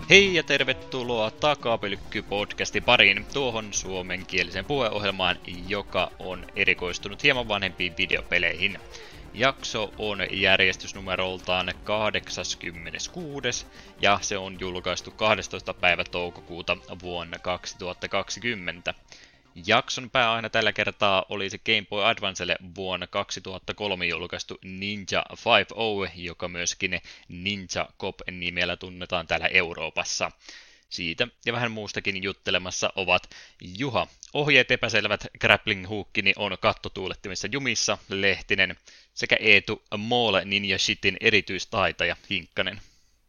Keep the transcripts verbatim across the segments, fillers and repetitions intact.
Hei ja tervetuloa Takapölkky-podcastin pariin, tuohon suomenkieliseen puheohjelmaan, joka on erikoistunut hieman vanhempiin videopeleihin. Jakso on järjestysnumeroltaan kahdeksankymmentäkuusi ja se on julkaistu kahdestoista päivä toukokuuta vuonna kaksituhattakaksikymmentä. Jakson pääaina tällä kertaa oli se Game Boy Advancelle vuonna kaksituhattakolme julkaistu Ninja viisi, joka myöskin Ninja Cop-nimellä tunnetaan täällä Euroopassa. Siitä ja vähän muustakin juttelemassa ovat Juha, ohjeet epäselvät, grappling hookkini on kattotuulettimissa jumissa, Lehtinen, sekä Eetu, Mole Ninja Shitin erityistaitaja, Hinkkanen.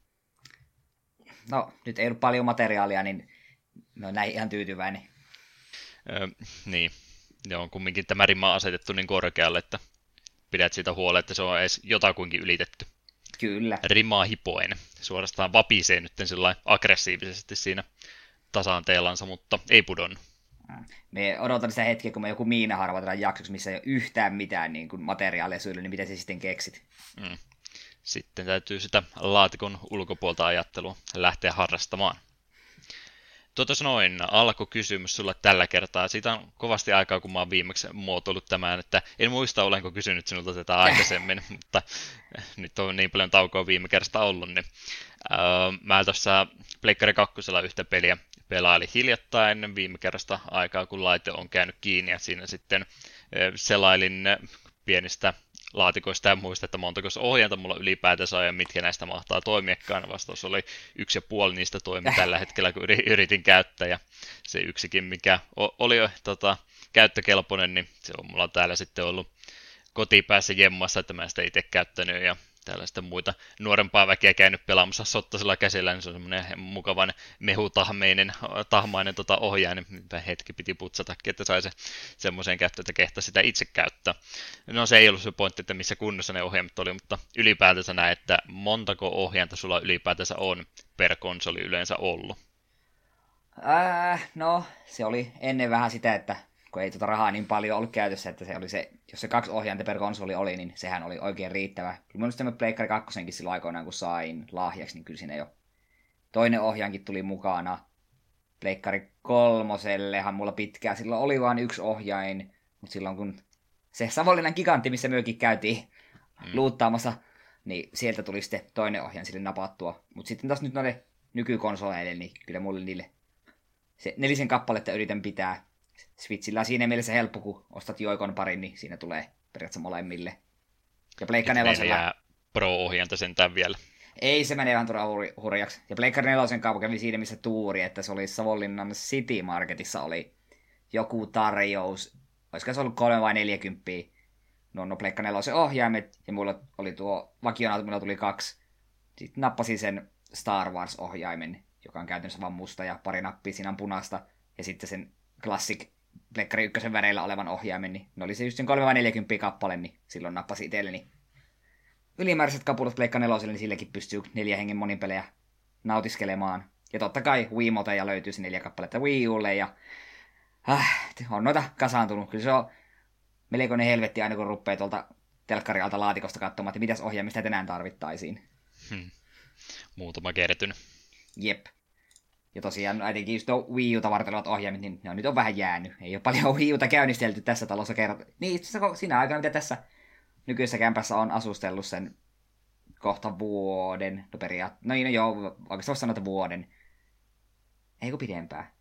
No, nyt ei ollut paljon materiaalia, niin mä oon näihin ihan tyytyväinen. Öö, niin, ja on kumminkin tämä rima asetettu niin korkealle, että pidät siitä huolta, että se on edes jotakuinkin ylitetty. Kyllä. Rimaa hipoen. Suorastaan vapisee nyt sillä aggressiivisesti siinä tasanteellansa, mutta ei pudonnut. Me odotan sitä hetkeä, kun me joku Miina harvataan jaksoksi, missä ei ole yhtään mitään niin kuin materiaalia syöllä, niin mitä sä sitten keksit? Mm. Sitten täytyy sitä laatikon ulkopuolta ajattelua lähteä harrastamaan. Tuotas noin, alkukysymys sulle tällä kertaa. Siitä on kovasti aikaa, kun mä oon viimeksi muotoillut tämän, että en muista, olenko kysynyt sinulta tätä aikaisemmin, mutta nyt on niin paljon taukoa viime kerrasta ollut, niin öö, mä tuossa Pleikkari kakkosella yhtä peliä pelailin hiljattain viime kerrasta aikaa, kun laite on käynyt kiinni, ja siinä sitten öö, selailin pienistä laatikoista ja muista, että montako ohjainta mulla ylipäätänsä on ja mitkä näistä mahtaa toimiakaan. Vastaus oli yksi ja puoli niistä toimi tällä hetkellä, kun yritin käyttää, ja se yksikin, mikä oli jo tota, käyttökelpoinen, niin se on mulla täällä sitten ollut kotipäässä jemmassa, että mä sitä itse käyttänyt, ja täällä sitten muita nuorempaa väkeä käynyt pelaamassa sottasella käsillä, niin se on semmoinen mukavan mehutahmeinen tahmainen tota ohjain, mitä hetki piti putsatakin, että sai se semmoiseen käyttöön, että kehtaa sitä itse käyttää. No se ei ollut se pointti, että missä kunnossa ne ohjaimet oli, mutta ylipäätänsä näin, että montako ohjainta sulla ylipäätänsä on per konsoli yleensä ollut? Äh, no, se oli ennen vähän sitä, että kun ei tuota rahaa niin paljon ollut käytössä, että se oli se, jos se kaksi ohjainta per konsoli oli, niin sehän oli oikein riittävä. Mielestäni mä Pleikkari kakkosenkin silloin aikoinaan, kun sain lahjaksi, niin kyllä siinä jo toinen ohjainkin tuli mukana. Pleikkari kolmosellehan mulla pitkään silloin oli vain yksi ohjain, mutta silloin kun se Savonlinnan gigantti, missä myökin käytiin mm. luuttaamassa, niin sieltä tuli sitten toinen ohjain sille napattua. Mutta sitten taas nyt noille nykykonsoleille, niin kyllä mulle niille se nelisen kappaletta yritän pitää. Switchillä on siinä mielessä helppo, kun ostat Joikon parin, niin siinä tulee periaatteessa molemmille. Ja Pleikka nelosella... jää Pro-ohjainta sentään vielä. Ei, se menee vähän turhaan hurjaksi. Ja Pleikka nelosen kaupan kävi siinä, missä tuuri, että se oli Savonlinnan City Marketissa oli joku tarjous. Olisiko se ollut kolme vai neljäkymppiä? No, no Pleikka nelosen ohjaimet, ja mulla oli tuo vakionauto, mulla tuli kaksi. Sitten nappasin sen Star Wars-ohjaimen, joka on käytännössä vaan musta, ja pari nappia siinä on punasta. Ja sitten sen Classic Pleikkari ykkösen väreillä olevan ohjaimen, niin ne oli se just sen kolme vai neljäkymppiä kappale, niin silloin nappasin itselleni ylimääräiset kapulat Pleikka neloselle, niin silläkin pystyy neljä hengen monipelejä nautiskelemaan. Ja totta kai Wiimoteja löytyy se neljä kappaletta Wii Ulle, ja äh, on noita kasaantunut. Kyllä se on melkoinen helvetti aina, kun rupeaa tuolta telkkari alta laatikosta katsomaan, että mitäs ohjaimista tänään tarvittaisiin. Hmm. Muutama kertynyt. Jep. Ja tosiaan etenkin just tuo Wii Uta varten olevat ohjaimet, niin ne on nyt on vähän jäänyt. Ei ole paljon Wii Uta käynnistelty tässä talossa kerran. Niin itse asiassa siinä aikana, mitä tässä nykyisessä kämpässä on asustellut sen kohta vuoden. No periaatteessa, no, no joo, oikeastaan voisi sanoa, että vuoden. Ei kun pidempää.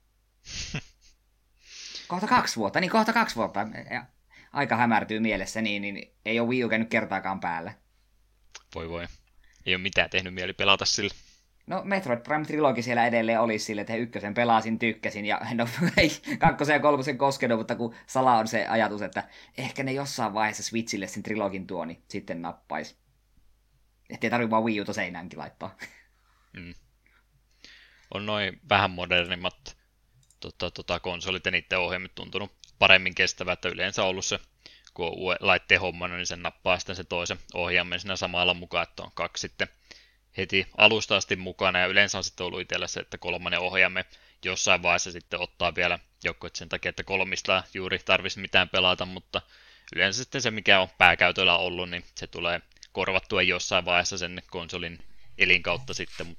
Kohta kaksi vuotta, niin kohta kaksi vuotta. Aika hämärtyy mielessä, niin, niin ei ole Wii U käynyt kertaakaan päällä. Voi voi. Ei ole mitään tehnyt mieli pelata sillä. No Metroid Prime Trilogy siellä edelleen olisi sille, että he ykkösen pelasin, tykkäsin, ja no ei kakkosen ja kolmosen koskenut, mutta kun sala on se ajatus, että ehkä ne jossain vaiheessa Switchille sen trilogin tuo, niin sitten nappais. Ettei tarvitse vaan Wii Uta seinäänkin laittaa. Mm. On noin vähän modernimmat tota, tota, konsolit ja niiden ohjelmit tuntunut paremmin kestävää, että yleensä on ollut se, kun on laitteen hommana, niin sen nappaa sitten se toisen ohjaimen siinä samalla mukaan, että on kaksi sitten heti alusta asti mukana, ja yleensä on sitten ollut itsellä se, että kolmannen ohjaamme jossain vaiheessa sitten ottaa vielä joku, että sen takia, että kolmista juuri tarvitsisi mitään pelata, mutta yleensä sitten se, mikä on pääkäytöllä ollut, niin se tulee korvattua jossain vaiheessa sen konsolin elinkautta sitten, mutta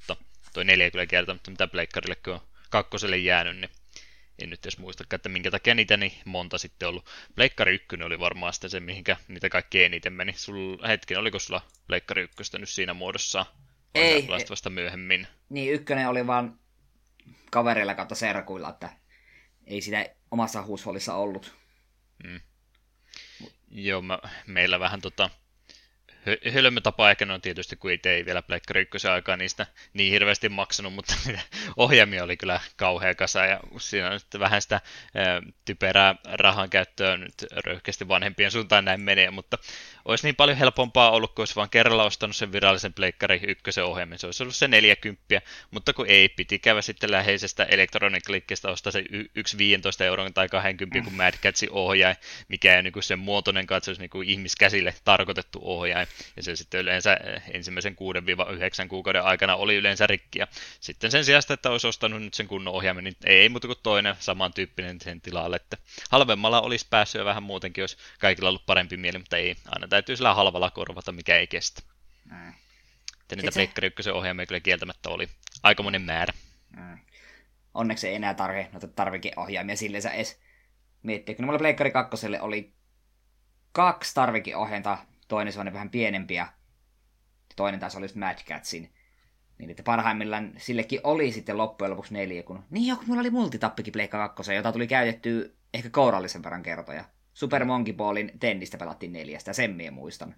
toi neljä kyllä kieltämättä, mitä pleikkarille kun on kakkoselle jäänyt, niin en nyt edes muistakaan, että minkä takia niitä niin monta sitten ollut. Pleikkari ykkönen oli varmaan sitten se, mihinkä niitä kaikki eniten meni. Sul, hetken, oliko sulla Pleikkari ykköstä nyt siinä muodossa? Ei. Vasta myöhemmin. Niin, ykkönen oli vaan kavereilla kautta serkuilla, että ei sitä omassa huushollissa ollut. Mm. Joo, mä, meillä vähän tota hölmö tapa ehkä on tietysti, kun itse ei vielä Pleikkari ykkösen aikaa niistä niin hirveästi maksanut, mutta ohjaamia oli kyllä kauhea kasa, ja siinä on nyt vähän sitä ää, typerää rahan käyttöä nyt röyhkeästi vanhempien suuntaan näin menee, mutta olisi niin paljon helpompaa ollut, kun olisi vaan kerralla ostanut sen virallisen Pleikkari ykkösen ohjaamin, se olisi ollut se neljäkymppiä, mutta kun ei, piti käydä sitten läheisestä Electronic-liikkeestä ostaa se y- yksi viisitoista euron tai kaksikymmentä kun Mad Catsin ohjain, mikä ei niin sen muotoinen katsoisi niin ihmiskäsille tarkoitettu ohjain. Ja se sitten yleensä ensimmäisen kuuden yhdeksän kuukauden aikana oli yleensä rikki. Ja sitten sen sijasta, että olisi ostanut nyt sen kunnon ohjaimen, niin ei muuta kuin toinen samantyyppinen sen tilalle. Että halvemmalla olisi päässyt ja vähän muutenkin, olisi kaikilla ollut parempi mieli, mutta ei. Aina täytyy sillä halvalla korvata, mikä ei kestä. Mm. Ja niitä Pleikkari ykkösen ohjaimia kyllä kieltämättä oli aikamoinen määrä. Mm. Onneksi ei enää tarvitse noita tarvikeohjaimia silleensä edes miettiä. Kun mulla Pleikkari kakkoselle oli kaksi tarvikeohjainta, toinen sellainen vähän pienempi ja toinen taas oli just Mad Catsin. Niin että parhaimmillaan sillekin oli sitten loppujen lopuksi neljä. Kun... Niin joo, kun mulla oli multitappikin Pleikka kakkosen, jota tuli käytettyä ehkä kourallisen verran kertoja. Super Monkey Ballin tennistä pelattiin neljästä, sen mie muistan.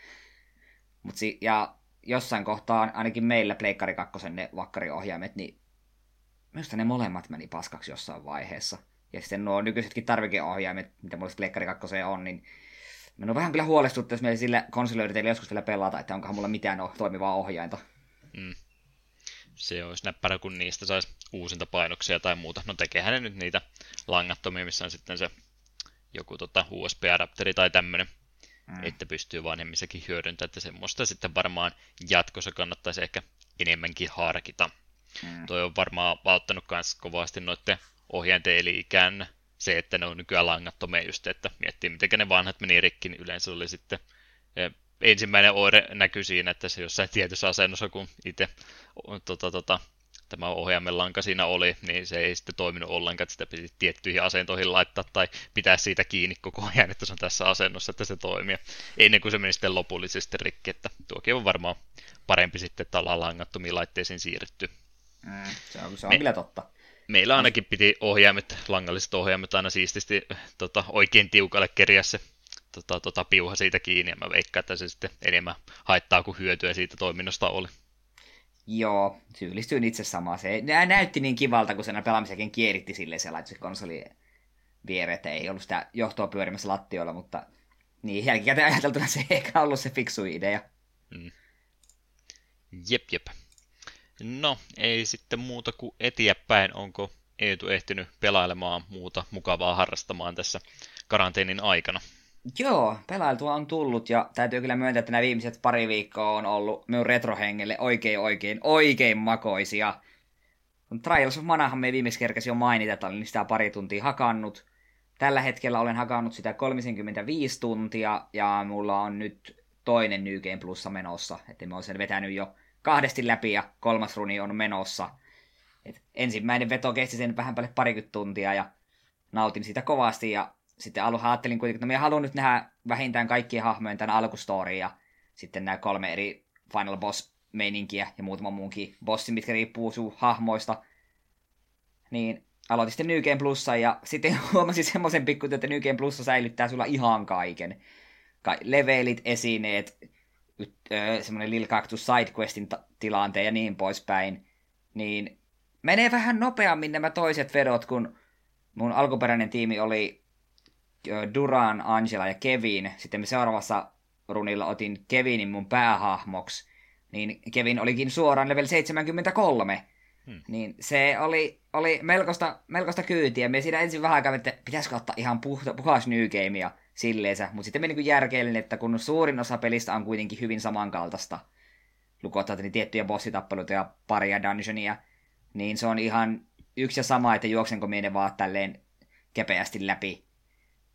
Mut si- ja jossain kohtaa, ainakin meillä Pleikkari kakkosen ne vakkariohjaimet, niin minusta ne molemmat meni paskaksi jossain vaiheessa. Ja sitten nuo nykyisetkin tarvikeohjaimet, mitä mulla Pleikkari kakkoseen on, niin minun vähän kyllä huolestuttaa, jos meillä sillä konsolioiditeillä joskus vielä pelata, että onkohan mulla mitään toimivaa ohjainta. Mm. Se olisi näppärä, kun niistä saisi uusinta painoksia tai muuta. No tekehän ne nyt niitä langattomia, missä on sitten se joku tota U S B-adapteri tai tämmöinen, mm. että pystyy vanhemmissakin hyödyntämään, että semmoista sitten varmaan jatkossa kannattaisi ehkä enemmänkin harkita. Mm. Toi on varmaan auttanut myös kovasti noiden ohjainten eli-ikään se, että ne on nykyään langattomia just, että miettii, miten ne vanhat meni rikki, niin yleensä oli sitten ensimmäinen oire näkyi siinä, että se jossain tietyssä asennossa, kun itse tota, tota, tämä ohjaimen lanka siinä oli, niin se ei sitten toiminut ollenkaan, että sitä piti tiettyihin asentoihin laittaa tai pitää siitä kiinni koko ajan, että se on tässä asennossa, että se toimii. Ennen kuin se meni sitten lopullisesti rikki, että tuokin on varmaan parempi sitten, että ollaan langattomiin laitteisiin siirretty. Mm, se on, se on Me... kyllä totta. Meillä ainakin piti ohjaimet, langalliset ohjaimet aina siististi tota, oikein tiukalle kerjää se tota, tota, piuha siitä kiinni, ja mä veikkaan, että se sitten enemmän haittaa kuin hyötyä siitä toiminnosta oli. Joo, syyllistyin itse samaan. Se näytti niin kivalta, kun sen pelaamisenkin kieritti silleen se laittoi konsoli viereen, että ei ollut sitä johtoa pyörimässä lattioilla, mutta niin jälkikäteen ajateltuna se ei ehkä ollut se fiksu idea. Mm. Jep, jep. No, ei sitten muuta kuin eteenpäin. Onko Eetu ehtinyt pelailemaan muuta mukavaa harrastamaan tässä karanteenin aikana? Joo, pelailtua on tullut ja täytyy kyllä myöntää, että nämä viimeiset pari viikkoa on ollut minun retrohengelle oikein, oikein, oikein makoisia. Trials of Manahan me viimeksi kerkäsi jo mainita, että olin sitä pari tuntia hakannut. Tällä hetkellä olen hakannut sitä kolmekymmentäviisi tuntia ja mulla on nyt toinen New Game Plussa menossa. Että mä oon sen vetänyt jo kahdesti läpi ja kolmas runi on menossa. Et ensimmäinen veto kesti sen vähän päälle parikymmentä tuntia ja nautin siitä kovasti. Ja sitten alussa ajattelin kuitenkin, että minä haluan nyt nähdä vähintään kaikkien hahmojen tämän alkustoriin ja sitten nämä kolme eri Final Boss-meininkiä ja muutama muunkin bossi, mitkä riippuu sun hahmoista. Niin aloitin sitten New Game Plussa ja sitten huomasin semmoisen pikku, että New Game Plussa säilyttää sulla ihan kaiken. Ka- levelit, esineet, semmoinen Lil Cactus sidequestin t- tilanteen ja niin poispäin, niin menee vähän nopeammin nämä toiset vedot, kun mun alkuperäinen tiimi oli Duran, Angela ja Kevin. Sitten me seuraavassa runilla otin Kevinin mun päähahmoksi, niin Kevin olikin suoraan level seitsemänkymmentäkolme. Hmm. Niin se oli, oli melkoista, melkoista kyytiä. Me siinä ensin vähän aikaa, että pitäisikö ottaa ihan puhta, puhas New Gamea silleensä, mutta sitten meni niin järkeellinen, että kun suurin osa pelistä on kuitenkin hyvin samankaltaista, lukuottaa niin tiettyjä bossitappeluita ja paria dungeonia, niin se on ihan yksi ja sama, että juoksenko minä vaan tälleen kepeästi läpi.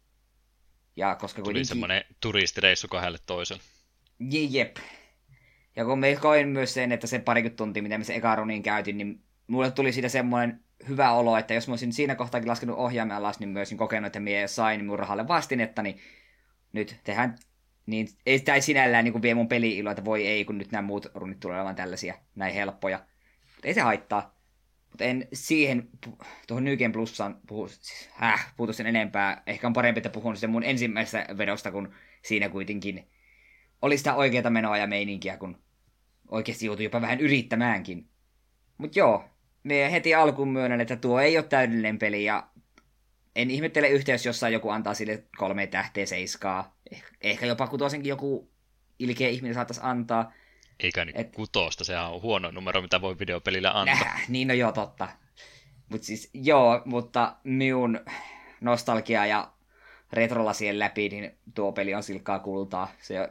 Ja koska tuli kuitenkin semmoinen turistireissu kahdelle toiselle. Jep. Ja kun me koin myös sen, että se parikymmentä tuntia, mitä me se eka runiin käytin, niin mulle tuli siitä semmoinen hyvä olo, että jos mä olisin siinä kohtaakin laskenut ohjaimen alas, niin mä olisin kokenut, että mie sain mun rahalle vastinetta, niin nyt tehdään, niin ei sitä ei sinällään niin vie mun peli-ilo, että voi ei, kun nyt nämä muut runit tulee olemaan tällaisia, näin helppoja. Mutta ei se haittaa. Mutta en siihen, tuohon New Game Plussaan puhu, siis, äh, puhutu sen enempää. Ehkä on parempi, että puhun sitten mun ensimmäisestä vedosta, kun siinä kuitenkin oli sitä oikeaa menoa ja meininkiä, kun oikeasti joutui jopa vähän yrittämäänkin. Mutta joo, me heti alkuun myönnän, että tuo ei ole täydellinen peli, ja en ihmettele yhtä, jos jossain joku antaa sille kolme tähteä seiskaa. Eh- ehkä jopa kutosenkin joku ilkeä ihminen saattaisi antaa. Eikä niin Et... kutosta, sehän on huono numero, mitä voi videopelille antaa. Nää, niin no joo, totta. Mut siis joo, mutta minun nostalgia ja retrolasien läpi, niin tuo peli on silkkaa kultaa. Se,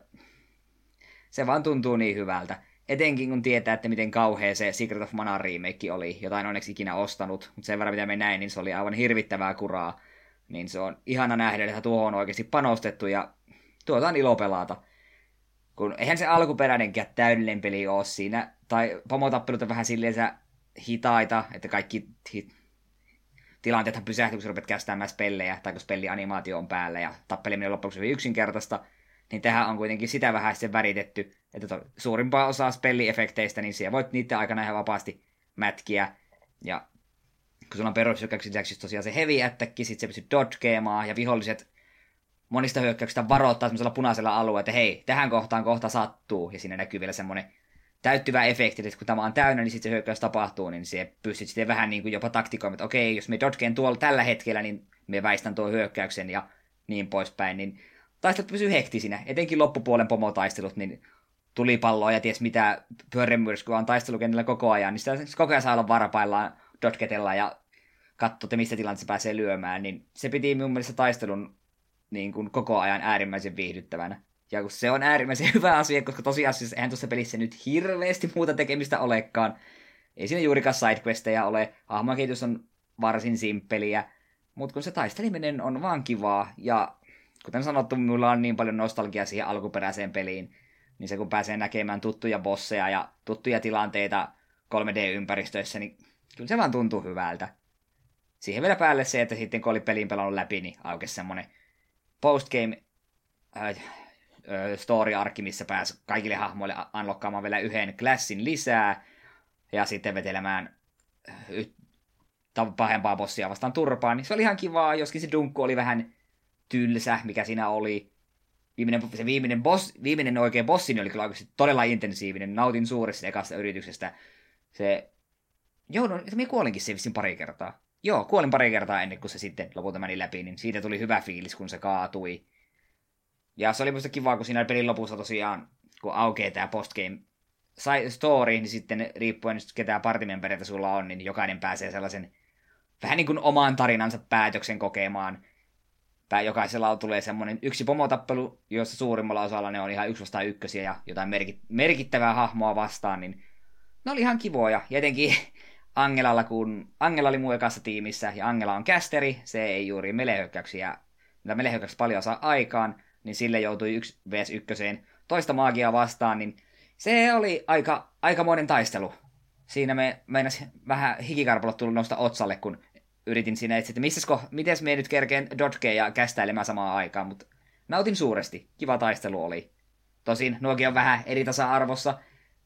se vaan tuntuu niin hyvältä. Etenkin kun tietää, että miten kauhea se Secret of Mana remake oli, jota en onneksi ikinä ostanut, mutta sen verran mitä me näin, niin se oli aivan hirvittävää kuraa. Niin se on ihana nähdä, että tuohon on oikeasti panostettu ja tuota on ilo pelata. Kun eihän se alkuperäinenkään täydellinen peli ole siinä, tai pomotappelut on vähän silleen hitaita, että kaikki hit... tilanteethan pysähtyy, kun sä rupeat kästäämään spellejä, tai kun spellianimaatio on päällä ja tappeleminen on loppuksi hyvin yksinkertaista, niin tähän on kuitenkin sitä vähän sitten väritetty, että to, suurimpaa osaa spelliefekteistä, niin siellä voit niiden aikana ihan vapaasti mätkiä. Ja kun sulla on perushyökkäyksen lisäksi tosiaan se heavy attack, sit se pystyy dodgeemaan, ja viholliset monista hyökkäyksistä varoittaa semmoisella punaisella alueella, että hei, tähän kohtaan kohta sattuu, ja siinä näkyy vielä semmoinen täyttyvä efekti, että kun tämä on täynnä, niin sitten se hyökkäys tapahtuu, niin se pystyt sitten vähän niin kuin jopa taktikoimaan, että okei, jos me dodgeen tuolla tällä hetkellä, niin me väistän tuon hyökkäyksen ja niin poispäin, niin taistelut pysyy hektisinä, etenkin loppupuolen pomotaistelut, niin tulipalloa ja ties mitä pyörimyrskyä on taistelukentällä koko ajan, niin sitä koko ajan saa olla varapaillaan, dodgetella ja katsoa, että mistä tilanteessa se pääsee lyömään, niin se piti minun mielestä taistelun niin kuin koko ajan äärimmäisen viihdyttävänä. Ja kun se on äärimmäisen hyvä asia, koska tosiasiassa eihän tuossa pelissä nyt hirveästi muuta tekemistä olekaan. Ei siinä juurikaan sidequesteja ole, hahmokehitys on varsin simppeliä, mutta kun se taisteliminen on vaan kivaa, ja kuten sanottu, minulla on niin paljon nostalgiaa siihen alkuperäiseen peliin, niin se kun pääsee näkemään tuttuja bosseja ja tuttuja tilanteita kolme D-ympäristöissä, niin kyllä se vaan tuntuu hyvältä. Siihen vielä päälle se, että sitten kun oli pelin pelannut läpi, niin aukesi semmonen postgame äh, story-arki, missä pääsi kaikille hahmoille unlockkaamaan vielä yhden klassin lisää, ja sitten vetelemään y- pahempaa bossia vastaan turpaan, niin se oli ihan kivaa, joskin se dunkku oli vähän tylsä, mikä siinä oli. Viimeinen, se viimeinen, boss, viimeinen oikea bossi oli kyllä oikeasti todella intensiivinen, nautin suuresta ekasta yrityksestä. Se, joo, no, minä kuolinkin se vissiin pari kertaa. Joo, kuolin pari kertaa ennen kuin se sitten lopulta meni läpi, niin siitä tuli hyvä fiilis, kun se kaatui. Ja se oli musta kivaa, kun siinä pelin lopussa tosiaan, kun aukeaa tämä postgame story, niin sitten riippuen ketään partimembereitä sulla on, niin jokainen pääsee sellaisen vähän niin kuin oman tarinansa päätöksen kokemaan. Jokaisella tulee semmoinen yksi pomotappelu, jossa suurimmalla osalla ne on ihan yksi vastaan ykkösiä ja jotain merkittävää hahmoa vastaan, niin ne oli ihan kivoja. Ja etenkin Angelalla, kun Angela oli mun ekassa tiimissä, ja Angela on kästeri, se ei juuri melehyökkäyksiä, mitä melehyökkäyksiä paljon saa aikaan, niin sille joutui yksi vs ykköseen toista maagiaa vastaan, niin se oli aika, aikamoinen taistelu. Siinä me meinas vähän hikikarpalot tullut nousta otsalle, kun yritin siinä etsiä, että missäsko, miten me nyt kerkeen dodgea ja kästäilemään samaan aikaan, mutta nautin suuresti. Kiva taistelu oli. Tosin nuokin on vähän eri tasa-arvossa.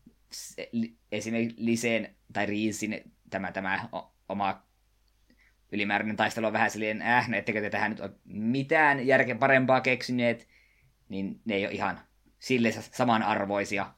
Esimerkiksi Liseen tai Riisin tämä, tämä oma ylimääräinen taistelu on vähän silleen, äh, ettekö te tähän nyt ole mitään järkeä parempaa keksineet, niin ne ei ole ihan sille samanarvoisia.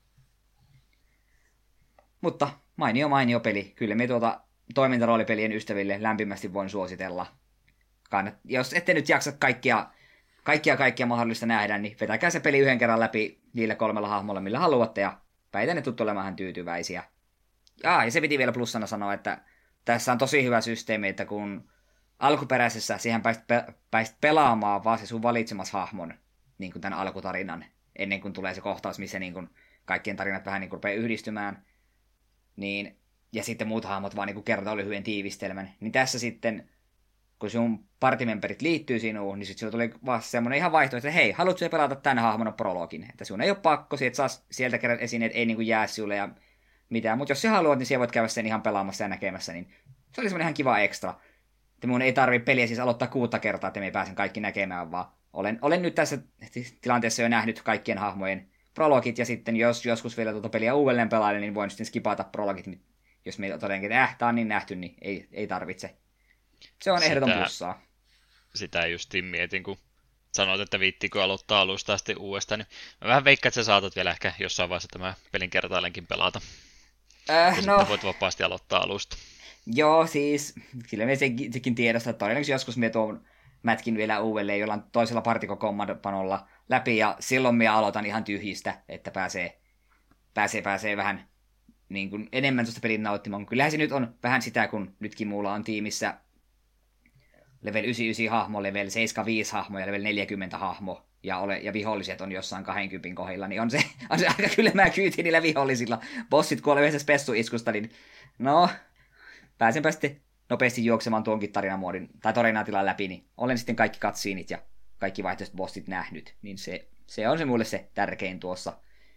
Mutta mainio mainio peli. Kyllä me tuota toimintaroolipelien ystäville lämpimästi voin suositella. Kannat, jos ette nyt jaksa kaikkia, kaikkia kaikkia mahdollista nähdä, niin vetäkää se peli yhden kerran läpi niillä kolmella hahmolla, millä haluatte, ja päitä ne tuttu olemaan tyytyväisiä. Ja, ja se piti vielä plussana sanoa, että tässä on tosi hyvä systeemi, että kun alkuperäisessä siihen pääsit, pe- pääsit pelaamaan vaan se sun valitsemas hahmon, niin kuin tämän alkutarinan, ennen kuin tulee se kohtaus, missä niin kuin kaikkien tarinat vähän niin kuin rupeaa yhdistymään, niin, ja sitten muut hahmot vaan niin kuin kertoo lyhyen tiivistelmän, niin tässä sitten, kun sun partimemberit liittyy sinuun, niin sitten sulla tuli vasta semmoinen ihan vaihtoehto, että hei, haluatko pelata tänne hahmona prologin? Että sun ei ole pakko, että saa sieltä kerran esineet, ei niinku jää sulle ja mitään. Mutta jos sä haluat, niin siellä voit käydä sen ihan pelaamassa ja näkemässä, niin se oli semmoinen ihan kiva ekstra. Että mun ei tarvi peliä siis aloittaa kuutta kertaa, että me pääsen kaikki näkemään, vaan olen, olen nyt tässä tilanteessa jo nähnyt kaikkien hahmojen prologit, ja sitten jos joskus vielä tuota peliä uudelleen pelailen, niin voin sitten skipata prologit, jos me todennäköisesti, että äh, tää on niin nähty, niin ei, ei tarvitse. Se on ehdoton sitä, plussaa. Sitä justiin mietin, kun sanoit, että viittikö aloittaa alusta asti uudestaan, niin mä vähän veikkaan, että sä saatat vielä ehkä jossain vaiheessa tämä pelin kertaallenkin pelata. Äh, ja no, sitten voit vapaasti aloittaa alusta. Joo, siis kyllä me sekin, sekin tiedostaa, että todennäköisesti joskus me tuon mätkin vielä uudelleen jollain toisella partikokommandopanolla läpi, ja silloin me aloitan ihan tyhjistä, että pääsee, pääsee, pääsee vähän niin kuin enemmän tuosta pelin nauttimaan. Kyllähän se nyt on vähän sitä, kun nytkin mulla on tiimissä level yhdeksänkymmentäyhdeksän hahmo, level seitsemänkymmentäviisi hahmo ja level neljäkymmentä hahmo, ja, ole, ja viholliset on jossain kaksikymmentä kohdilla, niin on se, on se aika kylmää kyyti niillä vihollisilla. Bossit kuolee yhdessä spessuiskusta, niin no, pääsenpä sitten nopeasti juoksemaan tuonkin tarinamuodin, tai tarinatilan läpi, niin olen sitten kaikki cutsceneit ja kaikki vaihtoehtoiset bossit nähnyt, niin se, se on se mulle se tärkein tuossa.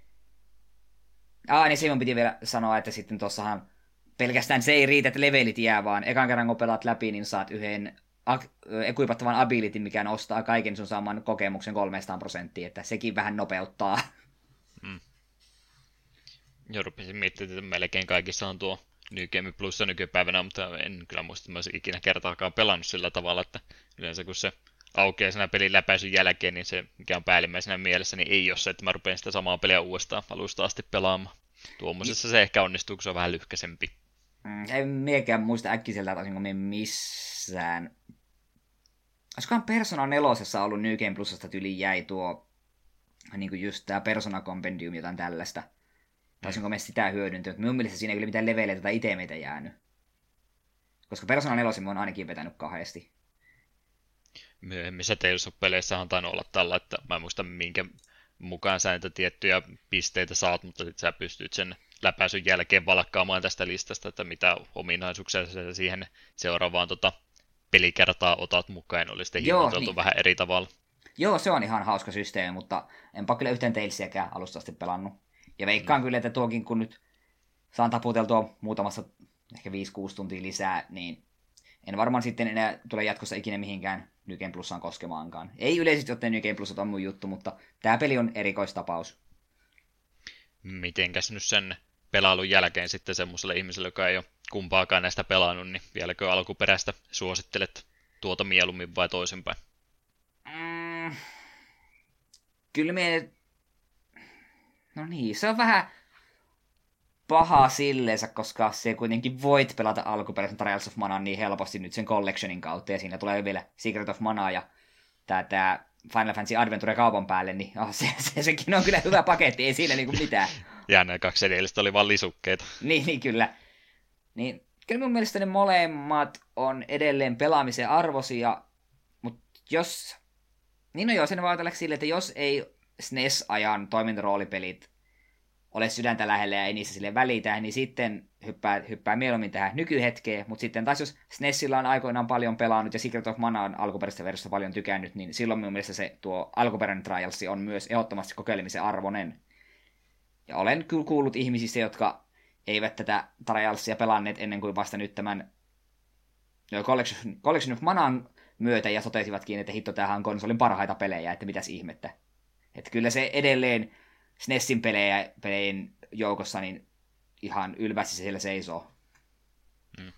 Ah, niin Simon piti vielä sanoa, että sitten tuossahan pelkästään se ei riitä, että levelit jää, vaan ekan kerran kun pelaat läpi, niin saat yhden ekuipattavan ability, mikä nostaa kaiken sun saaman kokemuksen kolmesataa prosenttia, että sekin vähän nopeuttaa. Mm. Ja rupesin miettimään, että melkein kaikissa on tuo New Game Plussa nykypäivänä, mutta en kyllä muista, että mä olisin ikinä kertaakaan pelannut sillä tavalla, että yleensä kun se aukeaa siinä pelin läpäisyn jälkeen, niin se, mikä on päällimmäisenä mielessä, niin ei ole se, että mä rupean sitä samaa peliä uudestaan alusta asti pelaamaan. Tuommoisessa se ehkä onnistuu, kun se on vähän lyhkäisempi. Mm, en miekään muista äkkiseltä, että olisinko me missään. Olisikohan Persona nelosessa ollut New Game Plusasta tyli jäi tuo, niin kuin just tää Persona Compendium, jotain tällaista. Tai olisinko me sitä hyödyntänyt. Minun mielestä siinä ei kyllä mitään leveleitä tai itemeitä jäänyt. Koska Persona nelosen mä oon ainakin vetänyt kahdesti. Myöhemmissä Tales of-peleissä on tainnut olla tällä, että mä en muista minkä mukaan sä niitä tiettyjä pisteitä saat, mutta sit sä pystyt sen läpäisyn jälkeen valkkaamaan tästä listasta, että mitä ominaisuuksia sä siihen seuraavaan tota pelikertaa otat mukaan, oli sitten hinnoiteltu niin vähän eri tavalla. Joo, se on ihan hauska systeemi, mutta enpä kyllä yhtään Talesiäkään alusta asti pelannut. Ja veikkaan mm. kyllä, että tuokin kun nyt saan taputeltua muutamassa ehkä viisi kuusi tuntia lisää, niin en varmaan sitten enää tule jatkossa ikinä mihinkään New Game Plusaan koskemaankaan. Ei yleisesti ottaen New Game Plusat on mun juttu, mutta tämä peli on erikoistapaus. Mitenkäs nyt sen pelailun jälkeen sitten semmoiselle ihmiselle, joka ei ole kumpaakaan näistä pelannut, niin vieläkö alkuperäistä suosittelet tuota mieluummin vai toisinpäin? Mm, kyllä me... No niin, se on vähän paha silleensä, koska se kuitenkin voit pelata alkuperäisen Trials of Manaa niin helposti nyt sen collectionin kautta, ja siinä tulee vielä Secret of Mana ja tää, tää Final Fantasy Adventure kaupan päälle, niin oh, se, se, sekin on kyllä hyvä paketti, ei siinä niinku mitään. Ja nämä kaksi edellistä oli vaan lisukkeita. Niin, niin kyllä. Niin, kyllä mun mielestä ne molemmat on edelleen pelaamisen arvoisia, mutta jos... Niin no joo, sen voi ajatella silleen, että jos ei S N E S-ajan toimintaroolipelit ole sydäntä lähellä ja ei niissä sille välitä, niin sitten hyppää, hyppää mieluummin tähän nykyhetkeen, mutta sitten taas jos S N E Sillä on aikoinaan paljon pelannut ja Secret of Mana on alkuperäisestä versiosta paljon tykännyt, niin silloin minun mielestä se tuo alkuperäinen Trials on myös ehdottomasti kokeilemisen arvoinen. Ja olen kyllä kuullut ihmisistä, jotka eivät tätä Trialsia pelanneet ennen kuin vasta nyt tämän Collection, Collection of Manan myötä ja totesivatkin, että hitto, tämähän on konsolin parhaita pelejä, että mitäs ihmettä. Että kyllä se edelleen S N E Sin pelejä, pelejä joukossa niin ihan ylvästi se siellä seisoo. Mm.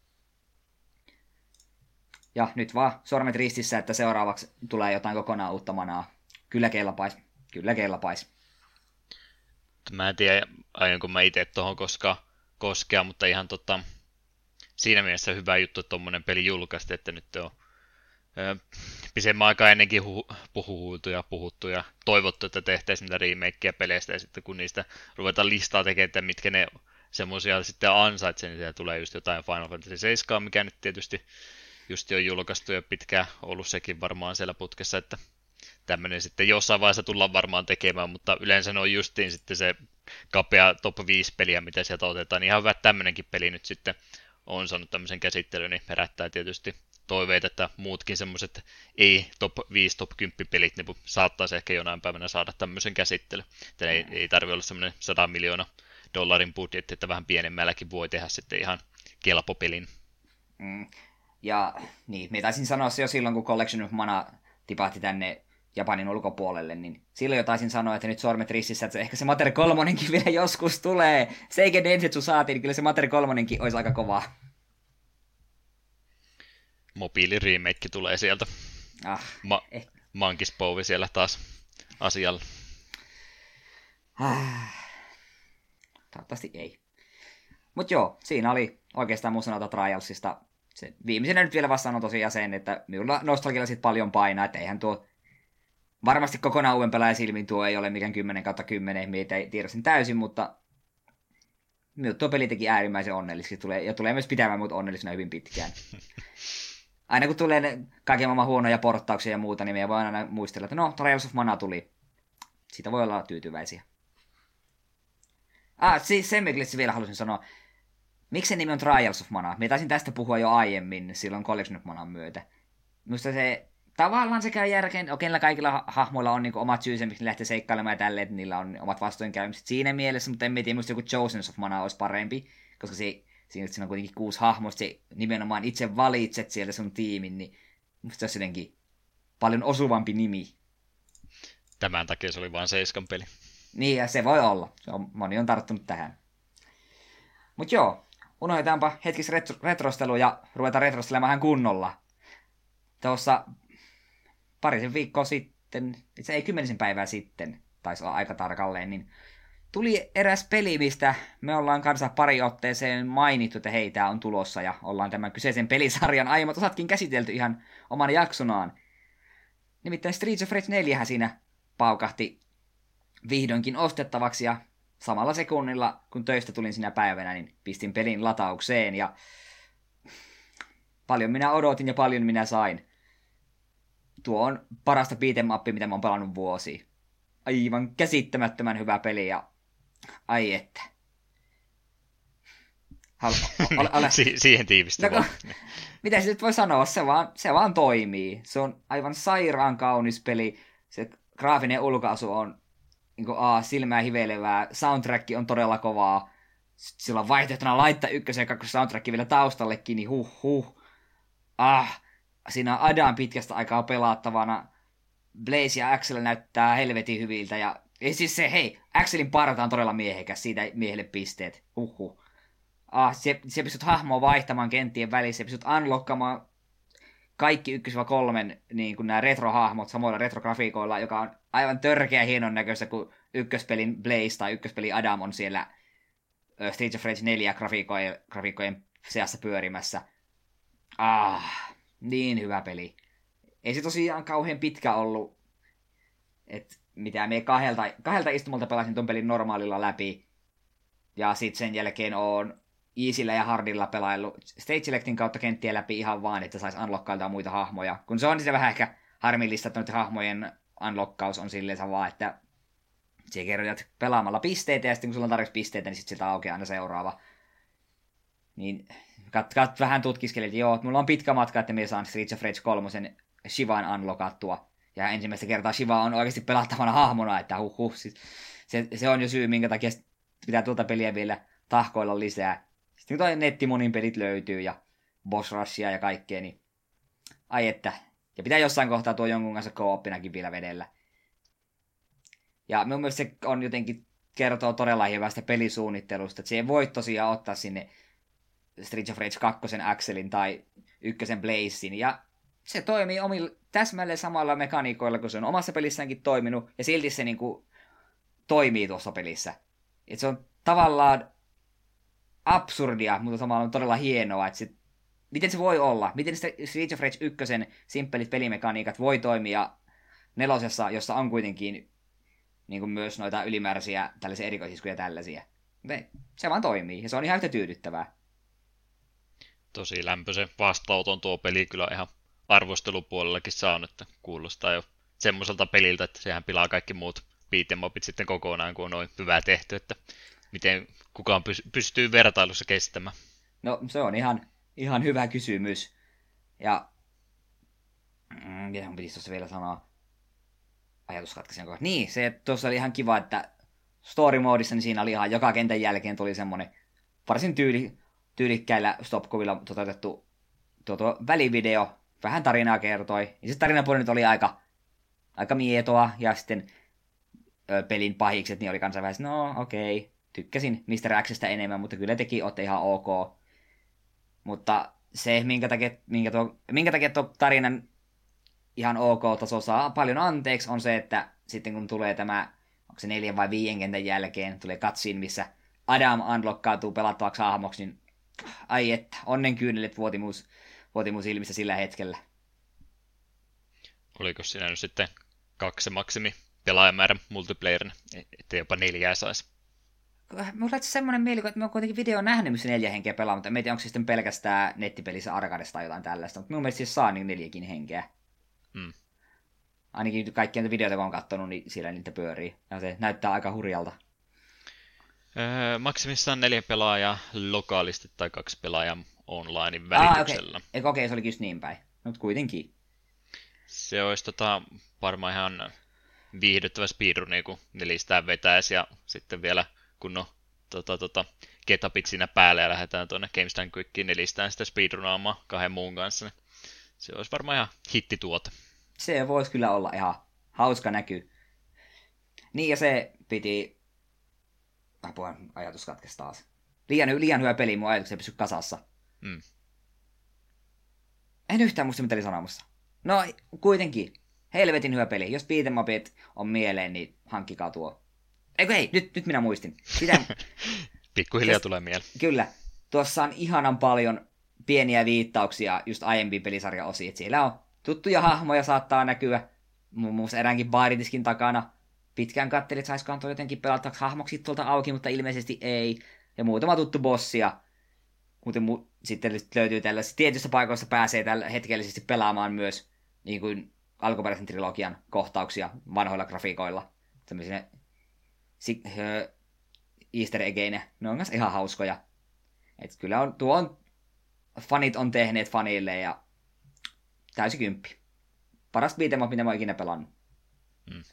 Ja nyt vaan sormet ristissä, että seuraavaksi tulee jotain kokonaan uutta manaa. Kyllä kelpais. Kyllä kelpais. Mä en tiedä, aionko mä itse tuohon koskaan koskea, mutta ihan tota, siinä mielessä hyvä juttu, että tommonen peli julkaistiin, että nyt on ö, pisemmän aikaa ennenkin hu- puhuttu ja puhuttu ja toivottu, että tehtäisiin niitä remakeja peleistä ja sitten kun niistä ruvetaan listaa tekemään, että mitkä ne semmoisia sitten ansaitsee, niin siellä tulee just jotain Final Fantasy seitsemän, mikä nyt tietysti just on julkaistu ja pitkään ollut sekin varmaan siellä putkessa, että tämmöinen sitten jossain vaiheessa tullaan varmaan tekemään, mutta yleensä ne on justiin sitten se kapea top viisi peliä, mitä sieltä otetaan. Niin ihan hyvä, että tämmöinenkin peli nyt sitten on saanut tämmöisen käsittelyn, niin herättää tietysti toiveita, että muutkin semmoiset ei top viisi, top kymmenen pelit niin saattaisi ehkä jonain päivänä saada tämmöisen käsittelyn. Että ei, ei tarvitse olla semmoinen sata miljoonaa dollarin budjetti, että vähän pienemmälläkin voi tehdä sitten ihan kelpopelin. Mm. Ja niin, me taisin sanoa se jo silloin, kun Collection of Mana tipahti tänne Japanin ulkopuolelle, niin silloin jo taisin sanoa, että nyt sormet ristissä, että ehkä se Mater kolmonenkin vielä joskus tulee. Seiken Densetsu saatiin, niin kyllä se Mater kolmonenkin olisi aika kovaa. Mobiiliremake tulee sieltä. Ah, Ma- eh. Mankis Pouvi siellä taas asialla. Ah. Toivottavasti ei. Mut joo, siinä oli oikeastaan mun sanota Trialsista. Se viimeisenä nyt vielä vastaan on tosiaan sen, että minulla nostalgialla sit paljon painaa, että eihän tuo varmasti kokonaan uuden pelaajan silmin tuo ei ole mikään kymmenen kautta kymmenen, meitä ei tiedä sen täysin, mutta minut tuo peli teki äärimmäisen onnelliseksi tulee, ja tulee myös pitämään mut onnellisena hyvin pitkään. Aina kun tulee ne kaiken maailman huonoja porttauksia ja muuta, niin me voi aina muistella, että no, Trials of Mana tuli. Siitä voi olla tyytyväisiä. Ah, siis sen vielä halusin sanoa. Miksi se nimi on Trials of Mana? Me taisin tästä puhua jo aiemmin silloin Collection of Manan myötä. Minusta se tavallaan se käy järkeen. Okei, kaikilla hahmoilla on niinku omat syynsä, miksi ne lähtee seikkailemaan ja tälleen, että niillä on omat vastoinkäymiset siinä mielessä, mutta en tiedä, minusta joku Chosen of Mana olisi parempi, koska se, siinä, siinä on kuitenkin kuusi hahmoa, se nimenomaan itse valitset sieltä sun tiimin, niin minusta se olisi jotenkin paljon osuvampi nimi. Tämän takia se oli vain Seiskan peli. Niin, ja se voi olla. Se on, moni on tarttunut tähän. Mut joo, unohdetaanpa hetkis retro- retrostelu ja ruvetaan retrostelemaan kunnolla. Tuossa parisen viikkoa sitten, itse ei kymmenisen päivää sitten, taisi olla aika tarkalleen, niin tuli eräs peli, mistä me ollaan kanssa pari otteeseen mainittu, että hei, tää on tulossa, ja ollaan tämän kyseisen pelisarjan aiemmat osatkin käsitelty ihan oman jaksonaan. Nimittäin Streets of Rage neljä siinä paukahti vihdoinkin ostettavaksi, ja samalla sekunnilla, kun töistä tulin sinä päivänä, niin pistin pelin lataukseen, ja paljon minä odotin ja paljon minä sain. Tuo on parasta beat'em upia, mitä mä oon pelannut vuosiin. Aivan käsittämättömän hyvä peli, ja ai että. Halu, ole, ole. si- siihen tiivistyy no, mitä se nyt voi sanoa, se vaan, se vaan toimii. Se on aivan sairaan kaunis peli. Se graafinen ulkoasu on niin kuin, a, silmää hivelevää. Soundtrack on todella kovaa. Sillä on vaihtoehtona laittaa ykkösen ja kakkosen soundtrack vielä taustallekin, niin huh huh. Ah, siinä on Adam pitkästä aikaa pelattavana. Blaze ja Axel näyttää helvetin hyviltä. Ja, ja siis se, hei, Axelin parta on todella miehekäs, siitä miehelle pisteet. Huhhuh. Ah, se, se pystyt hahmoa vaihtamaan kenttien välissä, se pystyt unlockamaan kaikki ykkös kolmen niin kuin nämä retrohahmot samoilla retrografiikoilla, joka on aivan törkeä hienon näköistä, kun ykköspelin Blaze tai ykköspelin Adam on siellä Streets of Rage neljä grafiikojen, grafiikojen seassa pyörimässä. Ah, niin hyvä peli. Ei se tosiaan kauhean pitkä ollut, että mitä me kahdelta, kahdelta istumalta pelasin ton pelin normaalilla läpi, ja sitten sen jälkeen on easyllä ja hardilla pelaillut stage selectin kautta kenttiä läpi ihan vaan, että sais unlockkailta muita hahmoja. Kun se on niin se vähän ehkä harmillista, että noiden hahmojen unlockkaus on silleen vaan, että se kerrotat pelaamalla pisteitä, ja sitten kun sulla on tarjoksi pisteitä, niin sitten siltä aukeaa aina seuraava. Niin kat, kat vähän tutkiskelin, että joo, mulla on pitkä matka, että me saan Streets of Rage kolme Shivan unlockattua. Ja ensimmäistä kertaa Shiva on oikeasti pelattavana hahmona, että huh huh. Se, se on jo syy, minkä takia pitää tuota peliä vielä tahkoilla lisää. Sitten kun toi nettimonin pelit löytyy ja boss rushia ja kaikkea, niin ai että. Ja pitää jossain kohtaa tuo jonkun kanssa co-oppinakin vielä vedellä. Ja mun mielestä se on jotenkin kertoo todella hyvästä pelisuunnittelusta, että se ei voi tosiaan ottaa sinne Streets of Rage kaksi Axelin tai ykkösen Blazein. Ja se toimii omilla täsmälleen samalla mekaniikoilla, kun se on omassa pelissäänkin toiminut, ja silti se niinku toimii tuossa pelissä. Et se on tavallaan absurdia, mutta samalla on todella hienoa, että se, miten se voi olla, miten Streets of Rage yksi simppelit pelimekaniikat voi toimia nelosessa, jossa on kuitenkin niin kuin myös noita ylimääräisiä tällaisia erikoisiskuja ja tällaisia. Ne, se vaan toimii, ja se on ihan yhtä tyydyttävää. Tosi lämpöisen vastaanoton tuo peli kyllä ihan arvostelupuolellakin saanut, että kuulostaa jo semmoiselta peliltä, että sehän pilaa kaikki muut beat'em upit sitten kokonaan, kun on noin hyvää tehty, että miten kukaan pystyy vertailussa kestämään. No se on ihan, ihan hyvä kysymys. Ja Mm, mitä mun pitäisi tuossa vielä sanoa? Ajatuskatkaisen kohdassa. Niin, se tuossa oli ihan kiva, että story moodissa niin siinä oli ihan joka kentän jälkeen tuli semmonen varsin tyyli, tyylikkäillä stopkovilla toteutettu tuo, tuo välivideo. Vähän tarinaa kertoi. Ja se tarinapuoli nyt oli aika, aika mietoa. Ja sitten ö, pelin pahikset niin oli kanssa vähän, no okei, okay. Tykkäsin mister Xstä enemmän, mutta kyllä teki ootte ihan ok. Mutta se, minkä takia, minkä tuo, minkä takia tuo tarinan ihan ok-taso saa paljon anteeksi, on se, että sitten kun tulee tämä, onko se neljän vai viiden kentän jälkeen, tulee cutscene, missä Adam unlockkautuu pelattavaksi hahmoksi, niin ai että, onnen kyynelet vuotimus, vuotimus ilmissä sillä hetkellä. Oliko siinä nyt sitten kaksi maksimi pelaajamäärä multiplayerina, ettei jopa neljää saisi? Mulla on semmoinen mieli, että mä oon kuitenkin video nähnyt, missä neljä henkeä pelaa, mutta en tiedä, onko se sitten pelkästään nettipelissä Arcadesta tai jotain tällaista, mutta mun mielestä siis saa niin neljäkin henkeä. Hmm. Ainakin kaikkia videoita, kun on katsonut, niin siellä niitä pyörii. Ja se näyttää aika hurjalta. Öö, maksimissaan neljä pelaajaa lokaalisti tai kaksi pelaajaa onlinein välityksellä. Ah, okei, okay. okay, se olikin just niin päin. Mutta kuitenkin. Se olisi tota, varmaan ihan viihdyttävä speedruni, kun nelistään vetäisi ja sitten vielä kun on tota, tota, getupit siinä päällä ja lähdetään tuonne Games Done Quickiin nelistään sitä speedrunaamaan kahden muun kanssa. Niin se olisi varmaan ihan hittituote. Se voisi kyllä olla ihan hauska näky. Niin ja se piti... Apua, ajatus katkesi taas. Liian, liian hyvä peli, mun ajatukset ei pysy kasassa. Mm. En yhtään muista, mitä oli sanomassa. No, kuitenkin. Helvetin hyvä peli. Jos beat'em on mieleen, niin hankkikaa tuo. Eikö hei, nyt, nyt minä muistin. Sitä... Pikkuhiljaa tulee mieleen. Kyllä. Tuossa on ihanan paljon pieniä viittauksia just aiempiin pelisarjan osiin. Et siellä on tuttuja hahmoja saattaa näkyä. Muun muassa eräänkin baaritiskin takana. Pitkään katselin, että saisikohan tuo jotenkin pelattavaksi hahmoksi tuolta auki, mutta ilmeisesti ei. Ja muutama tuttu bossia. Muuten mu- sitten löytyy tällaisista tietystä paikoista pääsee tällä hetkellisesti pelaamaan myös niin kuin alkuperäisen trilogian kohtauksia vanhoilla grafiikoilla. Tämmöisiä si- hö, easter eggeinä. Ne on myös ihan hauskoja. Et kyllä on, tuo on, fanit on tehneet fanille ja täysi kymppi. Paras beat'em up, mitä mä oon ikinä pelannut. Hmm.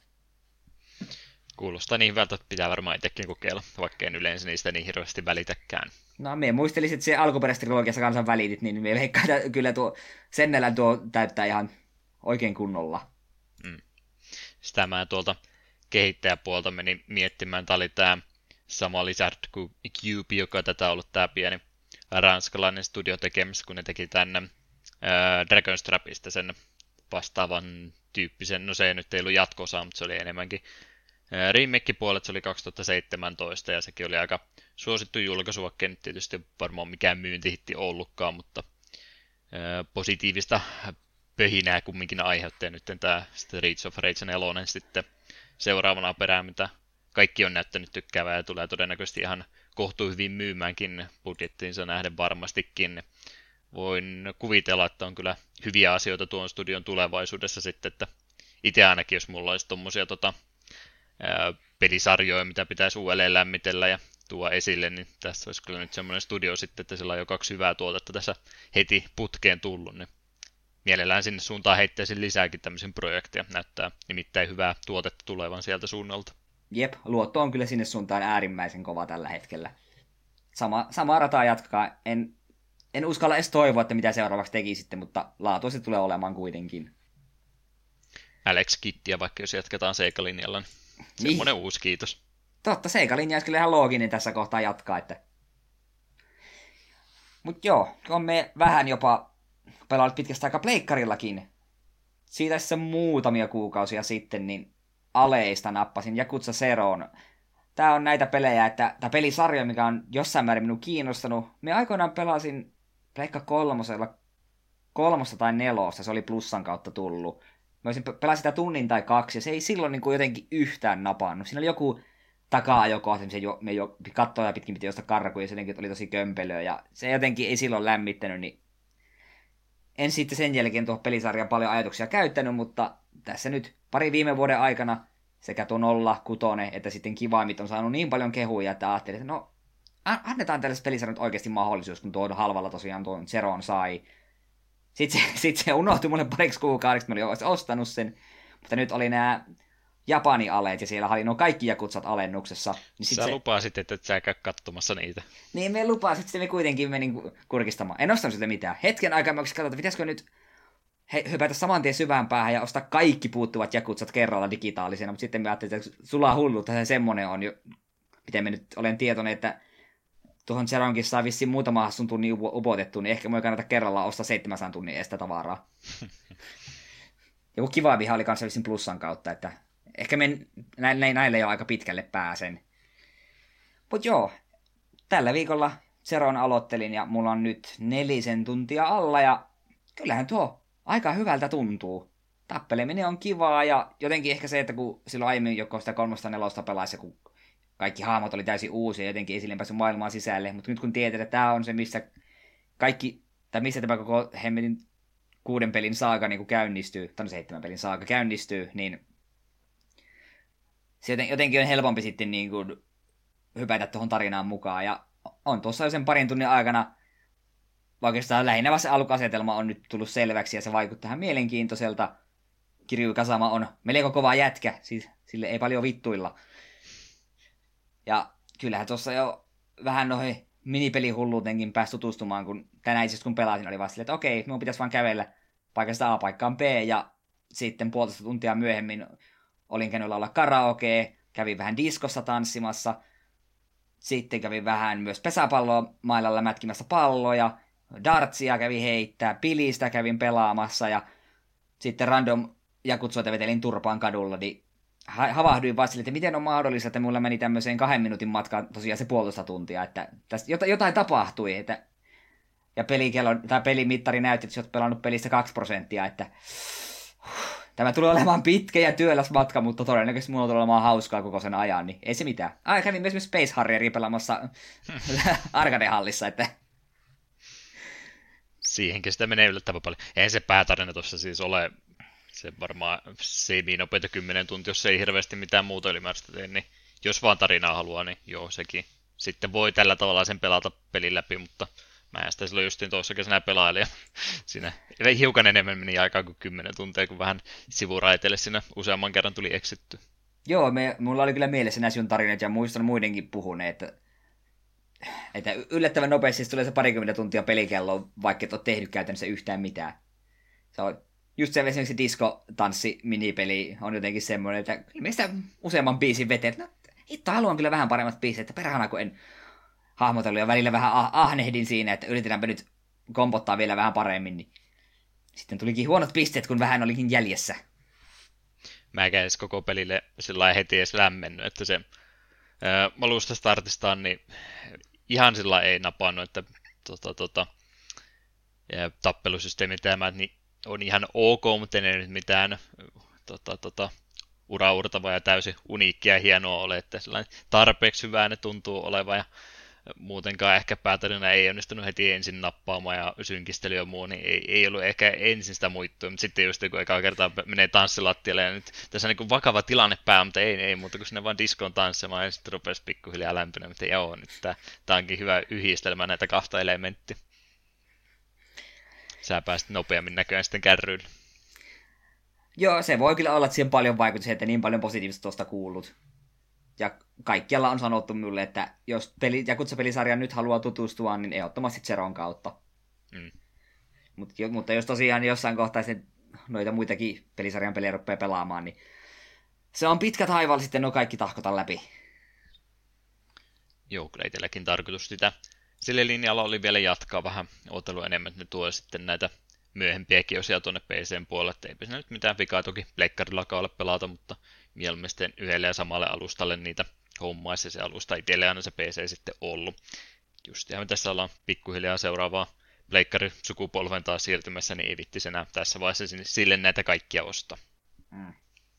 Kuulostaa niin hyvältä, että pitää varmaan itsekin kokeilla, vaikka en yleensä niistä niin hirveästi välitäkään. No, me muistelisin, että se alkuperäisessä trilogiassa kansan välitit, niin me veikkaan, että kyllä tuo Sennelän tuo täyttää ihan oikein kunnolla. Mm. Sitä mä tuolta kehittäjäpuolta menin miettimään. Tämä oli tämä sama Lizard Cube, joka on tätä ollut tämä pieni ranskalainen studio tekemässä, kun ne teki tänne ää, Dragonstrapista sen vastaavan tyyppisen. No se nyt ei ollut jatko-osa, mutta se oli enemmänkin remake-puolet, se oli kaksituhattaseitsemäntoista ja sekin oli aika suosittu julkaisu, vaikka nyt tietysti varmaan mikään myyntihitti ollutkaan, mutta ää, positiivista pöhinää kumminkin aiheutti ja nyt tämä Streets of Rage neljä sitten seuraavana perään, mitä kaikki on näyttänyt tykkäävää ja tulee todennäköisesti ihan kohtuu hyvin myymäänkin budjettiinsa nähden varmastikin. Voin kuvitella, että on kyllä hyviä asioita tuon studion tulevaisuudessa sitten, että itse ainakin, jos mulla olisi tommosia tota, ää, pelisarjoja, mitä pitäisi uudelleen lämmitellä ja tuoda esille, niin tässä olisi kyllä nyt semmoinen studio sitten, että sillä on jo kaksi hyvää tuotetta tässä heti putkeen tullut, niin mielellään sinne suuntaan heittäisin lisääkin tämmöisen projektia. Näyttää nimittäin hyvää tuotetta tulevan sieltä suunnalta. Jep, luotto on kyllä sinne suuntaan äärimmäisen kova tällä hetkellä. Sama, samaa rataa jatkaa. En, en uskalla edes toivoa, että mitä seuraavaksi tekisitte, mutta laatu se tulee olemaan kuitenkin. Alex Kittiä, vaikka jos jatketaan seikalinjalla, niin semmoinen niin. Uusi kiitos. Totta, seikalinja olisi kyllä ihan looginen tässä kohtaa jatkaa. Että... Mutta joo, on me vähän jopa pelannut pitkästä aikaa pleikkarillakin. Siitä se muutamia kuukausia sitten, niin Aleista nappasin Yakuza Zeroon. Tää on näitä pelejä, että tämä pelisarja, mikä on jossain määrin minun kiinnostanut. Me aikoinaan pelasin Pleikka kolmosella kolmosta tai nelosta, se oli plussan kautta tullut. Mä olisin pelasin sitä tunnin tai kaksi, ja se ei silloin niin kuin jotenkin yhtään napannut. Siinä oli joku taka-ajokohta, missä jo, me jo kattoja pitkin piti josta karkuun, ja se jotenkin oli tosi kömpelöä, ja se jotenkin ei silloin lämmittänyt, niin en sitten sen jälkeen tuohon pelisarjaan paljon ajatuksia käyttänyt, mutta tässä nyt pari viime vuoden aikana sekä tuo nolla, kutonen, että sitten kivaimit on saanut niin paljon kehuja, että ajattelin, että no annetaan tällaisesta pelisarjasta oikeasti mahdollisuus, kun tuo halvalla tosiaan tuon Zeron sai. Sitten se, sit se unohtui mulle pariksi kuukaudeksi, mä olin ostanut sen. Mutta nyt oli nämä Japani-aleet, ja siellä oli nuo kaikki Jakutsat alennuksessa. Niin sä se... lupasit, että et sä käy katsomassa niitä. Niin, me lupasin, että me kuitenkin menin kurkistamaan. En ostanut sitä mitään. Hetken aikaa mä katsoin, että pitäisikö nyt he, hypätä saman tien syvään päähän ja ostaa kaikki puuttuvat Jakutsat kerralla digitaalisena. Mutta sitten mä ajattelin, että sulla on hullu, että semmonen on jo, miten mä nyt olen tietoinen, että tuohon Zeronkin saa vissiin muutama hassun tunnin upotettu, niin ehkä mä kannata kerralla ostaa seitsemänsadan tunnin estä tavaraa. Joku kiva viha oli kanssa vissiin plussan kautta, että ehkä me näille, näille jo aika pitkälle pääsen. Mut joo, tällä viikolla Zeron aloittelin ja mulla on nyt nelisen tuntia alla ja kyllähän tuo aika hyvältä tuntuu. Tappeleminen on kivaa ja jotenkin ehkä se, että kun silloin aiemmin joko sitä kolmosta nelosta pelasi, kun kaikki hahmot oli täysin uusia ja jotenkin ei silleen päässyt maailmaan sisälle, mutta nyt kun tiedät, että tämä on se, missä kaikki, tai missä tämä koko hemmetin kuuden pelin saaga niin kuin käynnistyy, tai no seitsemän pelin saaga käynnistyy, niin se jotenkin on helpompi sitten niin kuin hypätä tuohon tarinaan mukaan. Ja on tuossa jo sen parin tunnin aikana, oikeastaan lähinnä se alkuasetelma on nyt tullut selväksi, ja se vaikuttaa ihan mielenkiintoiselta. Kiryu Kasama on melko kova jätkä, siis sille ei paljon vittuilla. Ja kyllähän tuossa jo vähän noihin minipelihulluutenkin pääsi tutustumaan, kun tänään itse kun pelasin, oli vasta silleen, että okei, minun pitäisi vaan kävellä paikasta A paikkaan B, ja sitten puolitoista tuntia myöhemmin olin käynyt olla karaoke, kävin vähän diskossa tanssimassa, sitten kävin vähän myös pesäpalloa mailalla mätkimässä palloja, dartsia kävin heittää, pilistä kävin pelaamassa, ja sitten random jakutsoita vetelin turpaan kadulla, niin havahduin vaan sille, että miten on mahdollista, että mulla meni tämmöiseen kahden minuutin matkaan tosiaan se puolitoista tuntia, että tästä jotain tapahtui, että ja pelikello, tai pelimittari näytti, että sä oot pelannut pelistä kaksi prosenttia, että tämä tulee olemaan pitkä ja työläs matka, mutta todennäköisesti mulla tulee olemaan hauskaa koko sen ajan, niin ei se mitään. Ai, kävin myös Space Harrieria pelaamassa Arcade-hallissa, että siihenkin sitä menee yllättävän paljon. Eihän se päätarina tuossa siis ole se varmaan semi-nopeita kymmenen tuntia, jos ei hirveästi mitään muuta ylimääräistä tee, niin jos vaan tarinaa haluaa, niin joo, sekin. Sitten voi tällä tavalla sen pelata pelin läpi, mutta mä en sitä silloin justiin tuossa kesänä pelailin, ja siinä hiukan enemmän meni aikaa kuin kymmenen tuntia, kun vähän sivuraiteille siinä useamman kerran tuli eksitty. Joo, me, mulla oli kyllä mielessä nämä sinun tarinat, ja muistan muidenkin puhuneet, että, että yllättävän nopeasti tulee se parikymmentä tuntia pelikelloa, vaikka et ole tehnyt käytännössä yhtään mitään. Se on just se esimerkiksi diskotanssi-minipeli on jotenkin semmoinen, että mistä useamman biisin veteen, että no, hitto, haluan kyllä vähän paremmat biisit, että perhana kun en hahmotellut ja välillä vähän ah- ahnehdin siinä, että yritetäänpä nyt kompottaa vielä vähän paremmin, niin sitten tulikin huonot pisteet, kun vähän olikin jäljessä. Mä en edes koko pelille sillä heti edes lämmennyt, että se ää, alusta startistaan, niin ihan sillä ei napannut, että tota, tota, ja tappelusysteemi tämä, niin on ihan ok, mutta ei nyt mitään tota, tota, uraurtavaa ja täysin uniikkia ja hienoa ole, että tarpeeksi hyvää ne tuntuu olevan ja muutenkaan ehkä päätarina ei onnistunut heti ensin nappaamaan ja synkistely ja muu, niin ei, ei ollut ehkä ensin sitä muittua, mutta sitten just kun ekaa kertaa menee tanssilattialle ja nyt tässä on niin vakava tilanne päällä, mutta ei, ei muuta kuin sinne vaan diskoon tanssimaan ja sitten rupesi pikkuhiljaa lämpimään, mutta joo, nyt tämä, tämä onkin hyvä yhdistelmä näitä kahta elementtiä. Sä pääsit nopeammin näköjään sitten kärryille. Joo, se voi kyllä olla, että siihen paljon vaikutus, että niin paljon positiivista tuosta kuullut. Ja kaikkialla on sanottu minulle, että jos peli, Jakutsa-pelisarjaan nyt haluaa tutustua, niin ehdottomasti Zeron kautta. Mm. Mut, jo, mutta jos tosiaan jossain kohtaa noita muitakin pelisarjan pelejä rupeaa pelaamaan, niin se on pitkä taivaalla sitten nuo kaikki tahkota läpi. Joo, kyllä itselläkin tarkoitus sitä. Sille linjalla oli vielä jatkaa vähän ootelu enemmän, että ne tuo sitten näitä myöhempiäkin osia tuonne P C:n puolelle, että eipä se nyt mitään vikaa toki pleikkarillakaan ole pelata, mutta mieluummin sitten yhdelle ja samalle alustalle niitä hommaisi, ja se alusta itselle aina se P C sitten ollut. Just ihan tässä ollaan pikkuhiljaa seuraavaa pleikkari-sukupolven taas siirtymässä, niin ei vittis enää tässä vaiheessa sille näitä kaikkia ostaa. Mm.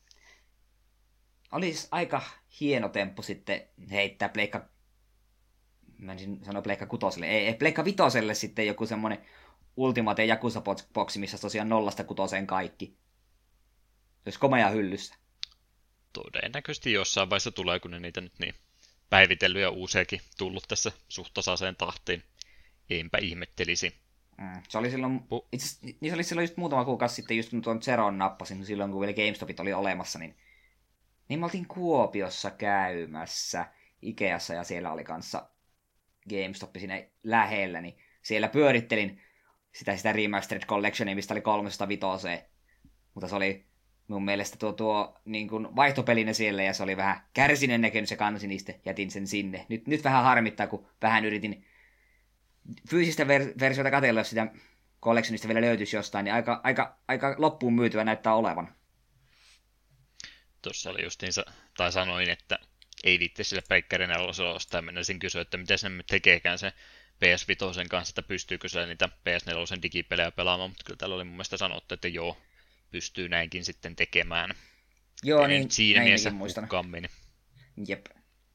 Olisi aika hieno temppu sitten heittää pleikka, mä en sano pleikka kutoselle, ei, ei pleikka vitoselle sitten joku semmonen Ultimate Yakuza-boksi, missä tosiaan nollasta kutoseen kaikki. Se olisi komea hyllyssä. Todennäköisesti jossain vaiheessa tulee, kun ne niitä nyt niin päivitellyt ja uusiakin tullut tässä suht tasaiseen tahtiin. Eipä ihmettelisi. Mm. Se oli silloin, Pu- itse asiassa, niin se oli silloin just muutama kuukausi sitten, just kun tuon Zeron nappasin, silloin kun vielä GameStopit oli olemassa, niin, niin me oltiin Kuopiossa käymässä Ikeassa ja siellä oli kanssa GameStop siinä lähellä, niin siellä pyörittelin sitä, sitä Remastered Collectionia, mistä oli kolmesta vitoseen. Mutta se oli mun mielestä tuo, tuo niin kuin vaihtopelinä siellä, ja se oli vähän kärsinen näköinen se kansi, niistä jätin sen sinne. Nyt, nyt vähän harmittaa, kun vähän yritin fyysistä ver- versiota katsella, jos sitä collectionista vielä löytyisi jostain, niin aika, aika, aika loppuun myytyä näyttää olevan. Tuossa oli justiinsa, tai sanoin, että ei viitti sille Pleikkari neloselle ostaa, ja mennäisin kysyä, että miten se nyt tekeekään se P S viisi kanssa, että pystyykö se niitä P S neljä digipelejä pelaamaan, mutta kyllä täällä oli mun mielestä sanottu, että joo, pystyy näinkin sitten tekemään. Joo, Ei niin nyt siinä mielessä muistan. hukkaan meni. Jep.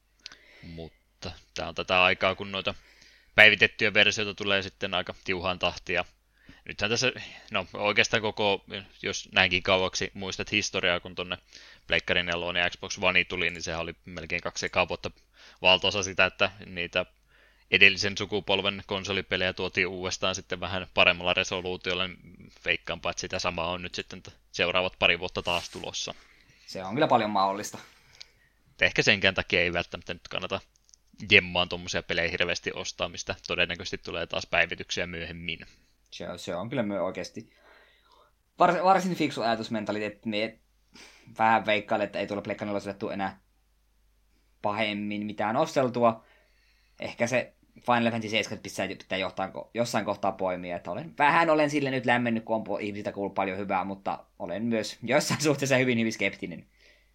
Mutta tää on tätä aikaa, kun noita päivitettyjä versioita tulee sitten aika tiuhaan tahtia. Nythän tässä, no oikeastaan koko, jos näinkin kauaksi muistat historiaa, kun tonne Pleikkari neljä ja Xbox One tuli, niin sehän oli melkein kaksi ekaa vuotta valtaosa sitä, että niitä edellisen sukupolven konsolipelejä tuotiin uudestaan sitten vähän paremmalla resoluutiolla, niin veikkaanpa, että sitä samaa on nyt sitten seuraavat pari vuotta taas tulossa. Se on kyllä paljon mahdollista. Ehkä senkään takia ei välttämättä nyt kannata jemmaan tuommoisia pelejä hirveästi ostaa, mistä todennäköisesti tulee taas päivityksiä myöhemmin. Se on, se on kyllä myö oikeasti Var, varsin fiksu ajatusmentaliteetti. Me vähän veikkailen, että ei tuolla Pleikka neloselle tule enää pahemmin mitään osteltua. Ehkä se Final Fantasy seitsemän pitää, pitää johtaa, jossain kohtaa poimia. Että olen, vähän olen sille nyt lämmennyt, kun on ihmisistä kuullut paljon hyvää, mutta olen myös jossain suhteessa hyvin hyvin skeptinen.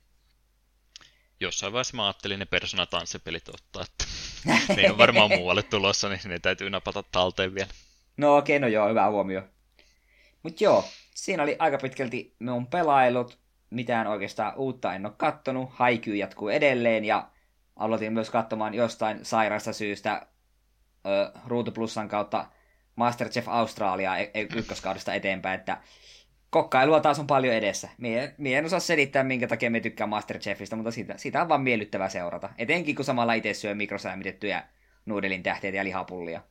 Jossain vaiheessa mä ajattelin ne Persona-tanssipelit ottaa, että ne ei ole varmaan muualle tulossa, niin ne täytyy napata talteen vielä. No okei, okay, no joo, hyvä huomio. Mut joo, siinä oli aika pitkälti mun pelailut. Mitään oikeastaan uutta en ole kattonut. Haikyy jatkuu edelleen ja aloitin myös katsomaan jostain sairaasta syystä ö, Ruutu Plusan kautta Masterchef Australiaa e- e- ykköskaudesta eteenpäin, että kokkailua taas on paljon edessä. Mie, mie en osaa selittää, minkä takia me tykkään Masterchefistä, mutta siitä, siitä on vaan miellyttävää seurata. Etenkin kun samalla itse syö mikrosäämitettyjä nuudelin tähteitä ja lihapullia.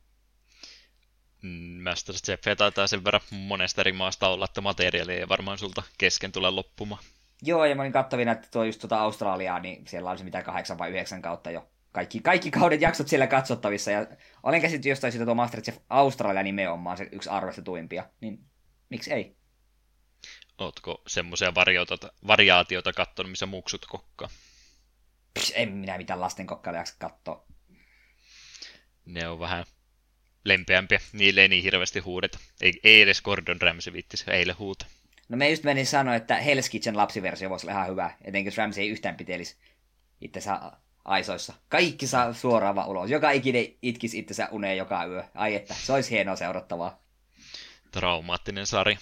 Masterchef taitaa sen verran monesta eri maasta olla, että materiaalia ei varmaan sulta kesken tule loppumaan. Joo, ja mä olin kattavina, että tuo just tuota Australiaa, niin siellä olisi mitä kahdeksan vai yhdeksän kautta jo. Kaikki, kaikki kaudet jaksot siellä katsottavissa, ja olen käsitty jostain siitä tuo Masterchef Australia nimenomaan se yksi arvostetuimpia, niin miksi ei? Ootko semmoisia variaatioita kattonut, missä muksut kokkaa? Psh, en minä mitään lasten kokkailla jaksa katsoa. Ne on vähän lempeämpiä, niille ei niin hirveästi huudeta. Ei, ei edes Gordon Ramsay viittisi heille huuta. No me just menin sanoa, että Hell's Kitchen lapsiversio voisi olla ihan hyvä, etenkin jos Ramsay ei yhtään pitelisi itsensä aisoissa. Kaikki saa suoraan vaan ulos. Joka ikinen itkisi itsensä uneen joka yö. Ai että, se olisi hienoa seurattavaa. Traumaattinen sarja.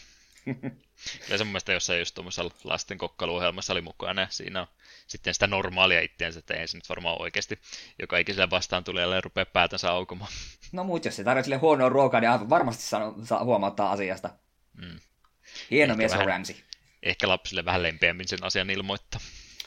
Ja semmoista jossain just tuommoisessa lasten kokkailuohjelmassa oli mukana, ja siinä on sitten sitä normaalia itseänsä, että ei se nyt varmaan oikeasti joka ikiselle vastaan tulijalle ja rupeaa päätänsä aukomaan. No muut, jos se tarjoaa sille huonoa ruokaa, niin aivan varmasti saa, saa huomauttaa asiasta. Mm. Hieno mies on Ramsay. Ehkä lapsille vähän lempeämmin sen asian ilmoittaa.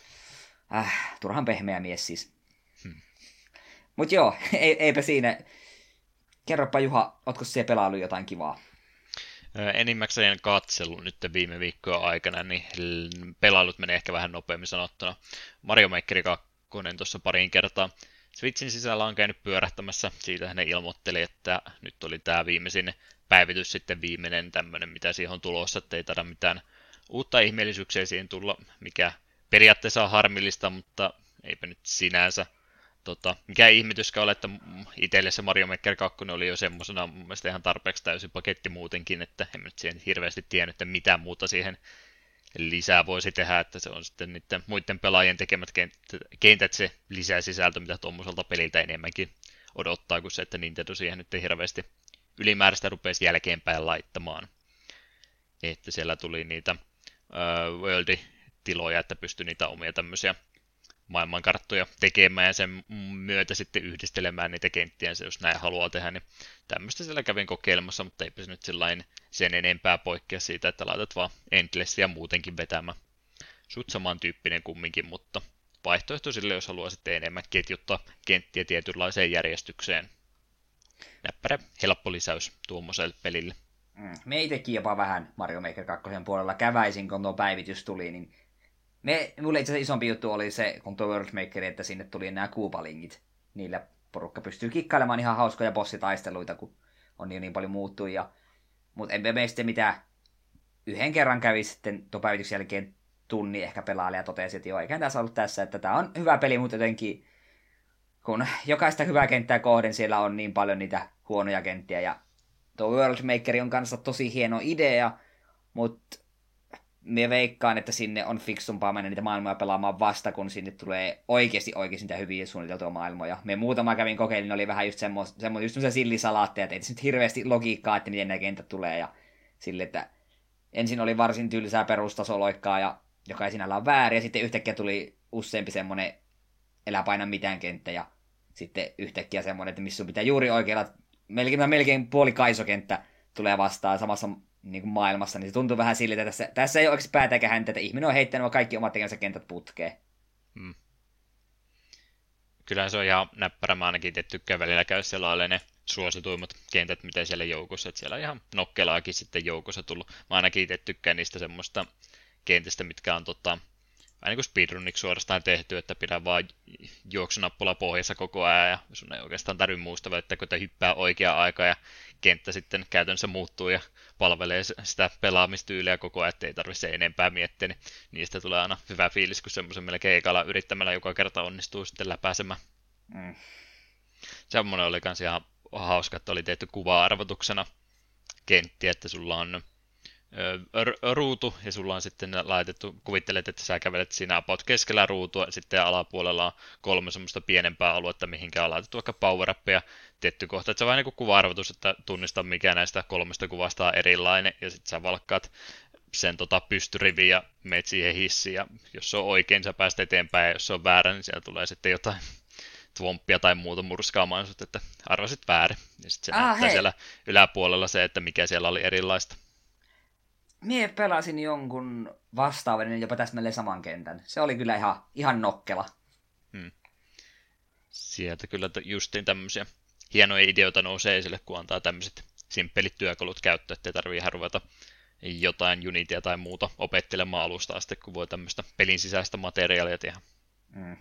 Äh, turhan pehmeä mies siis. Hmm. Mut joo, ei, eipä siinä. Kerropa Juha, ootko siellä pelailu jotain kivaa? Enimmäkseen katsellut nyt viime viikkojen aikana, niin pelailut menee ehkä vähän nopeammin sanottuna. Mario Maker kaksi tuossa pariin kertaa. Switchin sisällä on käynyt pyörähtämässä, siitä ne ilmoitteli, että nyt oli tämä viimeisin päivitys sitten viimeinen tämmöinen, mitä siihen on tulossa, että ei taida mitään uutta ihmeellisyyksiä siihen tulla, mikä periaatteessa on harmillista, mutta eipä nyt sinänsä. Tota, mikä ihmetyskään ole, että itselle se Mario Maker kaksi oli jo semmosena mun mielestä ihan tarpeeksi täysin paketti muutenkin, että en nyt siihen hirveästi tiennyt, että mitä muuta siihen lisää voisi tehdä, että se on sitten niiden muiden pelaajien tekemät kentät se lisää sisältö, mitä tuommoiselta peliltä enemmänkin odottaa, kuin se, että Nintendo siihen nyt ei hirveästi ylimääräistä rupesi jälkeenpäin laittamaan. Että siellä tuli niitä uh, World-tiloja, että pystyi niitä omia tämmöisiä maailmankarttoja tekemään ja sen myötä sitten yhdistelemään niitä kenttiä, jos näin haluaa tehdä, niin tämmöistä siellä kävin kokeilemassa, mutta eipä se nyt sellainen sen enempää poikkea siitä, että laitat vaan Endlessia muutenkin vetämään. Sut samantyyppinen kumminkin, mutta vaihtoehto sille, jos haluaa sitten enemmän ketjuttaa kenttiä tietynlaiseen järjestykseen. näppärä helppo lisäys tuommoiselle pelille. Mm. Me itsekin jopa vähän Mario Maker kaksi puolella käväisin, kun tuo päivitys tuli, niin me, mulle itse asiassa isompi juttu oli se, kun tuo World Maker, että sinne tuli nämä kuupalingit. Niillä porukka pystyy kikkailemaan ihan hauskoja bossitaisteluita, kun on niin, niin paljon muuttuja. Mutta en me sitten mitään yhden kerran kävi sitten tuon päivityksen jälkeen tunni ehkä pelaalle ja totesi, että joo, eikä tässä ollut tässä, että tämä on hyvä peli, mutta jotenkin kun jokaista hyvää kenttää kohden siellä on niin paljon niitä huonoja kenttiä ja tuo World Maker on kanssa tosi hieno idea, mutta me veikkaan, että sinne on fiksumpaa mennä niitä maailmoja pelaamaan vasta, kun sinne tulee oikeasti oikeasti niitä hyviä suunniteltua maailmoja. Me muutama kävin kokeilin, niin oli vähän just semmoisia semmo, just sillisalaatteja, että ei tässä nyt hirveästi logiikkaa, että miten nämä kentät tulee. Ja sille, että ensin oli varsin tylsää perustasoloikkaa, ja joka ei sinällä ole väärin, ja sitten yhtäkkiä tuli useampi semmoinen elä paina mitään kenttä, ja sitten yhtäkkiä semmoinen, että missä sun pitää juuri oikealla, melkein, melkein puoli kaisokenttä tulee vastaan samassa niin kuin maailmassa, niin se tuntuu vähän siltä, että tässä, tässä ei ole oikeasti päätä eikä häntä, että ihminen on heittänyt kaikki omat tekemänsä kentät putkeen. Hmm. Kyllä se on ihan näppärä, mä ainakin itse tykkään välillä käy siellä ne suosituimmat kentät, mitä siellä joukossa, että siellä on ihan nokkelaakin sitten joukossa tullut. Mä ainakin itse tykkään niistä semmoista kentistä, mitkä on tota, vähän niin kuin speedrunniksi suorastaan tehty, että pidä vaan juoksunappula pohjassa koko ajan ja sun ei oikeastaan tarvitse muistaa, että kun te hyppää oikeaan aikaan ja kenttä sitten käytännössä muuttuu ja palvelee sitä pelaamistyyliä koko ajan, ettei tarvitse enempää miettiä, niin niistä tulee aina hyvä fiilis, kun semmoisen melkein ekalla yrittämällä joka kerta onnistuu sitten läpäisemään. Mm. Semmoinen oli kans ihan hauska, että oli tehty kuva-arvotuksena kenttiä, että sulla on ruutu, ja sulla on sitten laitettu, kuvittelet, että sä kävelet siinä about keskellä ruutua, sitten alapuolella on kolme semmoista pienempää aluetta, mihinkä on laitettu vaikka power-uppeja tietty kohta, että se on vähän niin kuin kuva-arvotus, että tunnista mikä näistä kolmesta kuvasta on erilainen, ja sitten sä valkkaat sen tota pystyriviin ja meet siihen hissiin, ja jos se on oikein, sä pääset eteenpäin, ja jos se on väärä, niin siellä tulee sitten jotain twomppia tai muuta murskaamaan sut, että arvasit väärin, ja sitten se ah, näyttää hei. Siellä yläpuolella se, että mikä siellä oli erilaista. Mie pelasin jonkun vastaavan jopa täsmälleen saman kentän. Se oli kyllä ihan, ihan nokkela. Hmm. Sieltä kyllä justiin tämmöisiä hienoja ideoita nousee esille, kun antaa tämmöiset simppelit työkalut käyttöön, ettei tarvitse ihan ruveta jotain Unityä tai muuta opettelemaan alusta asti, kun voi tämmöistä pelin sisäistä materiaalia tehdä. Hmm.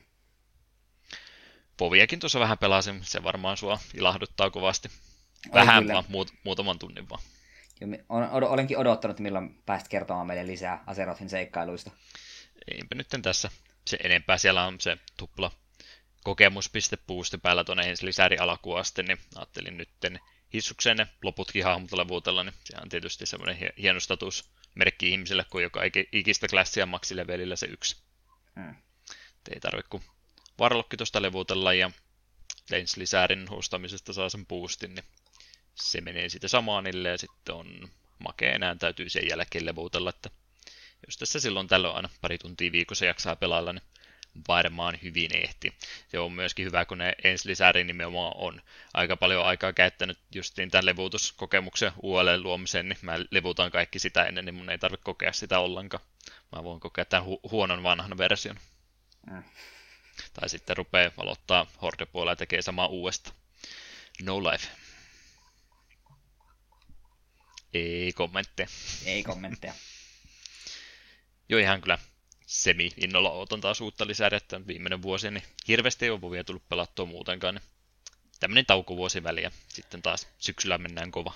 Poviakin tuossa vähän pelasin, se varmaan sua ilahduttaa kovasti. Vähän vaan, muut, muutaman tunnin vaan. Olenkin odottanut, milloin pääst kertomaan meille lisää Aserothin seikkailuista. Eipä nyt tässä se enempää. Siellä on se tupla kokemuspiste-boosti päällä tuonne lisäri alkuun asti, niin ajattelin nytten hissukseen ne loputkin hahmot levuutella, niin se on tietysti semmoinen hieno statusmerkki ihmisille, kun joka ikistä klassia maksilevelillä se yksi. Hmm. Ei tarvitse kuin varlokki tuosta levuutella ja Lens-lisäärin hostamisesta saa sen boostin, niin se menee siitä samaanille ja sitten on makea enää täytyy sen jälkeen levuutella, että jos tässä silloin tällöin aina pari tuntia viikossa jaksaa pelailla, niin varmaan hyvin ehti. Se on myöskin hyvä, kun ne Ens-lisäärin nimenomaan on aika paljon aikaa käyttänyt justiin tämän levuutuskokemuksen U L luomiseen, niin mä levuutan kaikki sitä ennen, niin mun ei tarvitse kokea sitä ollenkaan. Mä voin kokea tämän hu- huonon vanhan version. Mm. Tai sitten rupeaa aloittaa Horde-puolella ja tekee samaa uudestaan. No life. Ei kommentteja. Ei kommentteja. Joo, ihan kyllä semi-innolla otan taas uutta lisää, että viimeinen vuosi, niin hirveästi ei ole vielä tullut pelattua muutenkaan. Niin tämmöinen taukovuosi väliä, sitten taas syksyllä mennään kova.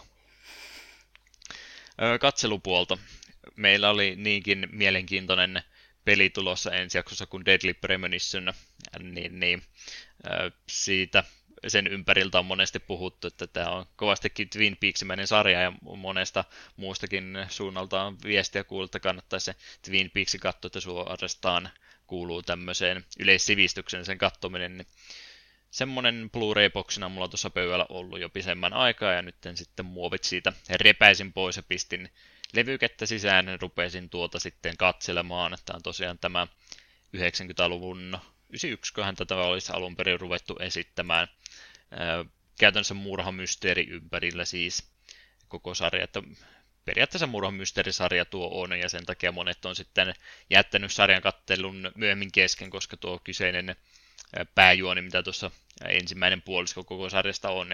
Katselupuolta. Meillä oli niinkin mielenkiintoinen peli tulossa ensi jaksossa kuin Deadly Premonition, niin, niin siitä sen ympäriltä on monesti puhuttu, että tämä on kovastikin Twin Peaksimäinen sarja ja monesta muustakin suunnalta on viestiä kuullut, että kannattaisi se Twin Peaks katsoa, että suorastaan kuuluu tämmöiseen yleissivistyksen sen kattominen. Niin semmoinen Blu-ray-boksina mulla tuossa pöydällä ollut jo pisemmän aikaa ja nyt sitten muovit siitä repäisin pois ja pistin levykettä sisään ja rupesin tuota sitten katselemaan, että on tosiaan tämä yhdeksänkymmentäluvun yhdeksänkymmentäyksi, kohan tätä olisi alun perin ruvettu esittämään. Käytännössä murhamysteeri ympärillä siis koko sarja, että periaatteessa murhamysteerisarja tuo on, ja sen takia monet on sitten jättänyt sarjan kattelun myöhemmin kesken, koska tuo kyseinen pääjuoni, mitä tuossa ensimmäinen puolisko koko sarjasta on, niin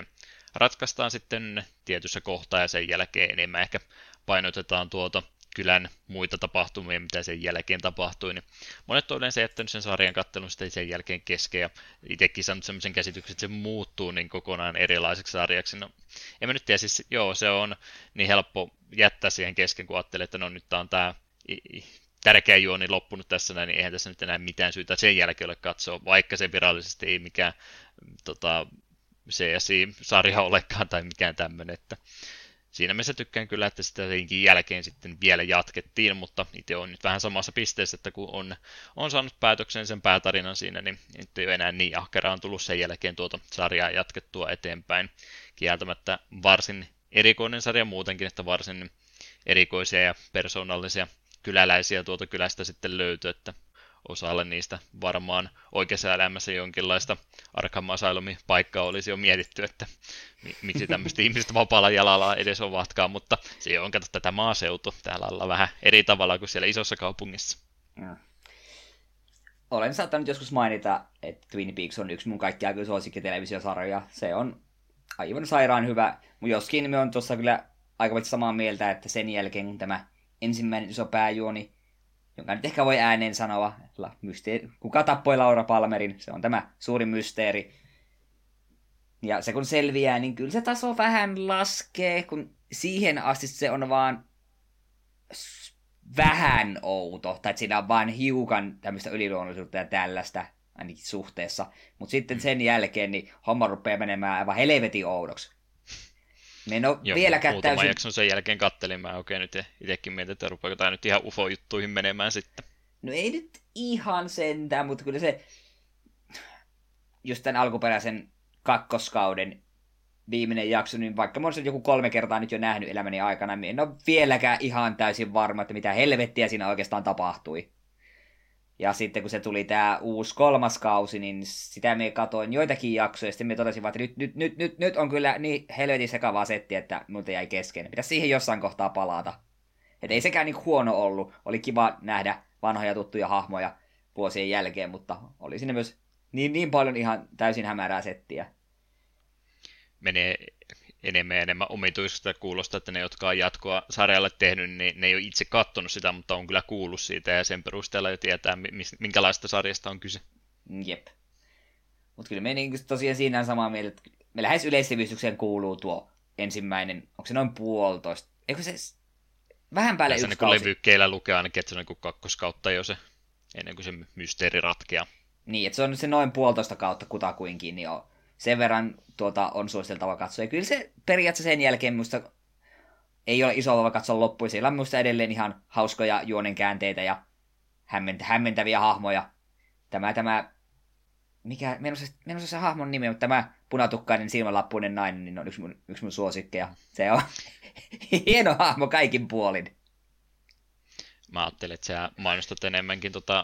ratkaistaan sitten tietyssä kohtaa ja sen jälkeen enemmän ehkä painotetaan tuota kylän muita tapahtumia, mitä sen jälkeen tapahtui, niin monet on yleensä jättänyt sen sarjan kattelun sitten sen jälkeen kesken, ja itsekin saanut sellaisen käsityksen, että se muuttuu niin kokonaan erilaiseksi sarjaksi. No, en mä nyt tiedä, siis joo, se on niin helppo jättää siihen kesken, kun ajattelee, että no nyt tää on tää tärkeä juoni loppunut tässä näin, niin eihän tässä nyt enää mitään syytä sen jälkeen ole katsoa, vaikka se virallisesti ei mikään tota, C S I-sarja olekaan tai mikään tämmöinen, että siinä mielessä tykkään kyllä, että sitä senkin jälkeen sitten vielä jatkettiin, mutta itse on nyt vähän samassa pisteessä, että kun on, on saanut päätöksen sen päätarinan siinä, niin nyt ei ole enää niin ahkeraan tullut sen jälkeen tuota sarjaa jatkettua eteenpäin. Kieltämättä varsin erikoinen sarja muutenkin, että varsin erikoisia ja persoonallisia kyläläisiä tuolta kylästä sitten löytyy, että osalle niistä varmaan oikeassa elämässä jonkinlaista Arkham Asylumin paikkaa olisi jo mietitty, että miksi tämmöistä ihmiset vapaalla jalalla edes ovatkaan, mutta se on, kato, tätä maaseutu. Täällä ollaan vähän eri tavalla kuin siellä isossa kaupungissa. Mm. Olen saattanut joskus mainita, että Twin Peaks on yksi mun kaikki aikojen suosikkitelevisiosarjoja. Se on aivan sairaan hyvä, mutta joskin me on tuossa kyllä aika samaa mieltä, että sen jälkeen kun tämä ensimmäinen iso pääjuoni, jonka nyt ehkä voi ääneen sanoa, mysteeri, kuka tappoi Laura Palmerin, se on tämä suuri mysteeri. Ja se kun selviää, niin kyllä se taso vähän laskee, kun siihen asti se on vaan vähän outo, tai että siinä on vaan hiukan tämmöistä yliluonnollisuutta ja tällaista, ainakin suhteessa. Mutta sitten sen jälkeen niin homma rupeaa menemään aivan helvetin oudoksi. Me en ole Joo, vieläkään muutama täysin... jakson sen jälkeen kattelin, mä oikein nyt itsekin mietin, että rupeako tämä nyt ihan ufo-juttuihin menemään sitten. No ei nyt ihan sentään, mutta kyllä se just tämän alkuperäisen kakkoskauden viimeinen jakso, niin vaikka mä olen sen joku kolme kertaa nyt jo nähnyt elämäni aikana, niin en ole vieläkään ihan täysin varma, että mitä helvettiä siinä oikeastaan tapahtui. Ja sitten kun se tuli tämä uusi kolmas kausi, niin sitä me katoin joitakin jaksoja, ja sitten me totesin, että nyt, nyt, nyt, nyt, nyt on kyllä niin helvetin sekavaa settiä, että minulta jäi kesken. Pitäisi siihen jossain kohtaa palata. Että ei sekään niin huono ollut. Oli kiva nähdä vanhoja tuttuja hahmoja vuosien jälkeen, mutta oli siinä myös niin, niin paljon ihan täysin hämärää settiä. Menee enemmän ja enemmän omituista kuulosta, että ne, jotka on jatkoa sarjalle tehnyt, niin ne ei ole itse katsonut sitä, mutta on kyllä kuullut siitä ja sen perusteella jo tietää, minkälaista sarjasta on kyse. Jep. Mutta kyllä me niin tosiaan siinä on samaa mieltä, että me lähes yleissivistykseen kuuluu tuo ensimmäinen, onko se noin puolitoista, eikö se vähän päälle yksi yksi kausi? kausi? Levykkeillä lukee ainakin, että se on niin kakkoskautta jo se, ennen kuin se mysteeri ratkeaa. Niin, että se on se noin puolitoista kautta kutakuinkin, niin on. Sen verran tuota, on suositeltava katsoa. Ja kyllä se periaatteessa sen jälkeen minusta ei ole iso vaiva katsoa loppuun. Siellä on minusta edelleen ihan hauskoja juonenkäänteitä ja hämmentä, hämmentäviä hahmoja. Tämä, tämä, mikä, minä en osaa se hahmon nimi, mutta tämä punatukkainen silmälappuinen nainen niin on yksi mun, yksi mun suosikkeja. Se on hieno hahmo kaikin puolin. Mä ajattelin, että sä mainostat enemmänkin tota,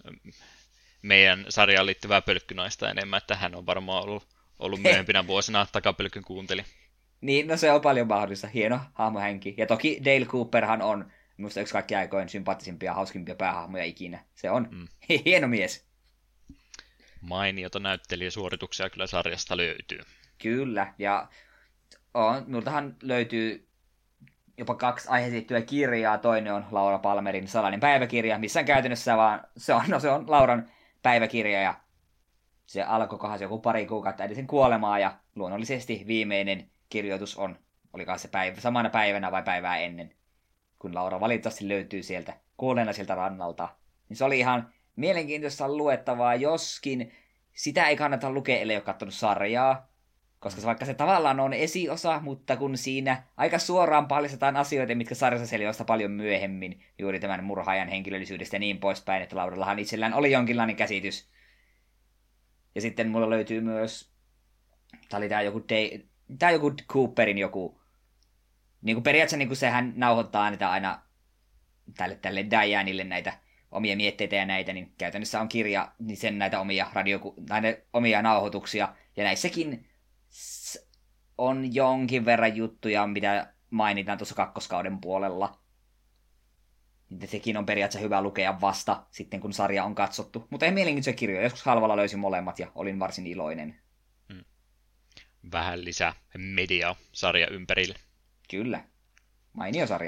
meidän sarjaan liittyvää pölkkynaista enemmän, että hän on varmaan ollut, ollut myöhempinä vuosina takapölkyn kuunteli. Niin, no se on paljon mahdollista. Hieno hahmohänki. Ja toki Dale Cooperhan on minusta yksi kaikki aikojen sympaattisimpia ja hauskimpia päähahmoja ikinä. Se on mm. hieno mies. Mainiota näyttelijäsuorituksia kyllä sarjasta löytyy. Kyllä, ja on, minultahan löytyy jopa kaksi aiheeseen liittyvää kirjaa. Toinen on Laura Palmerin salainen päiväkirja, missä on käytännössä vaan, se on, no se on Lauran päiväkirja, ja se alkoikohan se joku pari kuukautta ennen sen kuolemaa, ja luonnollisesti viimeinen kirjoitus on, olikohan se päivä, samana päivänä vai päivää ennen, kun Laura valitettavasti löytyy sieltä kuolleena sieltä rannalta. Niin se oli ihan mielenkiintoista luettavaa, joskin sitä ei kannata lukea, ellei ole katsonut sarjaa, koska se, vaikka se tavallaan on esiosa, mutta kun siinä aika suoraan paljastetaan asioita, mitkä sarjassa selviää paljon myöhemmin, juuri tämän murhaajan henkilöllisyydestä ja niin poispäin, että Laurallahan itsellään oli jonkinlainen käsitys. Ja sitten mulla löytyy myös, tää oli tää joku, Day, tää joku Cooperin joku, niin kuin periaatteessa niin kuin sehän nauhoittaa niitä aina tälle, tälle Dianelle näitä omia mietteitä ja näitä, niin käytännössä on kirja, niin sen näitä omia, radio, näitä omia nauhoituksia, ja näissäkin on jonkin verran juttuja, mitä mainitaan tuossa kakkoskauden puolella. Sekin on periaatteessa hyvä lukea vasta sitten, kun sarja on katsottu. Mutta ei mielenkiintoisia kirjoja. Joskus halvalla löysin molemmat ja olin varsin iloinen. vähän lisää mediaa sarja ympärille. Kyllä, mainio sarja.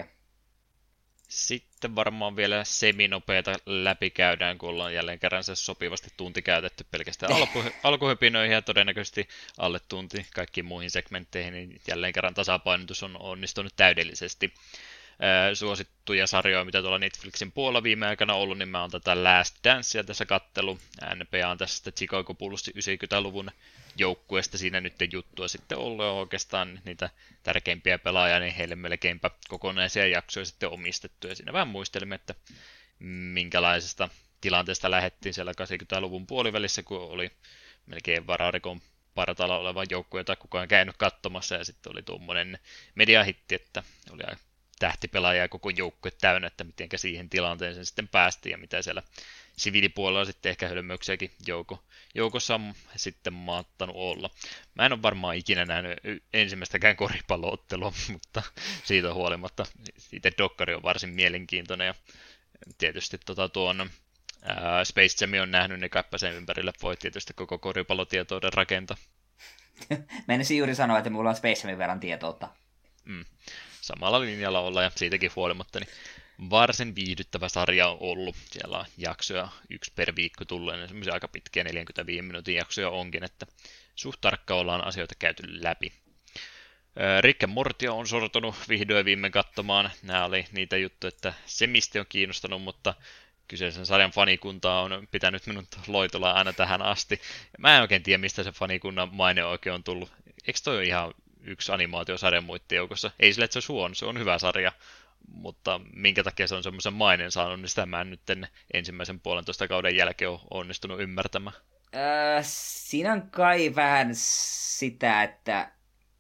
Sitten varmaan vielä seminopeita läpikäydään, kun ollaan jälleen kerran se sopivasti tunti käytetty pelkästään alku, alkuhypinoihin ja todennäköisesti alle tunti kaikkiin muihin segmentteihin, niin jälleen kerran tasapainotus on onnistunut täydellisesti. Suosittuja sarjoja, mitä tuolla Netflixin puolella viime aikana ollut, niin mä oon tätä Last Dancea tässä kattelu. N B A on tässä Chicago Bulls yhdeksänkymmentäluvun joukkueesta siinä nyt juttua sitten ollut oikeastaan niitä tärkeimpiä pelaajia, niin heille melkeinpä kokonaisia jaksoja sitten omistettu. Ja siinä vähän muistelimme, että minkälaisesta tilanteesta lähdettiin siellä kahdeksankymmentäluvun puolivälissä, kun oli melkein vararikon partaalla oleva joukkue, jota kukaan käynyt katsomassa, ja sitten oli tuommoinen mediahitti, että oli tähtipelaajia ja koko joukkue täynnä, että miten siihen tilanteeseen sitten päästiin ja mitä siellä siviilipuolella sitten ehkä hölmöyksiäkin jouko, joukossa on sitten maattanut olla. Mä en ole varmaan ikinä nähnyt ensimmäistäkään koripalloottelua, mutta siitä huolimatta siitä dokkari on varsin mielenkiintoinen ja tietysti tota tuon ää, Space Jam on nähnyt, niin kaipa sen ympärille voi tietysti koko koripallotietouden rakentaa. Menisin juuri sanoa, että mulla on Space Jamin verran tietoutta. Mm. Samalla linjalla olla ja siitäkin huolimatta, niin varsin viihdyttävä sarja on ollut. Siellä on jaksoja yksi per viikko tullut, ja semmoisia aika pitkiä neljäkymmentäviisi minuutin jaksoja onkin, että suht tarkka ollaan asioita käyty läpi. Rick and Morty on sortunut vihdoin viimein katsomaan. Nämä oli niitä juttuja, että se mistä on kiinnostanut, mutta kyseisen sarjan fanikuntaa on pitänyt minut loitolla aina tähän asti. Mä en oikein tiedä, mistä se fanikunnan maine oikein on tullut. Eikö toi ole ihan yksi animaatiosarjan muiden joukossa? Ei sille, että se on huono, se on hyvä sarja, mutta minkä takia se on semmoisen mainen saanut, niin sitä mä en nyt ensimmäisen puolentoista kauden jälkeen ole onnistunut ymmärtämään. Öö, siinä on kai vähän sitä, että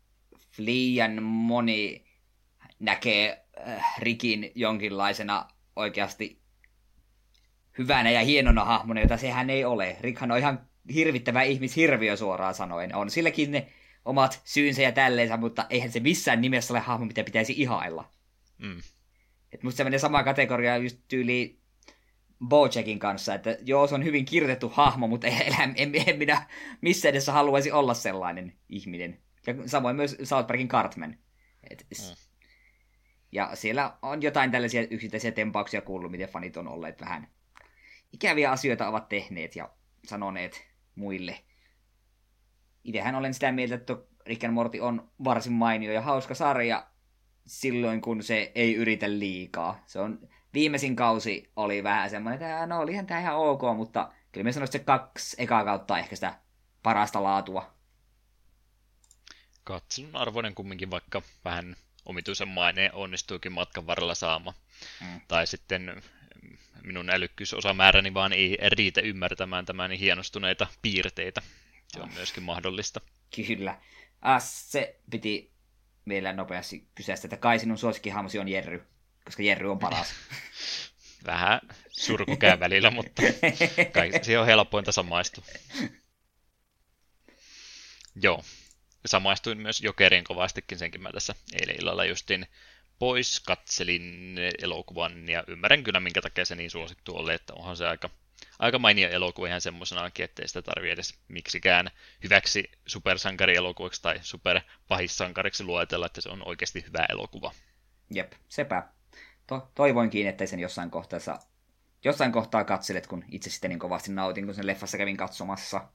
liian moni näkee äh, Rickin jonkinlaisena oikeasti hyvänä ja hienona hahmona, jota sehän ei ole. Rickhan on ihan hirvittävä ihmishirviö suoraan sanoen. On silläkin ne omat syynsä ja tälleensä, mutta eihän se missään nimessä ole hahmo, mitä pitäisi ihailla. Mm. Et musta se menee samaan kategoriaan just tyyliin Bojackin kanssa, että joo, se on hyvin kirjoitettu hahmo, mutta en, en, en minä missään edessä haluaisi olla sellainen ihminen. Ja samoin myös South Parkin Cartman. Et, mm. Ja siellä on jotain tällaisia yksittäisiä tempauksia kuullut, miten fanit on olleet vähän ikäviä asioita ovat tehneet ja sanoneet muille. Itsehän olen sitä mieltä, että Rick and Morty on varsin mainio ja hauska sarja silloin, kun se ei yritä liikaa. Se on, viimeisin kausi oli vähän semmoinen, että no olihan tämä ihan ok, mutta kyllä mä sanoisin, että se kaksi ekaa kautta ehkä sitä parasta laatua. Katselun arvoinen kumminkin, vaikka vähän omituisen maineen onnistuikin matkan varrella saamaan. Mm. Tai sitten minun älykkyysosamääräni vaan ei riitä ymmärtämään tämän hienostuneita piirteitä. Se on myöskin mahdollista. Kyllä. Ah, se piti vielä nopeasti kysäistä, että kai sinun suosikkihahmosi on Jerry, koska Jerry on paras. Vähän surku käy välillä, mutta kai siihen on helpointa samaistua. Joo. Samaistuin myös Jokeriin kovastikin, senkin mä tässä eilen illalla justiin pois katselin elokuvan ja ymmärrän kyllä, minkä takia se niin suosittu oli, että onhan se aika, aika mainio elokuva ihan semmoisenaankin, ettei sitä tarvitse edes miksikään hyväksi supersankarielokuvaksi tai superpahissankariksi luetella, että se on oikeasti hyvä elokuva. Jep, sepä. To- toivoinkin, ettei sen jossain kohtaa, jossain kohtaa katselet, kun itse sitten niin kovasti nautin, kun sen leffassa kävin katsomassa.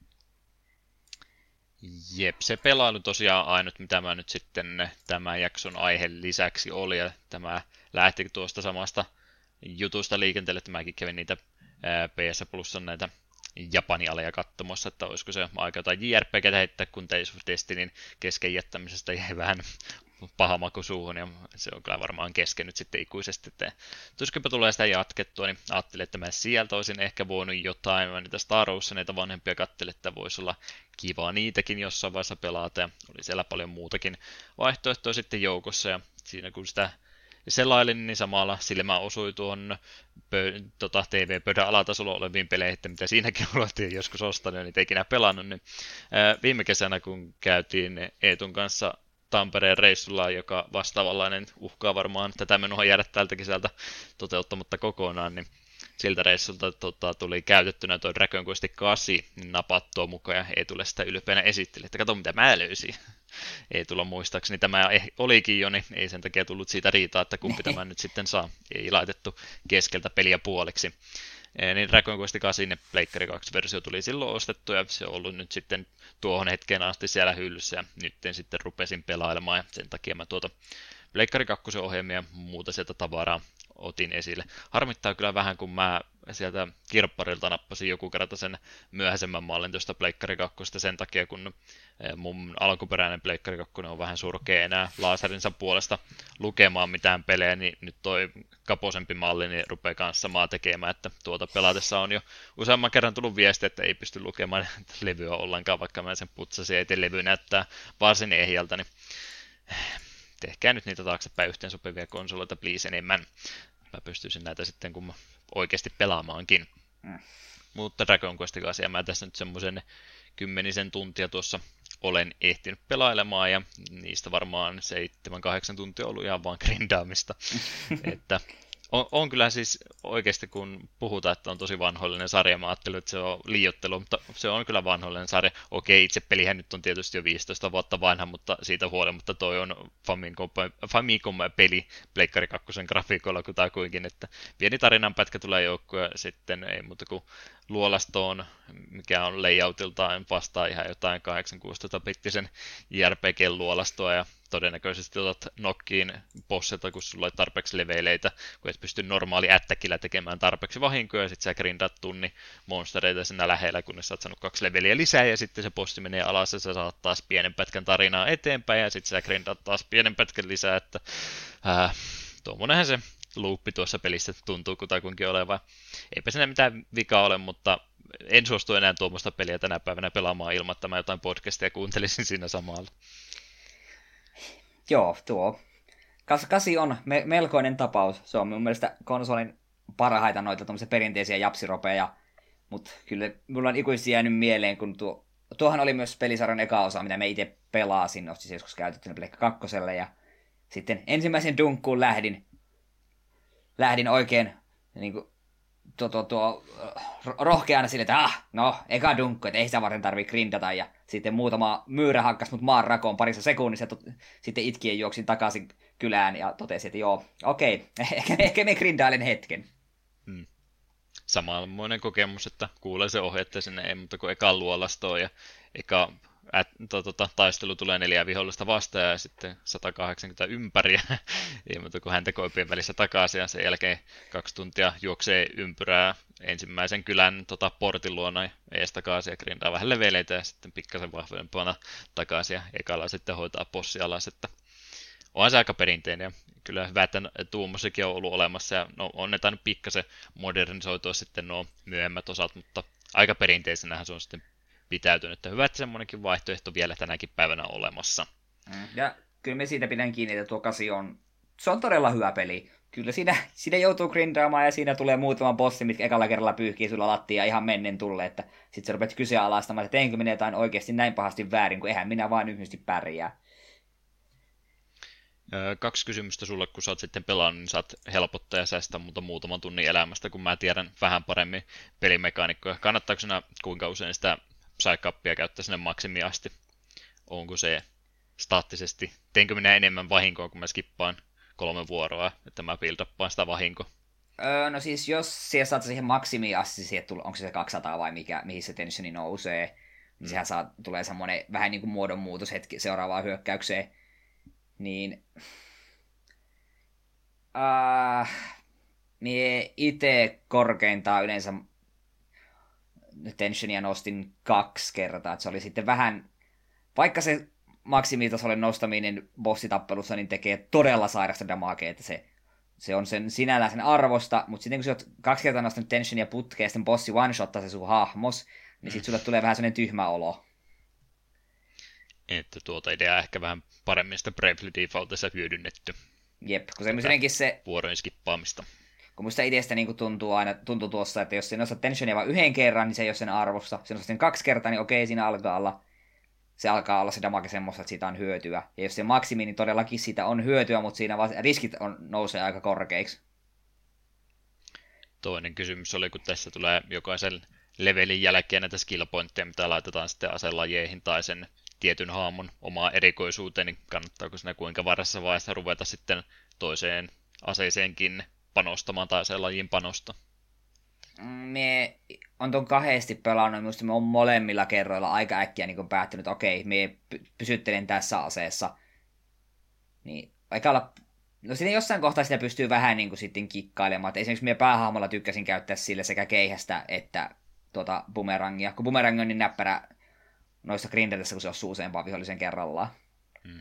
Jep, se pelailu tosiaan ainut, mitä mä nyt sitten tämän jakson aiheen lisäksi oli, ja tämä lähti tuosta samasta jutusta liikenteelle, että mäkin kävin niitä P S Plusan näitä Japani-aleja katsomassa, että olisiko se aika jotain J R P G:tä heittää, kun Days of Destinyn kesken jättämisestä jäi vähän paha maku suuhun, ja se on kyllä varmaan kesken nyt sitten ikuisesti, että tuskinpä tulee sitä jatkettua, niin ajattelin, että mä sieltä olisin ehkä voinut jotain, mä niitä Star Warsia, näitä vanhempia katselin, että voisi olla kiva niitäkin jossain vaiheessa pelata, ja oli siellä paljon muutakin vaihtoehtoja sitten joukossa, ja siinä kun sitä selailin, niin samalla silmä osui tuon pö- tota, T V-pöydän alatasolla oleviin peleihin, että mitä siinäkin oltiin joskus ostanut, ja niitä ikinä pelannut, niin ää, viime kesänä, kun käytiin Eetun kanssa Tampereen reissulla, joka vastaavanlainen uhkaa varmaan tätä menoa jäädä tältä kesältä toteuttamatta kokonaan, niin siltä reissulta tota, tuli käytettynä tuo Dragon Quest kahdeksan, niin napattua mukaan ja ei tule sitä ylpeänä esitteli, että kato mitä mä löysin. Ei tulla muistaakseni, tämä olikin jo, niin ei sen takia tullut siitä riitaa, että kumpi tämä nyt sitten saa. Ei laitettu keskeltä peliä puoliksi. E, niin Dragon Quest kahdeksan ja Pleikkari kaksi-versio tuli silloin ostettu, ja se on ollut nyt sitten tuohon hetkeen asti siellä hyllyssä, ja nyt sitten rupesin pelailemaan, ja sen takia mä tuota Pleikkari kaksi ohjelmia ja muuta sieltä tavaraa otin esille. Harmittaa kyllä vähän, kun mä sieltä kirpparilta nappasin joku kerta sen myöhäisemmän mallin tuosta Pleikkari kaksi sen takia, kun mun alkuperäinen Pleikkari kaksi on vähän surkea enää laaserinsa puolesta lukemaan mitään pelejä, niin nyt toi kaposempi malli niin rupeaa kanssa samaa tekemään, että tuota pelatessa on jo useamman kerran tullut viesti, että ei pysty lukemaan levyä ollenkaan, vaikka mä sen putsasin, että levy näyttää varsin ehjältä, niin tehkää nyt niitä taaksepäin yhteensopivia konsoleita, please, enemmän. Mä pystyisin näitä sitten kun mä oikeasti pelaamaankin. Mm. Mutta Dragon Quest kahdeksan, mä tässä nyt semmoisen kymmenisen tuntia tuossa olen ehtinyt pelailemaan, ja niistä varmaan seitsemän kahdeksan tuntia on ollut ihan vaan grindaamista. Että on, on kyllä siis oikeasti, kun puhutaan, että on tosi vanhoillinen sarja, mä ajattelin, että se on liioittelu, mutta se on kyllä vanhoillinen sarja. Okei, itse pelihän nyt on tietysti jo viisitoista vuotta vanha, mutta siitä huolimatta toi on Famicom-peli Pleikkari kaksi grafiikoilla kutakuinkin, että pieni tarinanpätkä tulee joukkoon, ja sitten ei muuta kuin luolastoon, mikä on layoutiltaan vastaa ihan jotain kahdeksansataakuusitoista-bittisen J R P G-luolastoa, ja todennäköisesti otat nokkiin bossilta, kun sulla ei tarpeeksi leveleitä, kun et pysty normaali ättäkillä tekemään tarpeeksi vahinkoa, ja sitten sä grindaat tunni monstereita siinä lähellä, kunnes sä oot saanut kaksi leveliä lisää, ja sitten se bossi menee alas, ja sä saat taas pienen pätkän tarinaa eteenpäin, ja sitten sä grindaat taas pienen pätkän lisää, että äh, tuommoinenhan se luuppi tuossa pelissä tuntuu kutakuinkin olevan. Eipä siinä mitään vikaa ole, mutta en suostu enää tuommoista peliä tänä päivänä pelaamaan ilman, että mä jotain podcastia kuuntelisin siinä samalla. Joo, tuo kasi on me- melkoinen tapaus. Se on mun mielestä konsolin parhaita noita tuommoisia perinteisiä japsiropeja, mutta kyllä mulla on ikuisesti jäänyt mieleen, kun tuo, tuohan oli myös pelisarjan eka osa, mitä me itse pelasin, ostin siis joskus käytettynä Pleikka kakkoselle, ja sitten ensimmäisen dunkkuun lähdin, lähdin oikein niin kuin, tuo, tuo, tuo, rohkeana sille, että ah, no, eka dunkku, että ei sitä varten tarvitse grindata, ja sitten muutama myyrä hakkas mut maan rakoon parissa sekunnissa, tot, sitten itkien juoksin takaisin kylään ja totesin, että joo, okei, ehkä, ehkä me grindailen hetken. Hmm. Samanmoinen kokemus, että kuulee se ohje, että sinne ei muuta kuin eka luolastoon ja eka ät, to, to, to, taistelu tulee neljä vihollista vastaan ja sitten sata kahdeksankymmentä ympäriä, ei muuta kuin häntä koipien välissä takaisin ja sen jälkeen kaksi tuntia juoksee ympyrää ensimmäisen kylän tota, portin luona ees takaisin ja grindaa vähän leveleitä ja sitten pikkasen vahvempana takaisin ja ekalla sitten hoitaa possi alas, että onhan se aika perinteinen ja kyllä hyvä, että tuommoisikin on ollut olemassa ja no, on ne tainnut pikkasen modernisoitua sitten nuo myöhemmät osat, mutta aika perinteisenähän se on sitten pitäytynyt, että hyvä, että semmoinenkin vaihtoehto vielä tänäkin päivänä on olemassa. Ja kyllä me siitä pidän kiinni, että tuo kasi on, se on todella hyvä peli. Kyllä siinä, siinä joutuu grindaamaan ja siinä tulee muutama bossi, mitkä ekalla kerralla pyyhkii sulla lattia ihan mennen tulle, että sit sä rupeat kyseenalaistamaan, että teinkö minä jotain oikeasti näin pahasti väärin, kun eihän minä vain yhdesti pärjää. Kaksi kysymystä sulle, kun sä oot sitten pelannut, niin saat helpottaa ja säästää muuta muutaman tunnin elämästä, kun mä tiedän vähän paremmin pelimekaanikkoja. Kannattaako sinä kuinka usein sitä psykappia käyttää sinne maksimiin asti? Onko se staattisesti? Teinkö minä enemmän vahinkoa, kun mä skippaan kolme vuoroa, että mä build-uppaan sitä vahinkoa? Öö, no siis jos siellä saat siihen maksimiin asti, siihen tull- onko se kaksisataa vai mikä, mihin se tensioni nousee, niin mm. sehän saa, tulee semmoinen vähän niin kuin muodonmuutos hetki seuraavaan hyökkäykseen. Niin äh, mie ite korkeintaan yleensä tensionia nostin kaksi kertaa, että se oli sitten vähän, vaikka se maksimitasolle nostaminen bossitappelussa niin tekee todella sairasta damagea, että se, se on sen sinällään sen arvosta, mutta sitten kun sä oot kaksi kertaa nostanut tensionia putkeen ja sitten bossi one-shottaa se sun hahmos, niin sitten sulle tulee vähän sellainen tyhmä olo. Että tuota ideaa ehkä vähän paremmin sitä Bravely Defaultissa hyödynnetty. Jep, kun semmoisenkin se vuorojen skippaamista. Kun musta ideasta niin tuntuu aina tuntuu tuossa, että jos se nostat tensionia vain yhden kerran, niin se ei ole sen arvossa. Se nostat sen kaksi kertaa, niin okei, siinä alkaa olla, se alkaa olla se damage semmoista, että siitä on hyötyä. Ja jos se maksimi, niin todellakin siitä on hyötyä, mutta siinä vaan riskit on, nousee aika korkeiksi. Toinen kysymys oli, kun tässä tulee jokaisen levelin jälkeen näitä skill pointteja, mitä laitetaan sitten aselajeihin tai sen tietyn haamon omaa erikoisuuteen, niin kannattaako siinä kuinka varassa vaiheessa ruveta sitten toiseen aseeseenkin panostamaan tai aselajin panosta? Me on ton kahdesti pelannut, minusta me on molemmilla kerroilla aika äkkiä niin päättynyt, että okei, me pysyttelen tässä aseessa. Niin, aika olla... No sitten jossain kohtaa sitä pystyy vähän niin kuin sitten kikkailemaan. Että esimerkiksi minä päähahmolla tykkäsin käyttää sille sekä keihästä että tuota bumerangia. Kun bumerangi on niin näppärä noissa grinderissä, kun se osuu useampaan vihollisen kerrallaan. Hmm.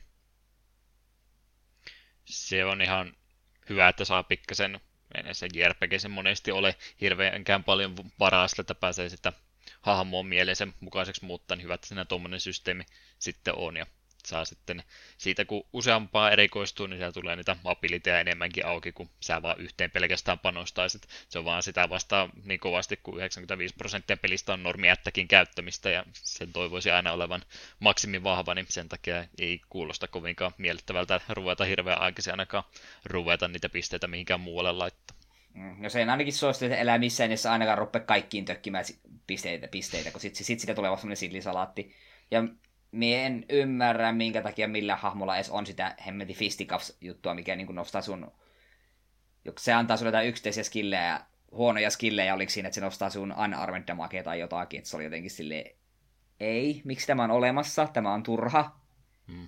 Se on ihan hyvä, että saa pikkasen, en se J R P G se monesti ole hirveänkään paljon varaa sillä, että pääsee sitä hahmoon mieleen sen mukaiseksi muuttaa, niin hyvä, että siinä tuommoinen systeemi sitten on. Ja saa sitten siitä, kun useampaa erikoistuu, niin siellä tulee niitä abiliteja enemmänkin auki, kun sä vaan yhteen pelkästään panostaisit. Se on vaan sitä vastaan niin kovasti, kun yhdeksänkymmentäviisi prosenttia pelistä on normiättäkin käyttämistä, ja sen toivoisi aina olevan maksimin vahva, niin sen takia ei kuulosta kovinkaan miellyttävältä ruveta hirveän aikaisin ainakaan ruveta niitä pisteitä mihinkään muualle laittaa. No se en ainakin suosittele, että elää missään, jossa ainakaan rupea kaikkiin tökkimään pisteitä, pisteitä kun sitten sit siitä tulee vasta semmoinen sillisalaatti. Ja mie en ymmärrä, minkä takia millä hahmolla edes on sitä hemmetin fisticuffs-juttua, mikä niin nostaa sun... Se antaa sulle jotain yksittäisiä skillejä, huonoja skillejä, oliko siinä, että se nostaa sun unarmed damagea tai jotakin, että se oli jotenkin silleen... Ei, miksi tämä on olemassa? Tämä on turha. Hmm.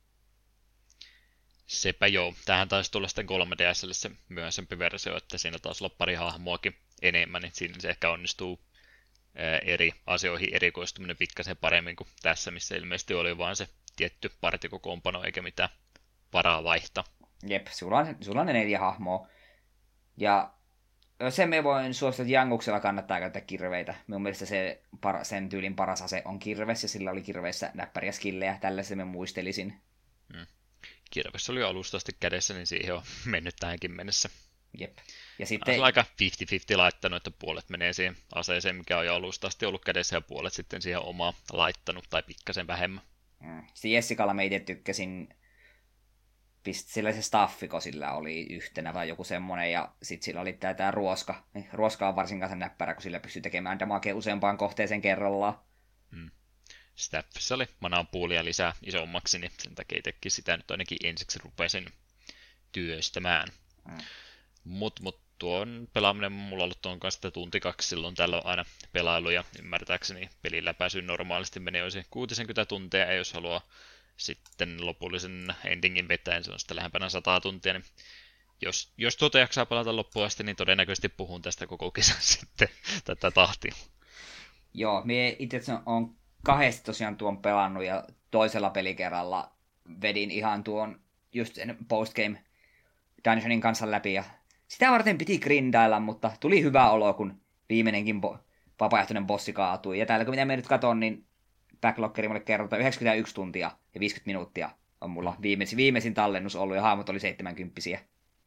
Sepä joo. Tähän taisi tulla sitten kolme D S:lle se myöhäisempi versio, että siinä taisi olla pari hahmoakin enemmän, niin siinä se ehkä onnistuu eri asioihin erikoistuminen pikkasen paremmin kuin tässä, missä ilmeisesti oli vain se tietty partikokoonpano eikä mitään varaa vaihtaa. Jep, sulla on, sulla on ne neljä hahmoa. Ja sen me voin suositella, että Janguksella kannattaa käyttää kirveitä. Minun mielestä se, sen tyylin paras ase on kirves, ja sillä oli kirveissä näppäriä skillejä. Tällaisen me muistelisin. Hmm. Kirves oli alusta asti kädessä, niin siihen on mennyt tähänkin mennessä. Jep. Ja sitten... On aika viisikymmentä viisikymmentä laittanut, että puolet menee siihen aseeseen, mikä on jo alusta asti ollut kädessä, ja puolet sitten siihen omaa laittanut, tai pikkasen vähemmän. Mm. Sitten Jessicalla mä itse tykkäsin, pist... sillä se staffiko sillä oli yhtenä tai joku semmonen, ja sitten sillä oli tää, tää ruoska. Ruoska on varsin kanssa näppärä, kun sillä pystyy tekemään damagea useampaan kohteeseen kerrallaan. Mm. Staffissa oli manaan puulia lisää isommaksi, niin sen takia itsekin sitä nyt ainakin ensiksi rupesin työstämään. Mm. Mut, mut tuon pelaaminen mulla on ollut tuon kanssa tunti kaksi silloin tällöin aina pelailu, ja ymmärtääkseni pelin läpäisy normaalisti menee olisi kuusikymmentä tuntia, ja jos haluaa sitten lopullisen endingin vetäen, se on sitten lähempänä sata tuntia, niin jos, jos tuota jaksaa pelata loppuun asti, niin todennäköisesti puhun tästä koko kesän sitten tätä tahtia. Joo, mie itse on kahdesti tosiaan tuon pelannut, ja toisella pelikerralla vedin ihan tuon just sen postgame dungeonin kanssa läpi, ja sitä varten piti grindailla, mutta tuli hyvä olo, kun viimeinenkin bo- vapaaehtoinen bossi kaatui. Ja täällä kun mitä me nyt katon, niin backloggeri mulle kerrotaan yhdeksänkymmentäyksi tuntia ja viisikymmentä minuuttia on mulla viimeisin, viimeisin tallennus ollut, ja hahmot oli seitsemänkymppisiä.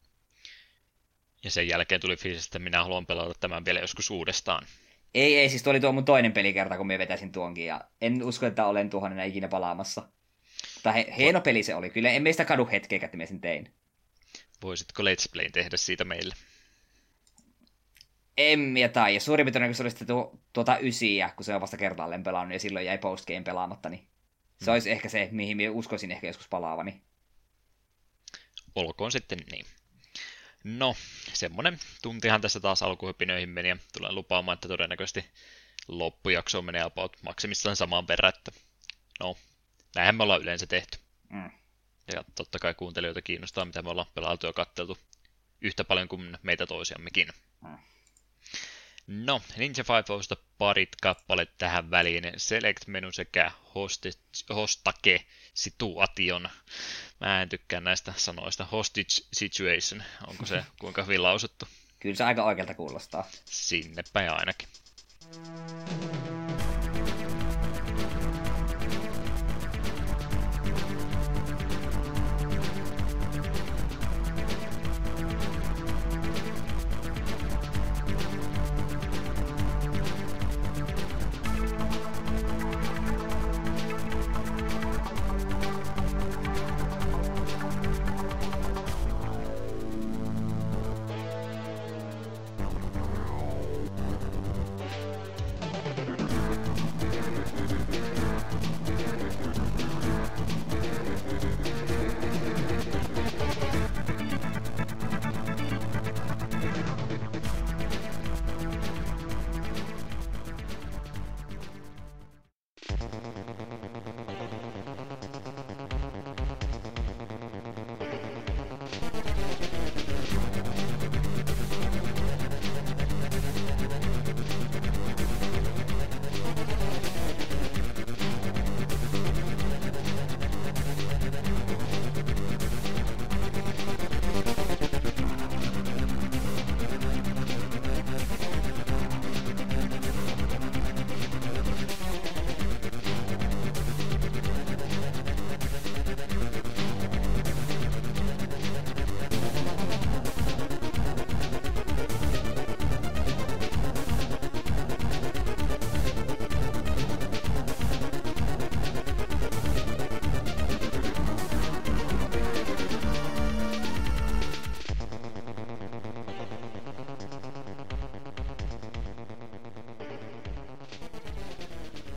Ja sen jälkeen tuli fiilis, että minä haluan pelata tämän vielä joskus uudestaan. Ei, ei, siis tuo oli tuo mun toinen pelikerta, kun me vetäisin tuonkin, ja en usko, että olen tuohon enää ikinä palaamassa. Mutta he, hieno peli se oli, kyllä en meistä kadu hetkeä, että me sen tein. Voisitko Let's Playn tehdä siitä meille? En ja tai, ja suurin piirtein oli sitten tuo, tuota ysiä, kun se on vasta kertaalleen pelannut, ja silloin jäi postgame pelaamatta, niin se hmm. olisi ehkä se, mihin minä uskoisin ehkä joskus palaavani. Olkoon sitten niin. No, semmonen tuntihan tässä taas alkuhypinöihin meni, ja tulen lupaamaan, että todennäköisesti loppujaksoon menee about maksimissaan samaan perään, että no, näinhän me ollaan yleensä tehty. Mm. Ja totta kai kuuntelijoita kiinnostaa, mitä me ollaan pelailtu ja katteltu yhtä paljon kuin meitä toisiammekin. Mm. No, Ninja Five-Osta parit kappaleet tähän väliin. Select-menu sekä hostage, hostake situation. Mä en tykkää näistä sanoista. Hostage situation. Onko se kuinka hyvin lausuttu? Kyllä se aika oikealta kuulostaa. Sinne päin ainakin.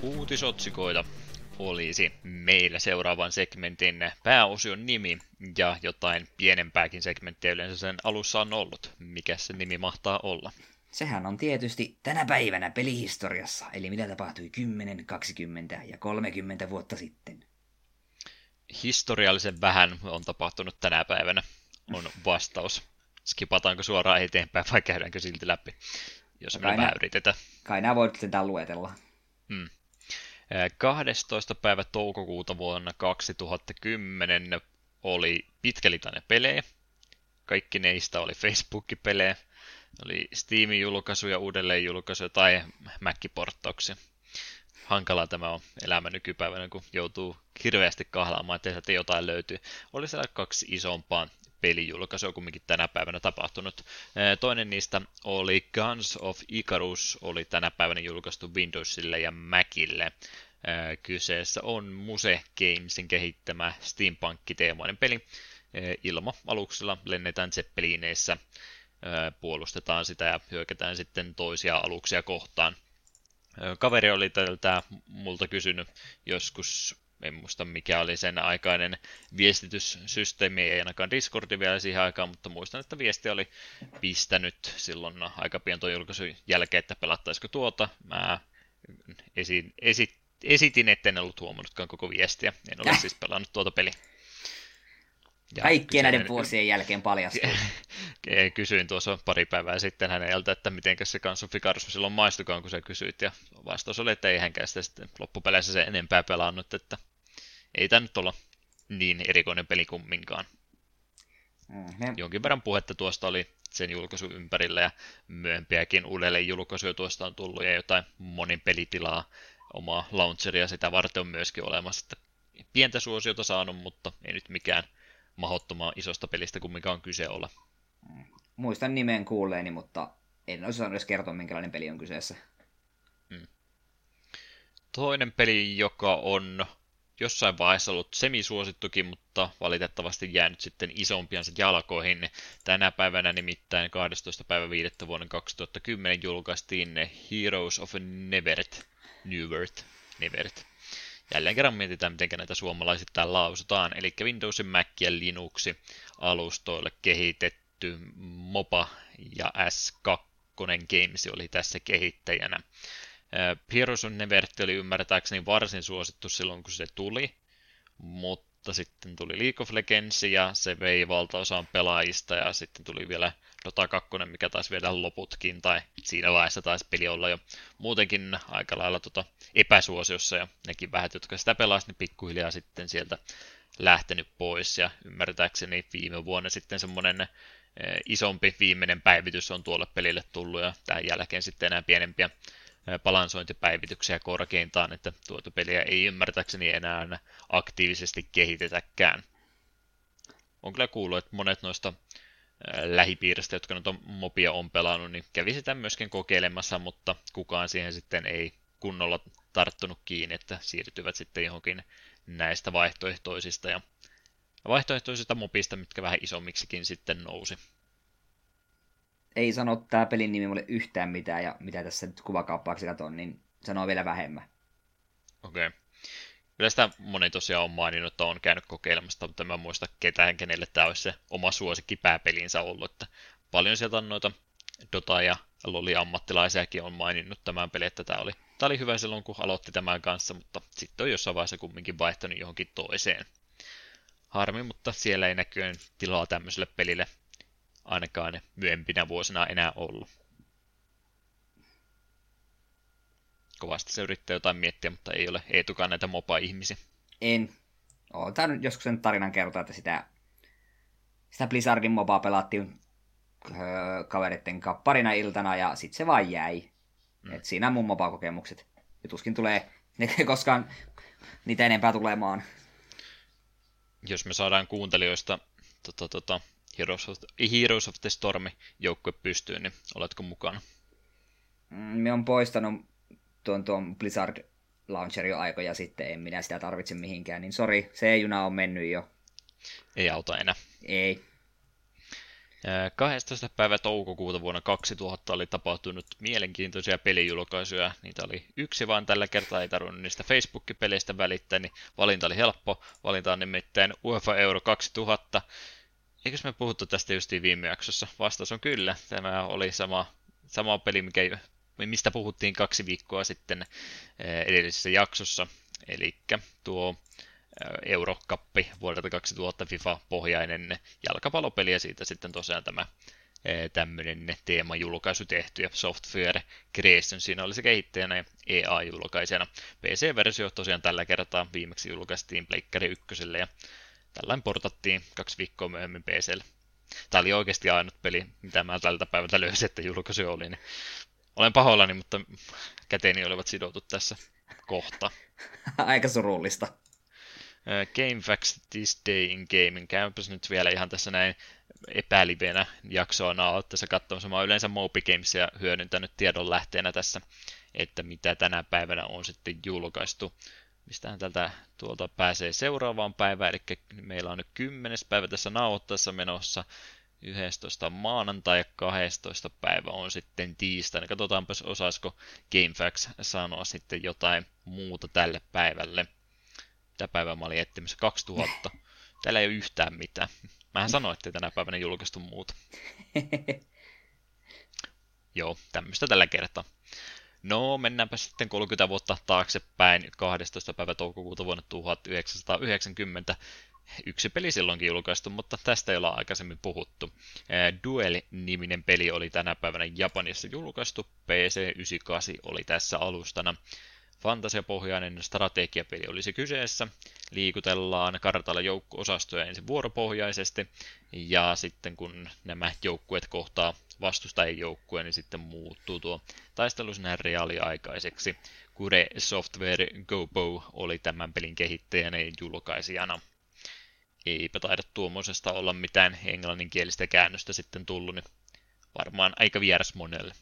Uutisotsikoita olisi meillä seuraavan segmentin pääosion nimi ja jotain pienempääkin segmenttiä yleensä sen alussa on ollut. Mikä se nimi mahtaa olla? Sehän on tietysti tänä päivänä pelihistoriassa, eli mitä tapahtui kymmenen, kaksikymmentä ja kolmekymmentä vuotta sitten. Historiallisen vähän on tapahtunut tänä päivänä, on vastaus. Skipataanko suoraan eteenpäin vai käydäänkö silti läpi, jos me vähän yritetään. Kai nämä voit sitä luetella. Hmm. kahdestoista päivä toukokuuta vuonna kaksituhattakymmenen oli pitkälitainen pelejä. Kaikki neistä oli Facebook-pelejä. Oli Steamin julkaisuja, uudelleenjulkaisuja tai Mac-porttauksia. Hankalaa tämä on elämä nykypäivänä, kun joutuu hirveästi kahlaamaan, että sieltä jotain löytyy. Oli siellä kaksi isompaa pelijulkaisua kumminkin tänä päivänä tapahtunut. Toinen niistä oli Guns of Icarus, oli tänä päivänä julkaistu Windowsille ja Macille. Kyseessä on Muse Gamesin kehittämä steampunk-teemainen peli. Ilma-aluksilla lennetään zeppelineissä, puolustetaan sitä ja hyökätään sitten toisia aluksia kohtaan. Kaveri oli tältä multa kysynyt joskus, en muista mikä oli sen aikainen viestityssysteemi, ei ainakaan Discordi vielä siihen aikaan, mutta muistan, että viesti oli pistänyt silloin aika pian tuon julkaisun jälkeen, että pelattaisiko tuota. Mä esi- esi- esitin, etten ollut huomannutkaan koko viestiä, en ole siis pelannut tuota peliä. Ja kaikkien näiden vuosien jälkeen paljastui. Kysyin tuossa pari päivää sitten häneltä, että miten se Guns of Icarus silloin maistukaan, kun sä kysyit, ja vastaus oli, että ei hänkään sitä sitten loppupeleissä se enempää pelannut, että ei tämä nyt olla niin erikoinen peli kumminkaan. Mm-hmm. Jonkin verran puhetta tuosta oli sen julkaisun ympärillä, ja myöhempiäkin uudelleen julkaisuja tuosta on tullut, ja jotain monin pelitilaa, omaa launcheria sitä varten on myöskin olemassa, että pientä suosiota saanut, mutta ei nyt mikään mahdottoman isosta pelistä kumminkaan on kyse olla. Muistan nimen kuulleeni, mutta en olisi saanut edes kertoa, minkälainen peli on kyseessä. Hmm. Toinen peli, joka on jossain vaiheessa ollut semisuosittukin, mutta valitettavasti jäänyt sitten isompiansa jalkoihin. Tänä päivänä nimittäin kahdestoista päivä viidettä vuonna kaksituhattakymmenen julkaistiin Heroes of Nevert. Nevert. Nevert. Jälleen kerran mietitään, miten näitä suomalaisittain lausutaan. Eli Windowsin, Mac ja Linuxi alustoille kehitetty MOBA ja S kaksi Games oli tässä kehittäjänä. Heroes of Nevert oli ymmärtääkseni varsin suosittu silloin, kun se tuli, mutta sitten tuli League of Legends ja se vei valtaosaan pelaajista ja sitten tuli vielä Dota kaksi, mikä taisi viedä loputkin, tai siinä vaiheessa taisi peli olla jo muutenkin aika lailla tota epäsuosiossa, ja nekin vähät, jotka sitä pelasivat, niin pikkuhiljaa sitten sieltä lähtenyt pois, ja ymmärtääkseni viime vuonna sitten semmoinen isompi viimeinen päivitys on tuolle pelille tullut, ja tämän jälkeen sitten enää pienempiä balansointipäivityksiä korkeintaan, että tuota peliä ei ymmärtääkseni enää aktiivisesti kehitetäkään. On kyllä kuullut, että monet noista lähipiiristä, jotka nyt on mobia on pelannut, niin kävi sitä myöskin kokeilemassa, mutta kukaan siihen sitten ei kunnolla tarttunut kiinni, että siirtyvät sitten johonkin näistä vaihtoehtoisista ja vaihtoehtoisista mobista, mitkä vähän isommiksikin sitten nousi. Ei sano tämä pelin nimi mulle yhtään mitään, ja mitä tässä nyt kuvakauppaaksi katon, niin sanoo vielä vähemmän. Okei. Okay. Kyllä sitä moni tosiaan on maininnut, että on käynyt kokeilemassa, mutta mä en muista ketään, kenelle tämä olisi se oma suosikki pääpelinsä ollut. Että paljon sieltä on noita Dota- ja Loli-ammattilaisiakin on maininnut tämän pelin, että tämä oli, tämä oli hyvä silloin, kun aloitti tämän kanssa, mutta sitten on jossain vaiheessa kumminkin vaihtanut johonkin toiseen. Harmi, mutta siellä ei näkyään tilaa tämmöiselle pelille ainakaan myöhempinä vuosina enää ollut. Kovasti se yrittää jotain miettiä, mutta ei ole Eetukaan näitä mopa-ihmisiä. En. Oon nyt joskus sen tarinan kertoa, että sitä, sitä Blizzardin mobaa pelattiin öö, kavereiden kanssa parina iltana ja sitten se vaan jäi. Mm. Et siinä on mun moba-kokemukset. Ja tuskin tulee ne koskaan niitä enempää tulemaan. Jos me saadaan kuuntelijoista tota, tota, Heroes, of, Heroes of the Storm joukkue pystyyn, niin oletko mukana? Mm, me on poistanut tuon, tuon Blizzard Launcher jo aikoja sitten, en minä sitä tarvitse mihinkään, niin sori, se juna on mennyt jo. Ei auta enää. Ei. kahdestoista päivä toukokuuta vuonna kaksituhatta oli tapahtunut mielenkiintoisia pelijulkaisuja. Niitä oli yksi vaan tällä kertaa, ei tarvinnut niistä Facebook-peleistä välittää, niin valinta oli helppo. Valinta on nimittäin UEFA Euro kaksituhatta. Eikös me puhuttu tästä justiin viime jaksossa? Vastaus on kyllä. Tämä oli sama, sama peli, mikä, mistä puhuttiin kaksi viikkoa sitten edellisessä jaksossa. Eli tuo Eurokappi vuodelta kaksituhatta FIFA-pohjainen jalkapallopeli ja siitä sitten tosiaan tämä tämmöinen teemajulkaisu tehty ja Software Creation siinä oli se kehittäjänä ja E A-julkaisijana. P C-versio tosiaan tällä kertaa viimeksi julkaistiin Pleikkari ykköselle ja tällainen portattiin kaksi viikkoa myöhemmin P C:lle. Tämä oli oikeasti ainut peli, mitä mä tältä päivältä löysin, että julkaisu oli. Niin olen pahoillani, mutta käteeni olivat sidotut tässä kohta. Aika surullista. Game Facts This Day in Gaming. Käypäs nyt vielä ihan tässä näin epälivenä jaksoa nautteessa katsomassa. Mä oon yleensä Moby Gamesia hyödyntänyt tiedonlähteenä tässä, että mitä tänä päivänä on sitten julkaistu. Mistähän tältä tuolta pääsee seuraavaan päivään, eli meillä on nyt kymmenes päivä tässä nauhoittaessa menossa. yhdestoista maanantai ja kahdestoista päivä on sitten tiistaina. Katsotaanpas osaisiko GameFAQs sanoa sitten jotain muuta tälle päivälle. Mitä päivää mä olin etsimässä? kaksituhatta. Täällä ei ole yhtään mitään. Mähän sanoin, että tänä päivänä julkaistu muuta. Joo, tämmöistä tällä kertaa. No, mennäänpä sitten kolmekymmentä vuotta taaksepäin, kahdestoista päivä toukokuuta vuonna tuhatyhdeksänsataayhdeksänkymmentä. Yksi peli silloinkin julkaistu, mutta tästä ei olla aikaisemmin puhuttu. Duel-niminen peli oli tänä päivänä Japanissa julkaistu. P C yhdeksänkymmentäkahdeksan oli tässä alustana. Fantasiapohjainen strategiapeli olisi kyseessä. Liikutellaan kartalla joukko-osastoja ensin vuoropohjaisesti, ja sitten kun nämä joukkueet kohtaa vastustajien joukkueen, niin sitten muuttuu tuo taistelu sinne reaaliaikaiseksi. Kure Software Gobo oli tämän pelin kehittäjänä ja julkaisijana. Eipä taida tuommoisesta olla mitään englanninkielistä käännöstä sitten tullut, niin varmaan aika vieras monelle.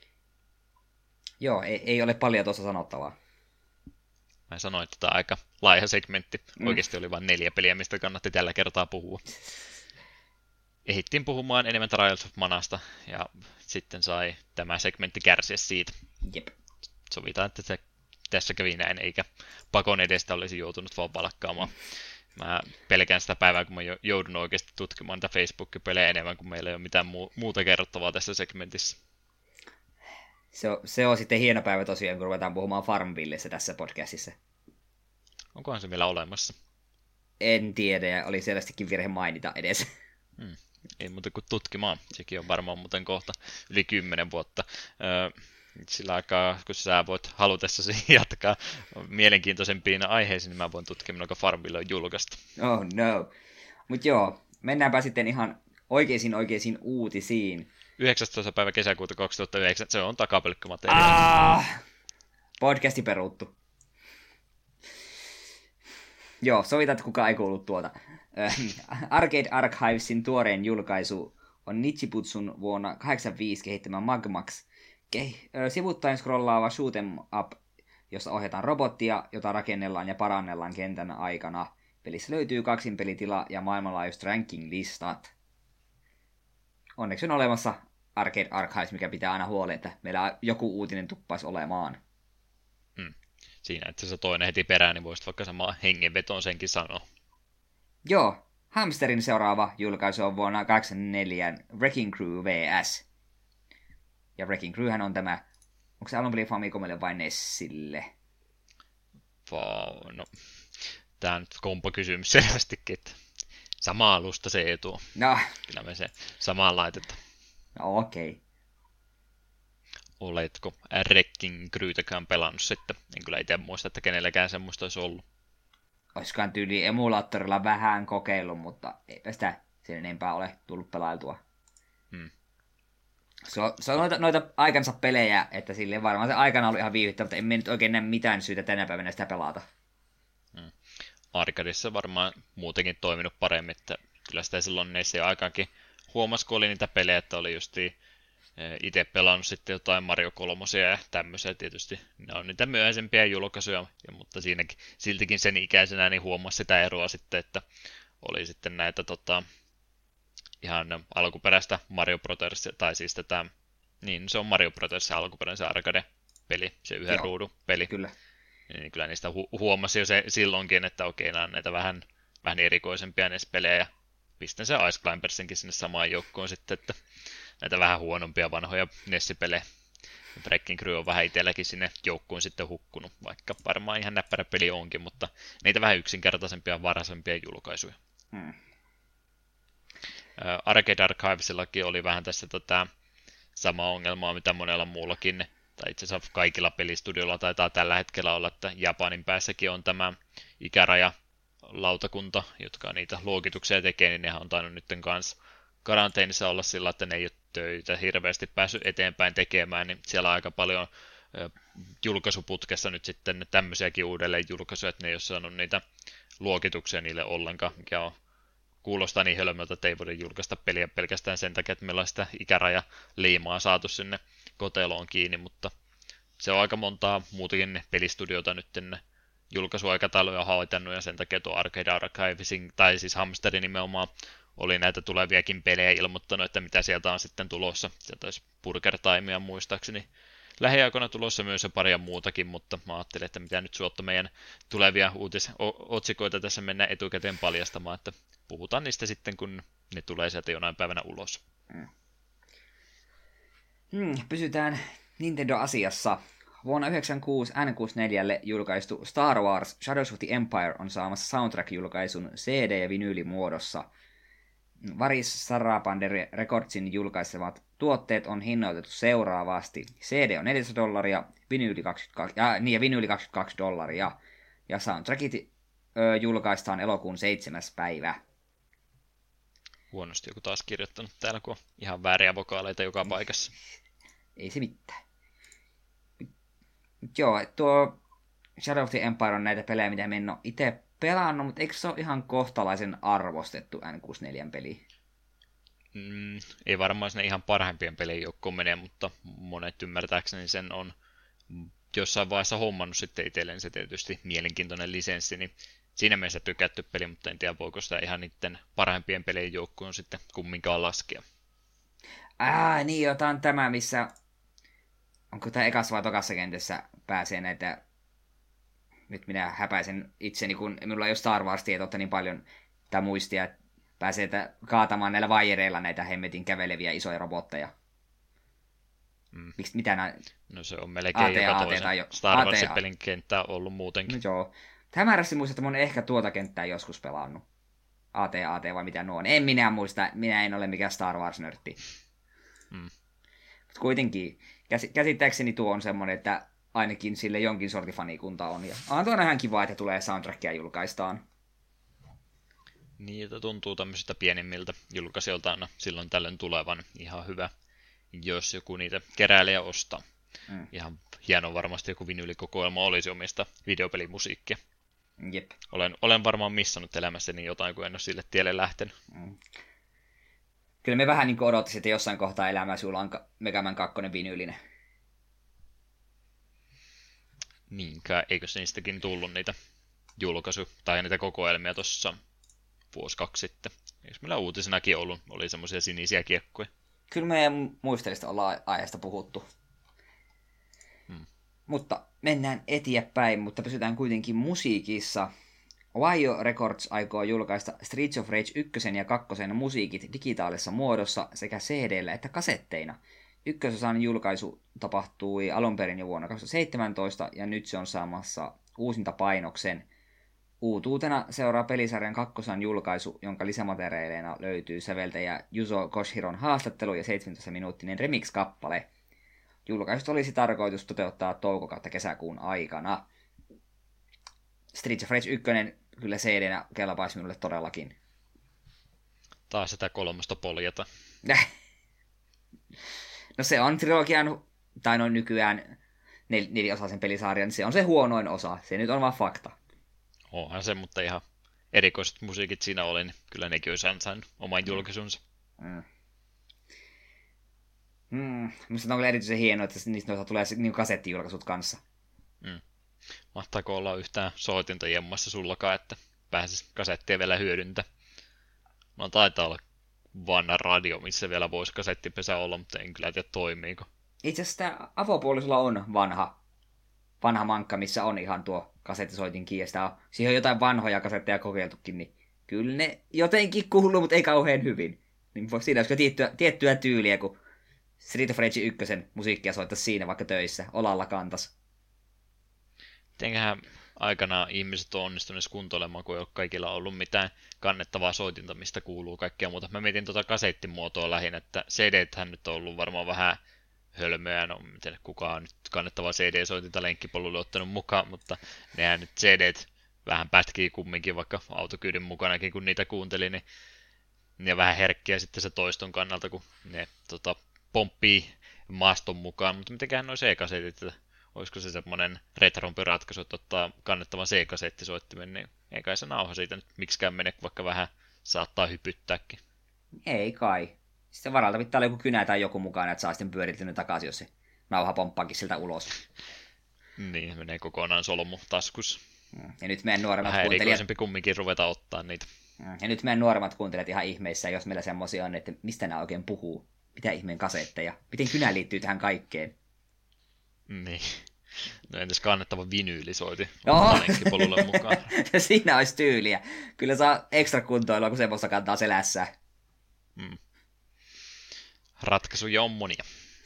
Joo, ei, ei ole paljon tuossa sanottavaa. Mä sanoin, että tämä on aika laaja segmentti. Mm. Oikeasti oli vain neljä peliä, mistä kannatti tällä kertaa puhua. Ehittiin puhumaan enemmän Trials of Manasta, ja sitten sai tämä segmentti kärsiä siitä. Jep. Sovitaan, että se tässä kävi näin, eikä pakon edestä olisi joutunut vaan valkkaamaan. Mä pelkään sitä päivää, kun mä joudun oikeasti tutkimaan niitä Facebook-pelejä enemmän, kun meillä ei ole mitään muuta kerrottavaa tässä segmentissä. Se on, se on sitten hieno päivä tosiaan, kun ruvetaan puhumaan Farmvillessä tässä podcastissa. Onkohan se vielä olemassa? En tiedä, ja oli selvästikin virhe mainita edes. Hmm. Ei muuta kuin tutkimaan. Sekin on varmaan muuten kohta yli kymmenen vuotta. Öö, sillä aikaa, kun sä voit halutessasi jatkaa mielenkiintoisempiin aiheisiin, niin mä voin tutkia, milloin Farmville on julkaistu. Oh no. Mut joo, mennäänpä sitten ihan oikeisiin oikeisiin uutisiin. yhdeksästoista päivä kesäkuuta kaksituhattayhdeksän, se on takapelkkämateriaalia. Ah, podcasti peruuttu. Joo, sovitaan, että kukaan ei kuullut tuota. Arcade Archivesin tuoreen julkaisu on Nichibutsun vuonna kahdeksankymmentäviisi kehittämä Magmax. Ke- sivuttaen scrollaava shoot'em up, jossa ohjataan robottia, jota rakennellaan ja parannellaan kentän aikana. Pelissä löytyy kaksinpelitila ja maailmanlaajuiset ranking-listat. Onneksi on olemassa Arcade Archives, mikä pitää aina huolen, että meillä joku uutinen tuppaisi olemaan. Hmm. Siinä, että se toinen heti perään, niin voisit vaikka samaa hengenvetoon senkin sanoa. Joo, Hamsterin seuraava julkaisu on vuonna kahdeksankymmentäneljä Wrecking Crew V S. Ja Wrecking Crewhän on tämä, onko se alun perin Famicomille vai Nessille? Wow, no, tää on nyt kompa-kysymys selvästikin, että sama alusta se etu. No. Kyllä me se samaan laitetaan. No okei. Okay. Oletko Wrecking Crewtäkään pelannut sitten? En kyllä itse muista, että kenelläkään semmoista olisi ollut. Olisikohan tyyli emulaattorilla vähän kokeillut, mutta eipä sitä sen enempää ole tullut pelailtua. Hmm. Se on, se on noita, noita aikansa pelejä, että silleen varmaan se aikana ollut ihan viihdyttävä, mutta emme nyt oikein näe mitään syytä tänä päivänä sitä pelata. Hmm. Arcadeissa varmaan muutenkin toiminut paremmin, että kyllä sitä silloin neissä aikaankin huomasi, kun oli niitä pelejä, että oli justiin itse pelannut sitten jotain Mario kolmosia ja tämmöisiä tietysti. Ne on niitä myöhäisempiä julkaisuja, mutta siinäkin, siltikin sen ikäisenä niin huomasi sitä eroa sitten, että oli sitten näitä tota, ihan alkuperäistä Mario Brothers, tai siis tätä, niin se on Mario Brothers alkuperäinen se arcade-peli, se yhden Joo, ruudun peli. Kyllä. Niin kyllä niistä hu- huomasi jo se silloinkin, että okei, nämä on näitä vähän, vähän erikoisempia näissä pelejä, ja pistän se Ice Climbersinkin sinne samaan joukkoon sitten, että näitä vähän huonompia vanhoja Nessipelejä. Wrecking Crew on vähän itselläkin sinne joukkuun sitten hukkunut, vaikka varmaan ihan näppärä peli onkin, mutta niitä vähän yksinkertaisempia varhaisempia julkaisuja. Hmm. Arcade Archivesillakin oli vähän tässä tota, sama ongelmaa, mitä monella muullakin, tai itse asiassa kaikilla pelistudioilla taitaa tällä hetkellä olla, että Japanin päässäkin on tämä ikäraja lautakunta, jotka niitä luokituksia tekee, niin nehän on tainnut nytten kanssa karanteenissa olla sillä, että ne ei ole töitä hirveästi päässyt eteenpäin tekemään, niin siellä on aika paljon julkaisuputkessa nyt sitten tämmöisiäkin uudelleen julkaisuja, että ne ei ole saanut niitä luokituksia niille ollenkaan, mikä on, kuulostaa niin hölmöltä, että ei voida julkaista peliä pelkästään sen takia, että meillä on sitä ikärajaliimaa saatu sinne koteloon kiinni, mutta se on aika montaa muutakin pelistudiota nyt julkaisuaikatauluja hoitanut, ja sen takia tuo Arcade Archivesin, tai siis Hamsteri nimenomaan, oli näitä tuleviakin pelejä ilmoittanut, että mitä sieltä on sitten tulossa. Sieltä olisi Burger Timea muistaakseni lähiaikoina tulossa myös ja paria muutakin, mutta mä ajattelin, että mitä nyt suotta meidän tulevia uutisotsikoita tässä mennään etukäteen paljastamaan, että puhutaan niistä sitten, kun ne tulee sieltä jonain päivänä ulos. Hmm, pysytään Nintendo-asiassa. Vuonna yhdeksänkymmentäkuusi N kuusikymmentäneljälle julkaistu Star Wars Shadows of the Empire on saamassa soundtrack-julkaisun C D- ja vinyylimuodossa. Varis Sarabande Recordsin julkaisemat tuotteet on hinnoitettu seuraavasti. C D on neljäsataa dollaria, vinyyli kaksikymmentäkaksi, ja, niin, ja vinyyli kaksikymmentäkaksi dollaria. Ja soundtrackit ö, julkaistaan elokuun seitsemäs päivä. Huonosti joku taas kirjoittanut täällä, kun on ihan vääriä vokaaleita joka paikassa. Ei se mitään. Joo, tuo Shadow of the Empire on näitä pelejä, mitä mä en ole itse pelannut, mutta eikö se ole ihan kohtalaisen arvostettu N kuusikymmentäneljä peli? Mm, ei varmaan sinne ihan parhaimpien pelien joukkoon mene, mutta monet ymmärtääkseni sen on jossain vaiheessa hommannut sitten itselleen se tietysti mielenkiintoinen lisenssi, niin siinä mielessä tykätty peli, mutta en tiedä voiko sitä ihan niiden parhaimpien pelien joukkoon sitten kumminkaan laskea. Ah, niin jotain tämä, missä onko tämä ekas vai tokassa kentässä pääsee näitä, nyt minä häpäisen itseni, kun minulla ei ole Star Wars-tietoutta niin paljon tai muistia, että pääsee kaatamaan näillä vaijereilla näitä hemmetin käveleviä isoja robotteja. Mm. Miksi, mitä nämä? No se on melkein A T, joka A T, toisen tai jo- Star A T, Warsin pelin kenttä ollut muutenkin. No joo. Hämärästi muistan, että mä oon ehkä tuota kenttää joskus pelannut. A T, A T vai mitä nuo on. En minä muista, minä en ole mikään Star Wars-nörtti. Mm. Mutta kuitenkin, käsittääkseni tuo on semmoinen, että ainakin sille jonkin sortin fanikunta on. Ja on tuona ihan kiva, että tulee soundtrackia julkaistaan. Niin, että tuntuu tämmöisiltä pienimmiltä julkaisijoilta aina silloin tällöin tulevan ihan hyvä, jos joku niitä keräilee ja ostaa. Mm. Ihan hieno varmasti joku vinyylikokoelma olisi omista videopelimusiikkia. Jep. Olen, olen varmaan missannut elämässäni jotain, kun en ole sille tielle lähtenyt. Mm. Kyllä me vähän niin odottaisin, että jossain kohtaa elämää sulla on Mega Man kaksi vinyylinen. Niinkään, eikö se niistäkin tullut niitä julkaisu- tai niitä kokoelmia tuossa vuosi kaksi sitten. Eikö meillä uutisenakin ollut, oli semmoisia sinisiä kiekkoja? Kyllä me muistelista ollaan aiheesta puhuttu. Hmm. Mutta mennään eteenpäin, mutta pysytään kuitenkin musiikissa. Waio Records aikoo julkaista Streets of Rage yksi ja kaksi musiikit digitaalisessa muodossa sekä C D:llä että kasetteina. Ykkösosan julkaisu tapahtui alun perin jo vuonna kaksituhattaseitsemäntoista ja nyt se on saamassa uusinta painoksen. Uutuutena seuraa pelisarjan kakkosan julkaisu, jonka lisämateriaaleina löytyy säveltäjä Yuzo Koshiron haastattelu ja seitsemäntoista-minuuttinen remix-kappale. Julkaisut olisi tarkoitus toteuttaa toukokautta kesäkuun aikana. Streets of Rage yksi kyllä C D:nä kelpaisi minulle todellakin. Taas sitä kolmosta poljeta. No se on trilogian, tai noin nykyään nel- neliosaisen pelisarjan, niin se on se huonoin osa. Se nyt on vaan fakta. Onhan se, mutta ihan erikoiset musiikit siinä oli, niin kyllä nekin olisi ansainnut oman julkaisunsa. Mm. Mm. Minusta on kyllä erityisen hienoa, että niistä tulee niin kasettijulkaisut kanssa. Mm. Mahtaako olla yhtään soitinta jemmassa sullakaan, että pääsisi kasettia vielä hyödyntä? No taitaa olla vanha radio, missä vielä voisi kasettipesä olla, mutta en kyllä tiedä toimiiko. Itse asiassa tämä avopuolisolla on vanha, vanha mankka, missä on ihan tuo kasettisoitinkin, ja sitä on, siihen on jotain vanhoja kasetteja kokeiltukin, niin kyllä ne jotenkin kuuluu, mutta ei kauhean hyvin. Niin siinä olisiko tiettyä, tiettyä tyyliä, kun Street of Rage yksi musiikkia soittaisi siinä vaikka töissä, olalla kantas. Mitenköhän aikanaan ihmiset on onnistuneet kuntoilemaan, kun ei ole kaikilla ollut mitään kannettavaa soitinta, mistä kuuluu kaikkea muuta. Mä mietin tuota kasettimuotoa lähinnä, että C D-hän nyt on ollut varmaan vähän hölmöä, no miten kukaan on nyt kannettavaa C D-soitinta lenkkipolulle ottanut mukaan, mutta nehän nyt C D vähän pätkii kumminkin, vaikka autokyydin mukanakin, kun niitä kuunteli, niin ne vähän herkkiä sitten se toiston kannalta, kun ne tota, pomppii maaston mukaan, mutta mitenkään noin C-kasetit, että olisiko se semmoinen retrompi ratkaisu, että ottaa kannettavan C-kasettisoittimen, niin ei kai se nauha siitä nyt miksikään mene, vaikka vähän saattaa hypyttääkin. Ei kai. Sitten varalta pitää olla joku kynä tai joku mukana, että saa sitten pyöritynyt takaisin, jos se nauha pomppaakin siltä ulos. Niin, menee kokonaan solmu taskus. Ja nyt meidän nuoremmat vähän kuuntelijat... erikoisempi kumminkin ruveta ottaa niitä. Ja nyt meidän nuoremmat kuuntelijat ihan ihmeissä, jos meillä semmoisia on, että mistä nämä oikein puhuu. Mitä ihmeen kasetteja? Miten kynä liittyy tähän kaikkeen? Niin. No entäs kannettava vinyylisoiti? Joo. Lenkkipolulle mukaan. Siinä olisi tyyliä. Kyllä saa ekstra kuntoilua, kun semmoista kantaa selässä. Mm. Ratkaisuja on monia.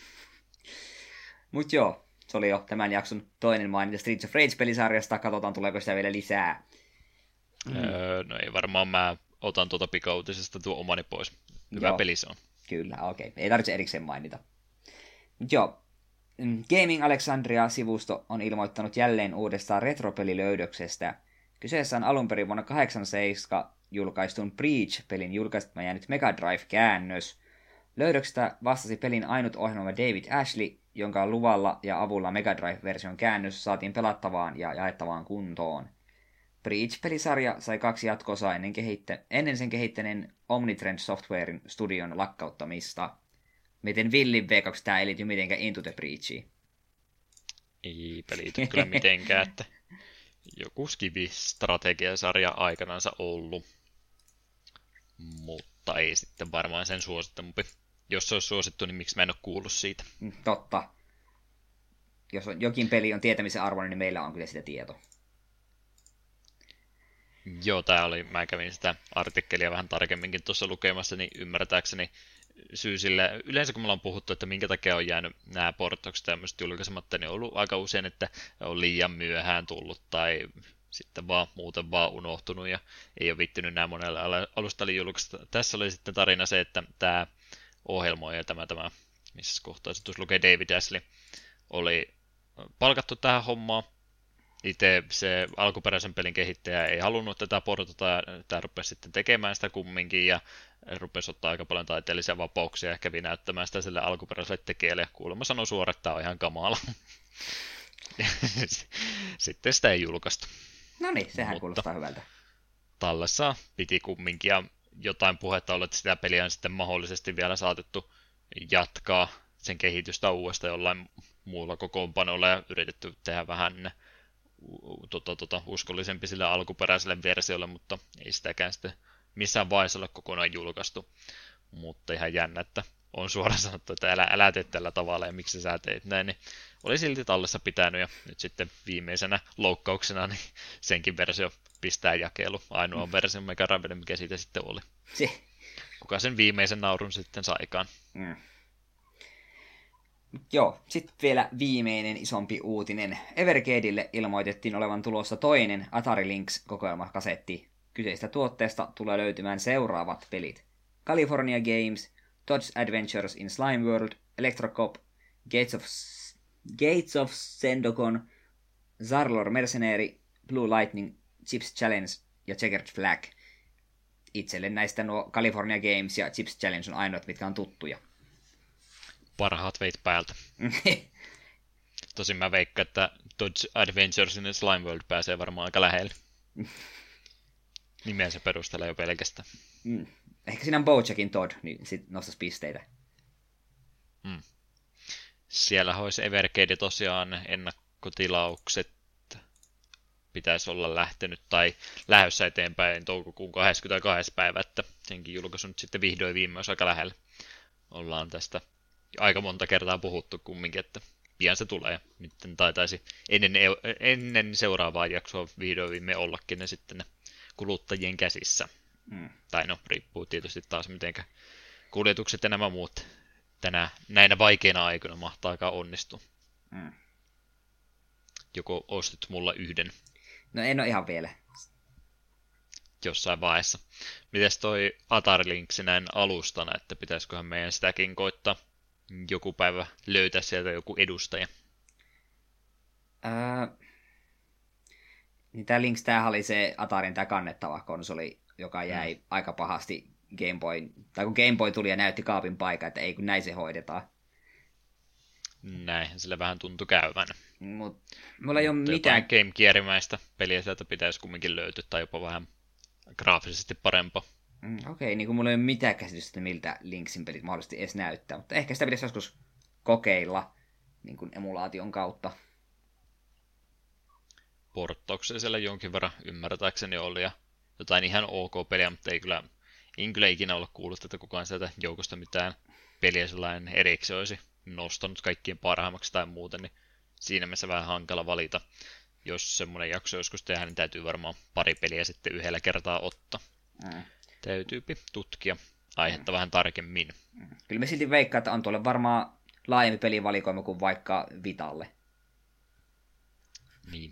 Mut joo, se oli jo tämän jakson toinen mainita Streets of Rage-pelisarjasta. Katsotaan, tuleeko sitä vielä lisää. Mm. Öö, no ei varmaan, mä otan tuota pikautisesta tuo omani pois. Hyvä joo. peli se on. Kyllä, okei. Okay. Ei tarvitse erikseen mainita. Mut joo. Gaming Alexandria-sivusto on ilmoittanut jälleen uudestaan retropelilöydöksestä. Kyseessä on alun perin vuonna kahdeksankymmentäseitsemän julkaistun Breach-pelin julkaistama jäänyt Mega Drive-käännös. Löydöksestä vastasi pelin ainut ohjelma David Ashley, jonka luvalla ja avulla Mega Drive-version käännös saatiin pelattavaan ja jaettavaan kuntoon. Breach-pelisarja sai kaksi jatko-osaa ennen, kehittä- ennen sen kehittäneen Omnitrend Softwarein studion lakkauttamista. Miten villin V kaksi tää ei liity mitenkään Into the Breachiin? Ei pelity kyllä mitenkään, että joku skivi-strategiasarja aikanansa ollut. Mutta ei sitten varmaan sen suosittampi. Jos se olisi suosittu, niin miksi mä en ole kuullut siitä? Totta. Jos on, jokin peli on tietämisen arvoinen, niin meillä on kyllä sitä tieto. Joo, tää oli, mä kävin sitä artikkelia vähän tarkemminkin tuossa lukemassa, niin ymmärtääkseni syy sille, yleensä kun me ollaan puhuttu, että minkä takia on jäänyt nämä portaukset tämmöiset julkaisematta, niin on ollut aika usein, että on liian myöhään tullut tai sitten vaan muuten vaan unohtunut ja ei ole vittynyt nämä monelle alustalle julkaista. Tässä oli sitten tarina se, että tämä ohjelmoija, tämä, tämä missä kohtaa se tuossa lukee David Ashley, oli palkattu tähän hommaan. Itse se alkuperäisen pelin kehittäjä ei halunnut tätä portata, ja tämä rupesi sitten tekemään sitä kumminkin, ja rupesi ottaa aika paljon taiteellisia vapauksia, ja kävi näyttämään sitä sille alkuperäiselle tekijälle, ja kuulemma sanoi suoraan, että tämä on ihan kamala. Sitten sitä ei julkaistu. No niin, sehän Mutta kuulostaa hyvältä. Tallessa piti kumminkin, ja jotain puhetta olla, että sitä peliä on sitten mahdollisesti vielä saatettu jatkaa sen kehitystä uudestaan jollain muulla kokoonpanolla, ja yritetty tehdä vähän Tota, tota, uskollisempi sille alkuperäiselle versiolle, mutta ei sitäkään sitten missään vaiheessa ole kokonaan julkaistu. Mutta ihan jännä, että on suoraan sanottu, että älä, älä tee tällä tavalla ja miksi sä teit näin, niin oli silti tallessa pitänyt ja nyt sitten viimeisenä loukkauksena niin senkin versio pistää jakelu, ainoa mm. versio Mega Drive, mikä siitä sitten oli. Se. Kuka sen viimeisen naurun sitten saikaan. Mm. Joo, sitten vielä viimeinen isompi uutinen. Evercadeille ilmoitettiin olevan tulossa toinen Atari Lynx-kokoelmakasetti. Kyseistä tuotteesta tulee löytymään seuraavat pelit. California Games, Todd's Adventures in Slime World, Electrocop, Gates of, Gates of Sendogon, Zarlor Mercenary, Blue Lightning, Chips Challenge ja Checkered Flag. Itselle näistä nuo California Games ja Chips Challenge on ainoat, mitkä on tuttuja. Parhaat veit päältä. Tosin mä veikkaan, että Todd's Adventures in Slime World pääsee varmaan aika lähelle. Nimensä perusteella jo pelkästään. Mm. Ehkä siinä on Bojackin Todd, niin sit nostaisi pisteitä. Mm. Siellä olisi Evercade tosiaan ennakkotilaukset pitäisi olla lähtenyt tai lähdössä eteenpäin toukokuun kahdeskymmenestoinen päivä, että senkin julkaisu nyt sitten vihdoin viime olisi aika lähellä. Ollaan tästä aika monta kertaa puhuttu kumminkin, että pian se tulee. Nyt taitaisi ennen, ennen seuraavaa jaksoa vihdoin viime ollakin ne sitten ne kuluttajien käsissä. Mm. Tai no, riippuu tietysti taas mitenkä kuljetukset ja nämä muut tänä, näinä vaikeina aikoina mahtaakaan onnistua. Mm. Joko ostit mulla yhden? No en ole ihan vielä. Jossain vaiheessa. Mites toi Atari-linksi näin alustana, että pitäisiköhän meidän sitäkin koittaa joku päivä löytää sieltä joku edustaja? Ää, niin tää Lynx, tämähän oli se Atarin tää kannettava konsoli, joka jäi mm. aika pahasti Game Boy, tai kun Game Boy tuli ja näytti kaapin paikan, että ei kun näin se hoidetaan. Näinhän sillä vähän tuntui käyvän. Mut mulla ei ole mitään. mitään Game Gearimäistä peliä sieltä pitäisi kumminkin löytyä, tai jopa vähän graafisesti parempaa. Mm, Okei, okay, niin kuin mulla ei ole mitään käsitystä, miltä Lynxin pelit mahdollisesti edes näyttää, mutta ehkä sitä pitäisi joskus kokeilla niin kuin emulaation kautta. Porttauksia siellä jonkin verran ymmärtääkseni oli, ja jotain ihan ok peliä, mutta ei kyllä, en kyllä ikinä ole kuullut, että kukaan sieltä joukosta mitään peliä sellainen erikseen olisi nostanut kaikkien parhaimmaksi tai muuten, niin siinä mielessä vähän hankala valita. Jos semmoinen jakso joskus tehdään, niin täytyy varmaan pari peliä sitten yhdellä kertaa ottaa. Mm. Täytyypi tutkia aihetta mm. vähän tarkemmin. Mm. Kyllä me silti veikkaa, että on tuolle varmaan laajempi pelivalikoima kuin vaikka Vitalle. Niin.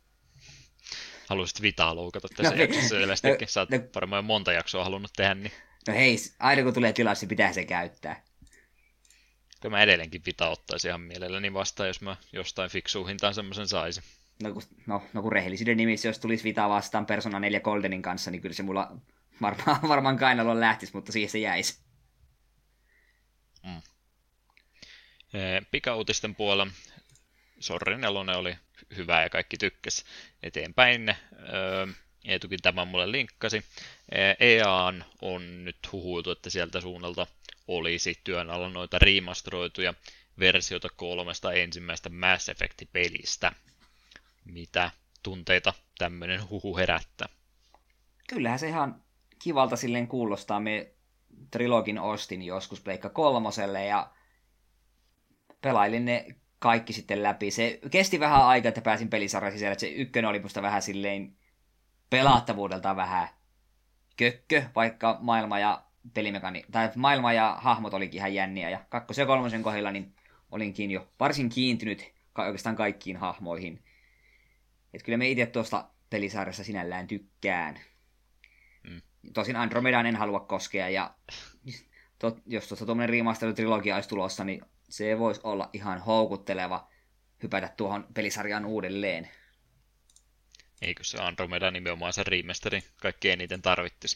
Haluaisit Vitaa loukata tässä no, jaksossa selvästikin. Sä oot no, varmaan monta jaksoa halunnut tehdä. Niin... No hei, aina kun tulee tilaus, niin pitää se käyttää. Kyllä mä edelleenkin Vita ottaisin ihan mielelläni vastaan, jos mä jostain fiksuun hintaan semmoisen saisin. No kun, no, no kun rehellisyyden nimissä, jos tulisi Vita vastaan Persona neljä Goldenin kanssa, niin kyllä se mulla varmaan, varmaan kainaloon lähtisi, mutta siihen se jäisi. Mm. Pikauutisten puolella Sorry nelonen oli hyvä ja kaikki tykkäs. Eteenpäin Eetukin tämän mulle linkkasi. E A on nyt huhuiltu, että sieltä suunnalta olisi työn alla noita remasteroituja versioita kolmesta ensimmäistä Mass Effect-pelistä. Mitä tunteita tämmöinen huhu herättää? Kyllähän se ihan kivalta silleen kuulostaa. Me trilogin ostin joskus Pleikka kolmoselle ja pelailin ne kaikki sitten läpi. Se kesti vähän aikaa, että pääsin pelisarjan sisälle. Se ykkönen oli musta vähän silleen pelattavuudeltaan vähän kökkö, vaikka maailma ja pelimekani, tai maailma ja hahmot olikin ihan jänniä. Ja kakkosen ja kolmosen kohdilla niin olinkin jo varsin kiintynyt oikeastaan kaikkiin hahmoihin. Et kyllä me itse tuosta pelisarjassa sinällään tykkään. Mm. Tosin Andromedaan en halua koskea, ja tot, jos tuossa tuommoinen remaster-trilogia olisi tulossa, niin se voisi olla ihan houkutteleva hypätä tuohon pelisarjaan uudelleen. Eikö se Andromeda nimenomaan se remasteri kaikkein eniten tarvittisi?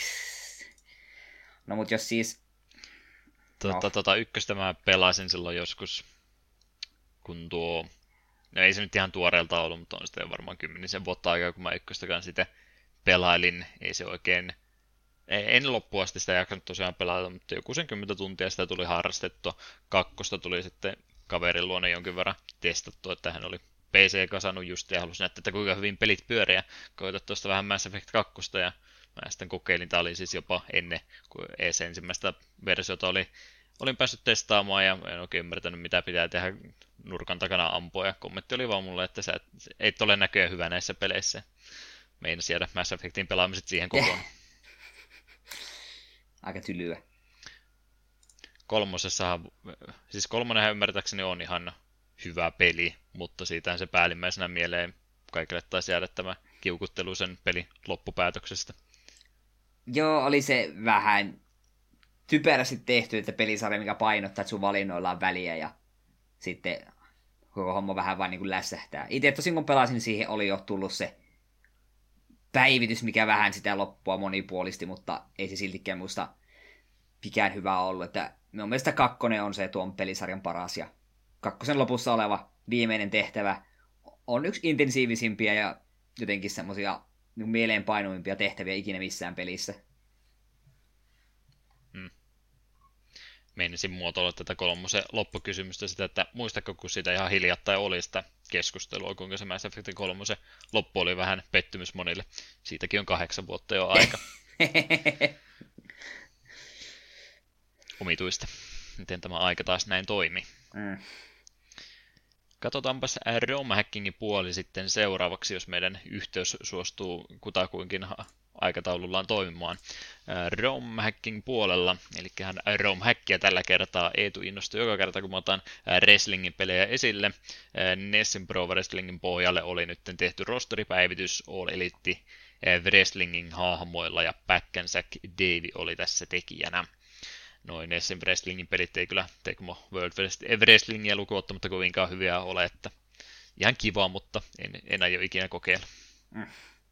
No mut jos siis... Tota, no. tota ykköstä mä pelasin silloin joskus, kun tuo... No ei se nyt ihan tuoreelta ollut, mutta on sitten varmaan kymmenisen vuotta aikaa, kun mä ykköstäkään sitä pelailin. Ei se oikein... En loppuun asti sitä jaksanut tosiaan pelata, mutta joku sen kymmentä tuntia sitä tuli harrastettua. Kakkosta tuli sitten kaverin luonne jonkin verran testattua, että hän oli P C kasannut just ja halusi näyttää, että kuinka hyvin pelit pyörii ja koita tuosta vähän Mass Effect kaksi ja mä sitten kokeilin, tämä oli siis jopa ennen kuin edes ensimmäistä versiota oli, olin päässyt testaamaan ja en oikein ymmärtänyt mitä pitää tehdä nurkan takana ampua ja kommentti oli vaan mulle, että sä et, et ole näköjään hyvä näissä peleissä. Meinasi jäädä Mass Effectin pelaamiset siihen kokoon. Aika tylyä. Kolmosessahan, siis kolmonenhan ymmärtääkseni on ihan hyvä peli, mutta siitähän se päällimmäisenä mieleen kaikille taisi jäädä tämä kiukuttelu sen pelin loppupäätöksestä. Joo, oli se vähän typerästi tehty, että pelisarja, mikä painottaa, että sun valinnoilla on väliä ja sitten koko homma vähän vain niin kuin lässähtää. Itse tosin kun pelasin, siihen oli jo tullut se päivitys, mikä vähän sitä loppua monipuolisti, mutta ei se siltikään muista mikään hyvä ollut. Että minun mielestä kakkonen on se tuon pelisarjan paras ja kakkosen lopussa oleva viimeinen tehtävä on yksi intensiivisimpiä ja jotenkin semmoisia niin mieleenpainuimpia tehtäviä ikinä missään pelissä. Hmm. meinasin muotoilla tätä kolmosen loppukysymystä sitä, että muistatko, kun sitä ihan hiljattain oli sitä keskustelua, kuinka se Mass Effect kolmosen loppu oli vähän pettymys monille. Siitäkin on kahdeksan vuotta jo aika. Omituista, miten tämä aika taas näin toimii. Mm. Katsotaanpas ROM-hackingin puoli sitten seuraavaksi, jos meidän yhteys suostuu kutakuinkin aikataulullaan toimimaan. ROM-hacking puolella, eli ROM-hackia tällä kertaa Eetu innostui joka kerta, kun mä otan wrestlingin pelejä esille. Nessin Pro Wrestlingin pohjalle oli nyt tehty rosteripäivitys All Elite Wrestlingin hahmoilla, ja Back and Sack Davey oli tässä tekijänä. Noin Nessin Wrestlingin pelit ei kyllä Tecmo World Wrestlingia lukuottamatta kovinkaan hyviä ole, että ihan kiva, mutta en, en aio ikinä kokeilla. Mm.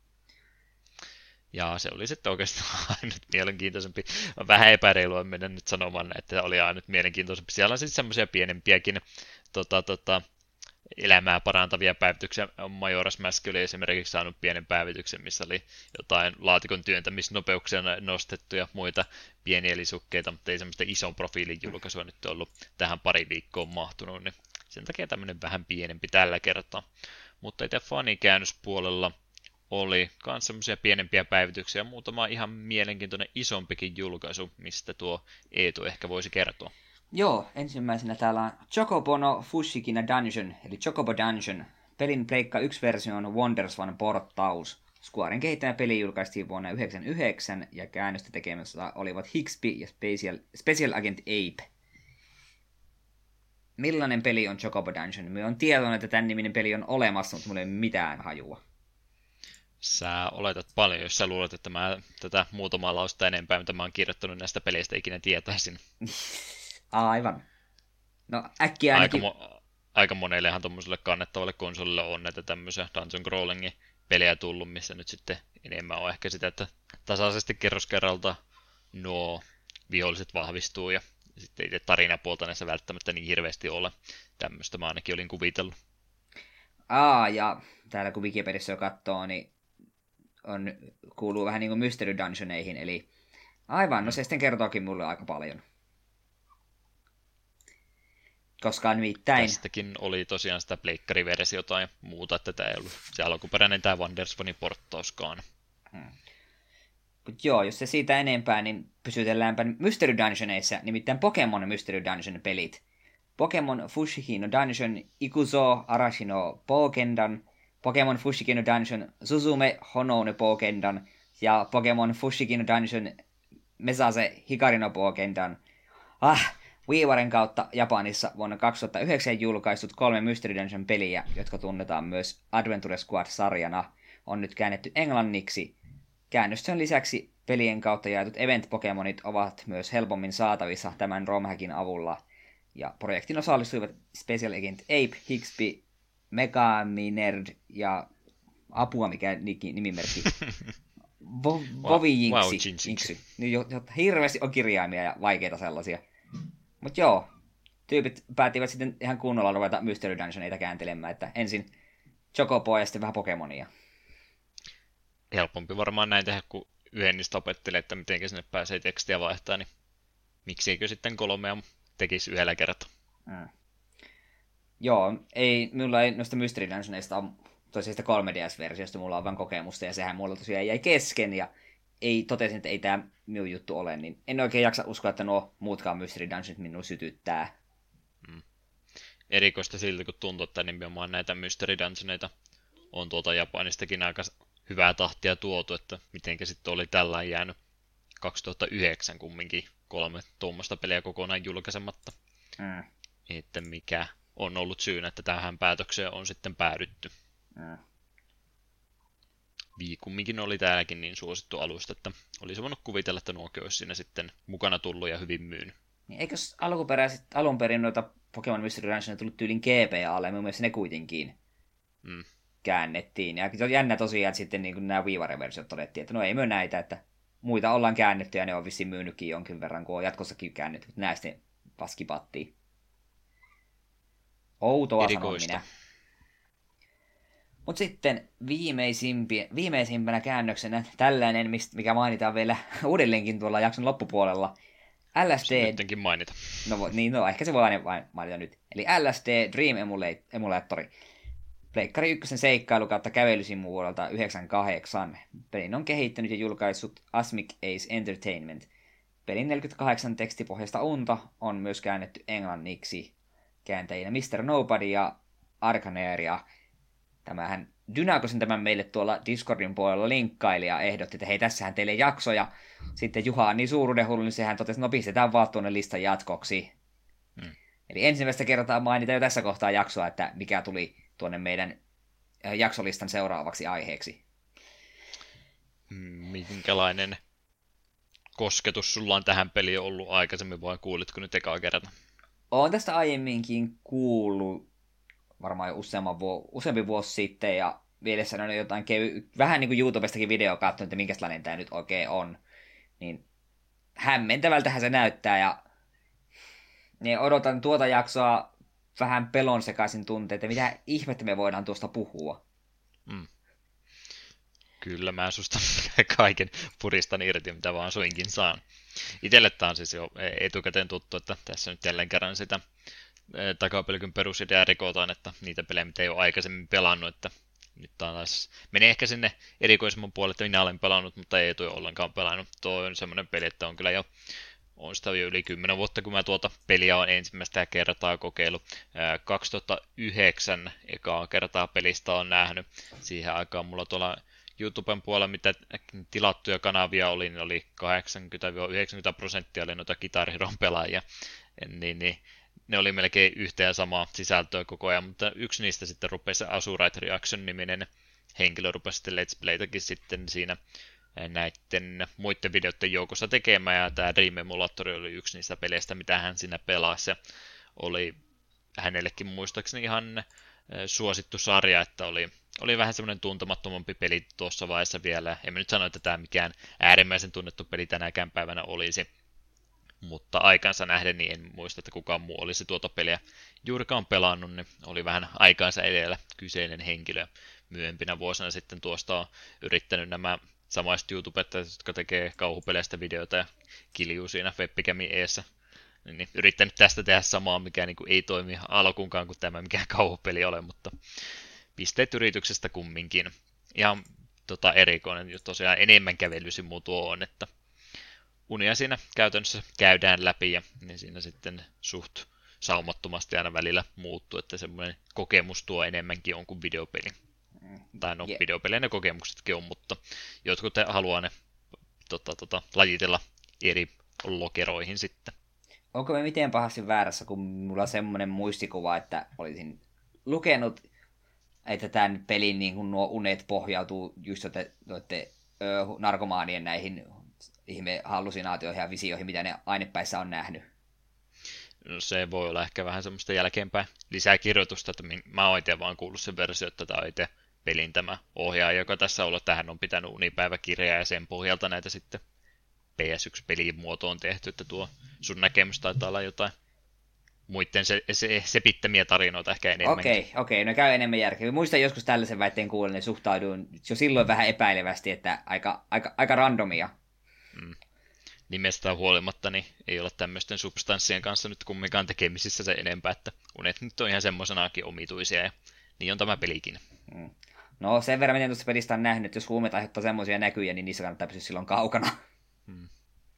Ja se oli sitten oikeastaan ainut mielenkiintoisempi. Vähän epäreilua mennä nyt sanomaan, että oli ainut mielenkiintoisempi. Siellä on sitten semmoisia pienempiäkin tota, tota, elämää parantavia päivityksiä. Majora's Mask oli esimerkiksi saanut pienen päivityksen, missä oli jotain laatikon työntämisnopeuksia nostettu ja muita pieniä lisukkeita, mutta ei semmoista ison profiilin julkaisua nyt ollut tähän pari viikkoon mahtunut, niin sen takia tämmöinen vähän pienempi tällä kertaa. Mutta itse fanikäännöspuolella oli myös semmoisia pienempiä päivityksiä ja muutama ihan mielenkiintoinen isompikin julkaisu, mistä tuo Eetu ehkä voisi kertoa. Joo, ensimmäisenä täällä on Chocobo no Fushigina Dungeon, eli Chocobo Dungeon. Pelin Pleikka yksi-versio on Wonderswan porttaus. Squaren kehittämä peli julkaistiin vuonna yhdeksänkymmentäyhdeksän, ja käännöstä tekemässä olivat Hixby ja Special, Special Agent Ape. Millainen peli on Chocobo Dungeon? Minä on tietoinen, että tämän niminen peli on olemassa, mutta minulla ei ole mitään hajua. Sä oletat paljon, jos sä luulet, että mä tätä muutamaa lausta enempää, mitä mä oon kirjoittanut näistä peleistä, ikinä tietäisin. Aivan. No äkkiä ainakin... Aika, mo- aika monellehan tuommoiselle kannettavalle konsolille on näitä tämmöisiä Dungeon Crawlingin pelejä tullut, missä nyt sitten enemmän on ehkä sitä, että tasaisesti kerros kerralta nuo viholliset vahvistuu ja sitten itse tarinapuolta näissä välttämättä niin hirveästi ole. Tämmöistä mä ainakin olin kuvitellut. Aa, ja täällä kun Wikipediassa jo katsoo, niin on, kuuluu vähän niin kuin Mystery Dungeoneihin, eli aivan, no se sitten kertookin mulle aika paljon. Koska nimittäin... Tästäkin oli tosiaan sitä pleikkariversiota ja muuta, että tämä ei ollut se alkuperäinen tämä Wonderswanin porttauskaan. Hmm. Mut joo, jos se siitä enempää, niin pysytelläänpä Mystery Dungeoneissa, nimittäin Pokemon Mystery Dungeon pelit. Pokemon Fushigi no Dungeon Ikuzo Arashi no Pokendan, Pokemon Fushigi no Dungeon Suzume Honou no Pokendan ja Pokemon Fushigi no Dungeon Mesase Hikari no Pokendan. Ah, WiiWaren kautta Japanissa vuonna kaksituhattayhdeksän julkaistut kolme Mystery Dungeon peliä, jotka tunnetaan myös Adventure Squad-sarjana, on nyt käännetty englanniksi. Käännöstön lisäksi pelien kautta jaetut event-pokemonit ovat myös helpommin saatavissa tämän romhackin avulla. Ja projektin osallistuivat Special Agent Ape, Hixby, Megaminerd ja apua mikä nimimerkki. Vovi Jinxi. Jinxi. Hirveästi on kirjaimia ja vaikeita sellaisia. Mut joo, tyypit päättivät sitten ihan kunnolla ruveta Mystery Dungeoneita kääntelemään, että ensin Chocoboa ja sitten vähän Pokemonia. Helpompi varmaan näin tehdä, kun yhden niistä opettelee, että miten sinne pääsee tekstiä vaihtaa, niin mikseikö sitten kolmea tekisi yhdellä kertaa. Mm. Joo, ei, minulla ei noista Mystery Dungeoneista ole tosiaan kolme D S-versiosta, mulla on vain kokemusta, ja sehän mulla tosiaan jäi kesken, ja ei totesin, että ei tämä minun juttu ole, niin en oikein jaksa uskoa, että nuo muutkaan Mystery Dungeonit minun sytyttää. Mm. Erikoista siltä, kun tuntuu, että nimenomaan näitä Mystery Dungeoneita on tuolta Japanistakin aika hyvää tahtia tuotu, että mitenkä sitten oli tällään jäänyt kaksituhattayhdeksän kumminkin kolme tuommoista peliä kokonaan julkaisematta. Mm. Että mikä on ollut syynä, että tähän päätökseen on sitten päädytty. Mm. Wii kumminkin oli täälläkin niin suosittu alusta, että olisi voinut kuvitella, että nuokin olisi siinä sitten mukana tullut ja hyvin myynyt. Niin eikös alkuperäiset, alun perin noita Pokemon Mystery Dungeonia tullut tyylin G P A:lle, mun mielestä ne kuitenkin mm. käännettiin. Ja se on jännä tosiaan, että sitten niin nämä WiiWare-versiot todettiin, että no ei myö näitä, että muita ollaan käännetty ja ne on vissiin myynytkin jonkin verran, kun on jatkossakin käännetty, mutta näistä paskipattiin. Outoa sanon minä. Mutta sitten viimeisimpänä käännöksenä tällainen, mikä mainitaan vielä uudelleenkin tuolla jakson loppupuolella. L S D... Sittenkin mainita. No niin, no ehkä se voi aina mainita nyt. Eli L S D Dream Emulaattori. Pleikkari ykkösen seikkailu kautta kävelysimu vuodelta yhdeksänkymmentäkahdeksan. Pelin on kehittänyt ja julkaissut Asmic Ace Entertainment. Pelin neljäkymmentäkahdeksan tekstipohjaista unta on myös käännetty englanniksi. Kääntäjinä mister Nobody ja Arcaneer. Ja tämähän Dynakosin tämän meille tuolla Discordin puolella linkkaili ja ehdotti, että hei, tässähän teille jaksoja. Sitten Juha on niin suuruudenhullu, niin sehän totesi, no pistetään vaan tuonne listan jatkoksi. Hmm. Eli ensimmäistä kertaa mainita jo tässä kohtaa jaksoa, että mikä tuli tuonne meidän jaksolistan seuraavaksi aiheeksi. Minkälainen kosketus sulla on tähän peliin ollut aikaisemmin, vai kuulitko nyt ekaa kertaa? Olen tästä aiemminkin kuullut varmaan jo useamman vu- useampi vuosi sitten, ja mielessäni on jotain kev- vähän niin kuin YouTubestakin video katsonut, että minkälainen tämä nyt oikein on. Niin hämmentävältähän se näyttää, ja niin odotan tuota jaksoa vähän pelon sekaisin tunteet, että mitä ihmettä me voidaan tuosta puhua. Mm. Kyllä mä susta kaiken puristan irti, mitä vaan suinkin saan. Itselle tää on siis jo etukäteen tuttu, että tässä nyt jälleen kerran sitä takapelkyn perusideaa rikotaan, että niitä pelejä, mitä ei ole aikaisemmin pelannut, että nyt tää on taas, menee ehkä sinne erikoisemman puolelle, että minä olen pelannut, mutta ei tule ollenkaan pelannut. Tuo on semmoinen peli, että on kyllä jo on sitä jo yli kymmenen vuotta, kun mä tuota peliä olen ensimmäistä kertaa kokeillut. kaksituhattayhdeksän ekaa kertaa pelistä on nähnyt. Siihen aikaan mulla tuolla YouTuben puolella, mitä tilattuja kanavia oli, niin oli kahdeksankymmentä yhdeksänkymmentä prosenttia oli noita Guitar Heron pelaajia. Niin, niin, ne oli melkein yhtä ja samaa sisältöä koko ajan, mutta yksi niistä sitten rupesi Azurite Reaction-niminen henkilö rupesi sitten Let's Playtäkin sitten siinä näiden muiden videoiden joukossa tekemään, ja tämä Dream Emulator oli yksi niistä peleistä, mitä hän siinä pelasi, ja oli hänellekin muistaakseni ihan suosittu sarja, että oli, oli vähän semmoinen tuntemattomampi peli tuossa vaiheessa vielä. En mä nyt sano, että tämä mikään äärimmäisen tunnettu peli tänäkään päivänä olisi, mutta aikansa nähden niin en muista, että kukaan muu olisi tuota peliä juurikaan pelannut, niin oli vähän aikaansa edellä kyseinen henkilö. Myöhempinä vuosina sitten tuosta on yrittänyt nämä samaiset YouTubettajat, jotka tekee kauhupeleistä videoita ja kiljuu siinä webcamin eessä, niin yrittänyt tästä tehdä samaa, mikä niin kuin ei toimi alkuunkaan kuin tämä mikään kauhupeli ole, mutta pisteet yrityksestä kumminkin. Ihan tota, erikoinen, tosiaan enemmän kävelysimu tuo on, että unia siinä käytännössä käydään läpi ja niin siinä sitten suht saumattomasti aina välillä muuttuu, että semmoinen kokemus tuo enemmänkin on kuin videopeli. Tai no, yeah. Videopelejä ne kokemuksetkin on, mutta jotkut haluaa ne tota, tota, lajitella eri lokeroihin sitten. Onko me miten pahasti väärässä, kun mulla on semmoinen muistikuva, että olisin lukenut, että tämän pelin niin kun nuo unet pohjautuu just noiden narkomaanien näihin ihme hallusinaatioihin ja visioihin, mitä ne ainepäissä on nähnyt. No se voi olla ehkä vähän semmoista jälkeenpäin lisää kirjoitusta, että mä oon itse vaan kuullut sen versio, että tämä on itse pelin tämä ohjaaja, joka tässä on ollut, tähän on pitänyt unipäiväkirjaa ja sen pohjalta näitä sitten P S yksi-pelin muotoon tehty, että tuo sun näkemys taitaa olla jotain muiden se, se, sepittämiä tarinoita ehkä enemmän. Okei, okay, okei, okay, no käy enemmän järkeä. Muistan joskus tällaisen väitteen kuulen, niin suhtauduin jo silloin vähän epäilevästi, että aika, aika, aika randomia. Mm. Nimestä huolimatta niin ei ole tämmöisten substanssien kanssa nyt kumminkaan tekemisissä se enempää, että unet nyt on ihan semmoisenakin omituisia ja niin on tämä pelikin. Mm. No sen verran, miten tuosta pelistä on nähnyt, että jos huumeet aiheuttaa semmoisia näkyjä, niin niissä kannattaa pysyä silloin kaukana. Hmm.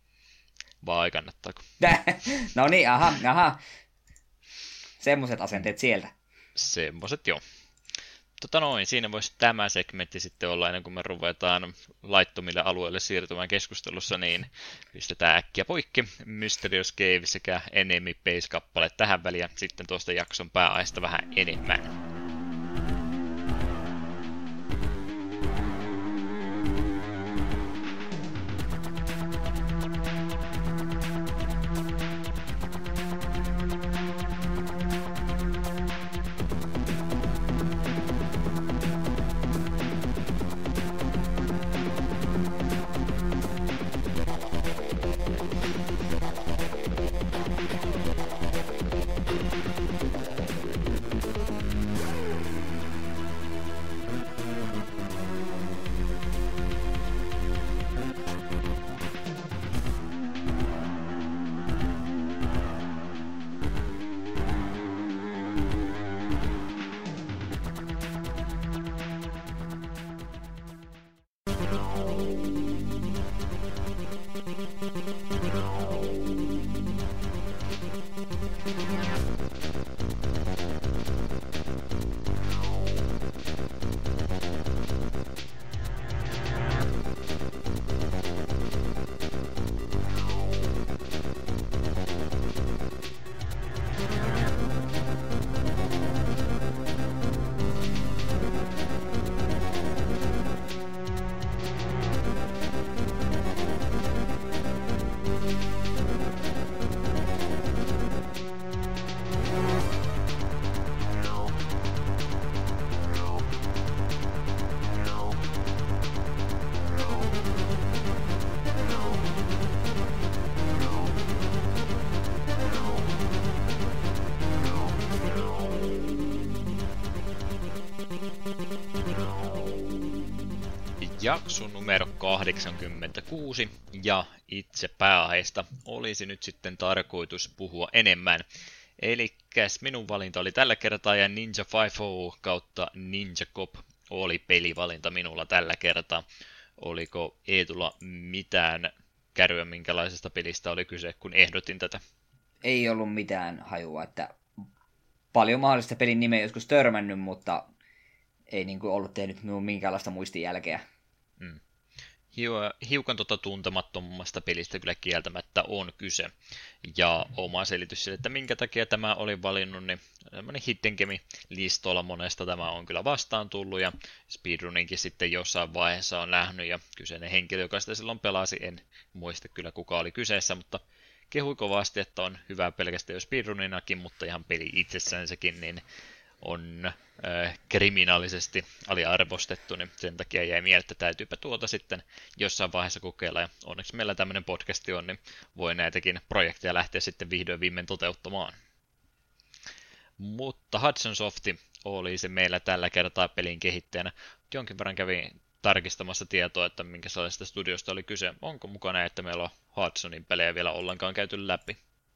Vai kannattaako? No niin, aha, aha. Semmoiset asenteet sieltä. Semmoiset joo. Tota noin, siinä voisi tämä segmentti sitten olla, ennen kuin me ruvetaan laittomille alueille siirtymään keskustelussa, niin pistetään äkkiä poikki Mysterious Cave sekä Enemy Base-kappale tähän väliin, ja sitten tuosta jakson pääaista vähän enemmän. jakso numero kahdeksankymmentäkuusi, ja itse pääaiheesta olisi nyt sitten tarkoitus puhua enemmän. Elikkäs minun valinta oli tällä kertaa, ja Ninja viisi kautta Ninja Cop oli pelivalinta minulla tällä kertaa. Oliko Eetulla mitään kärryä, minkälaisesta pelistä oli kyse, kun ehdotin tätä? Ei ollut mitään hajua, että paljon mahdollista pelin nimeä joskus törmännyt, mutta ei niin kuin ollut tehnyt minun minkäänlaista muistijälkeä. Hmm. Hiukan tuota tuntemattomasta pelistä kyllä kieltämättä on kyse. Ja oma selitys sille, että minkä takia tämä oli valinnut, niin semmoinen Hidden Gemi-listoilla monesta tämä on kyllä vastaan tullut, ja speedruninkin sitten jossain vaiheessa on nähnyt, ja kyseinen henkilö, joka sitä silloin pelasi, en muista kyllä kuka oli kyseessä, mutta kehui kovasti, että on hyvä pelkästään jo speedruninakin, mutta ihan peli itsessäänsäkin, niin on äh, kriminaalisesti aliarvostettu, niin sen takia jäi mieleen, että täytyypä tuota sitten jossain vaiheessa kokeilla, ja onneksi meillä tämmöinen podcasti on, niin voi näitäkin projekteja lähteä sitten vihdoin viimein toteuttamaan. Mutta Hudson Soft oli se meillä tällä kertaa pelin kehittäjänä. Jonkin verran kävin tarkistamassa tietoa, että minkä sellaisesta studiosta oli kyse. Onko mukana, että meillä on Hudsonin pelejä vielä ollenkaan käyty läpi?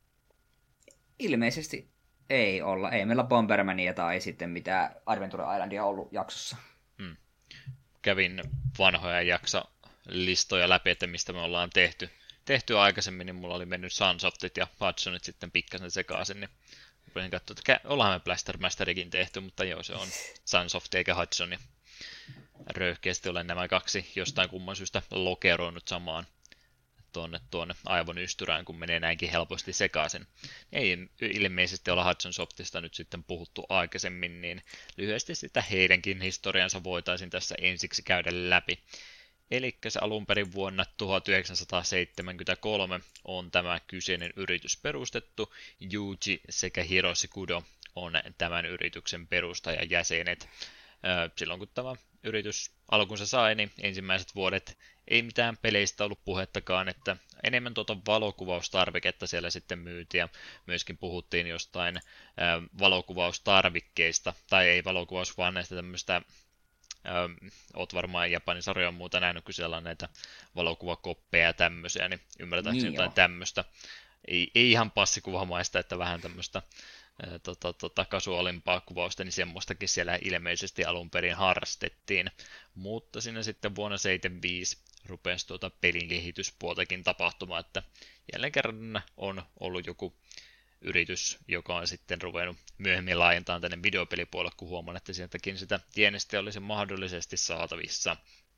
Ilmeisesti ei olla. Ei meillä Bombermania tai sitten mitään Adventure Islandia ollut jaksossa. Hmm. Kävin vanhoja jaksa listoja läpi, että mistä me ollaan tehty. Tehty aikaisemmin, niin mulla oli mennyt Sunsoftit ja Hudsonit sitten pikkasen sekaisin, niin rupesin katsoa, että ollaan me Blaster Masterikin tehty, mutta joo, se on Sunsoft eikä Hudson. Ja röyhkeästi olen nämä kaksi jostain kumman syystä lokeroinut samaan tuonne, tuonne aivonystyrään, kun menee näinkin helposti sekaisin. Ei ilmeisesti olla Hudson Softista nyt sitten puhuttu aikaisemmin, niin lyhyesti sitä heidänkin historiansa voitaisiin tässä ensiksi käydä läpi. Eli se alun perin vuonna tuhatyhdeksänsataaseitsemänkymmentäkolme on tämä kyseinen yritys perustettu. Yuji sekä Hiroshi Kudo on tämän yrityksen perustajajäsenet. Silloin kun tämä yritys alkunsa sai, niin ensimmäiset vuodet ei mitään peleistä ollut puhettakaan, että enemmän tuota valokuvaustarviketta siellä sitten myytiin, ja myöskin puhuttiin jostain ää, valokuvaustarvikkeista, tai ei valokuvaus, vaan näistä tämmöistä, ää, oot varmaan Japanin sarjoja muuta nähnyt, kun siellä on näitä valokuvakoppeja ja tämmöisiä, niin ymmärtääkseni niin jotain tämmöistä. Ei, ei ihan passikuvamaista, että vähän tämmöistä Tota, tota, kasuaalimpaa kuvausta, niin semmoistakin siellä ilmeisesti alun perin harrastettiin. Mutta siinä sitten vuonna seitsemänkymmentäviisi rupesi tuota pelin kehityspuoltakin tapahtumaan, että jälleen kerran on ollut joku yritys, joka on sitten ruvennut myöhemmin laajentamaan tänne videopelipuolelle, kun huomaan, että sieltäkin sitä tienestiä olisi mahdollisesti saatavissa.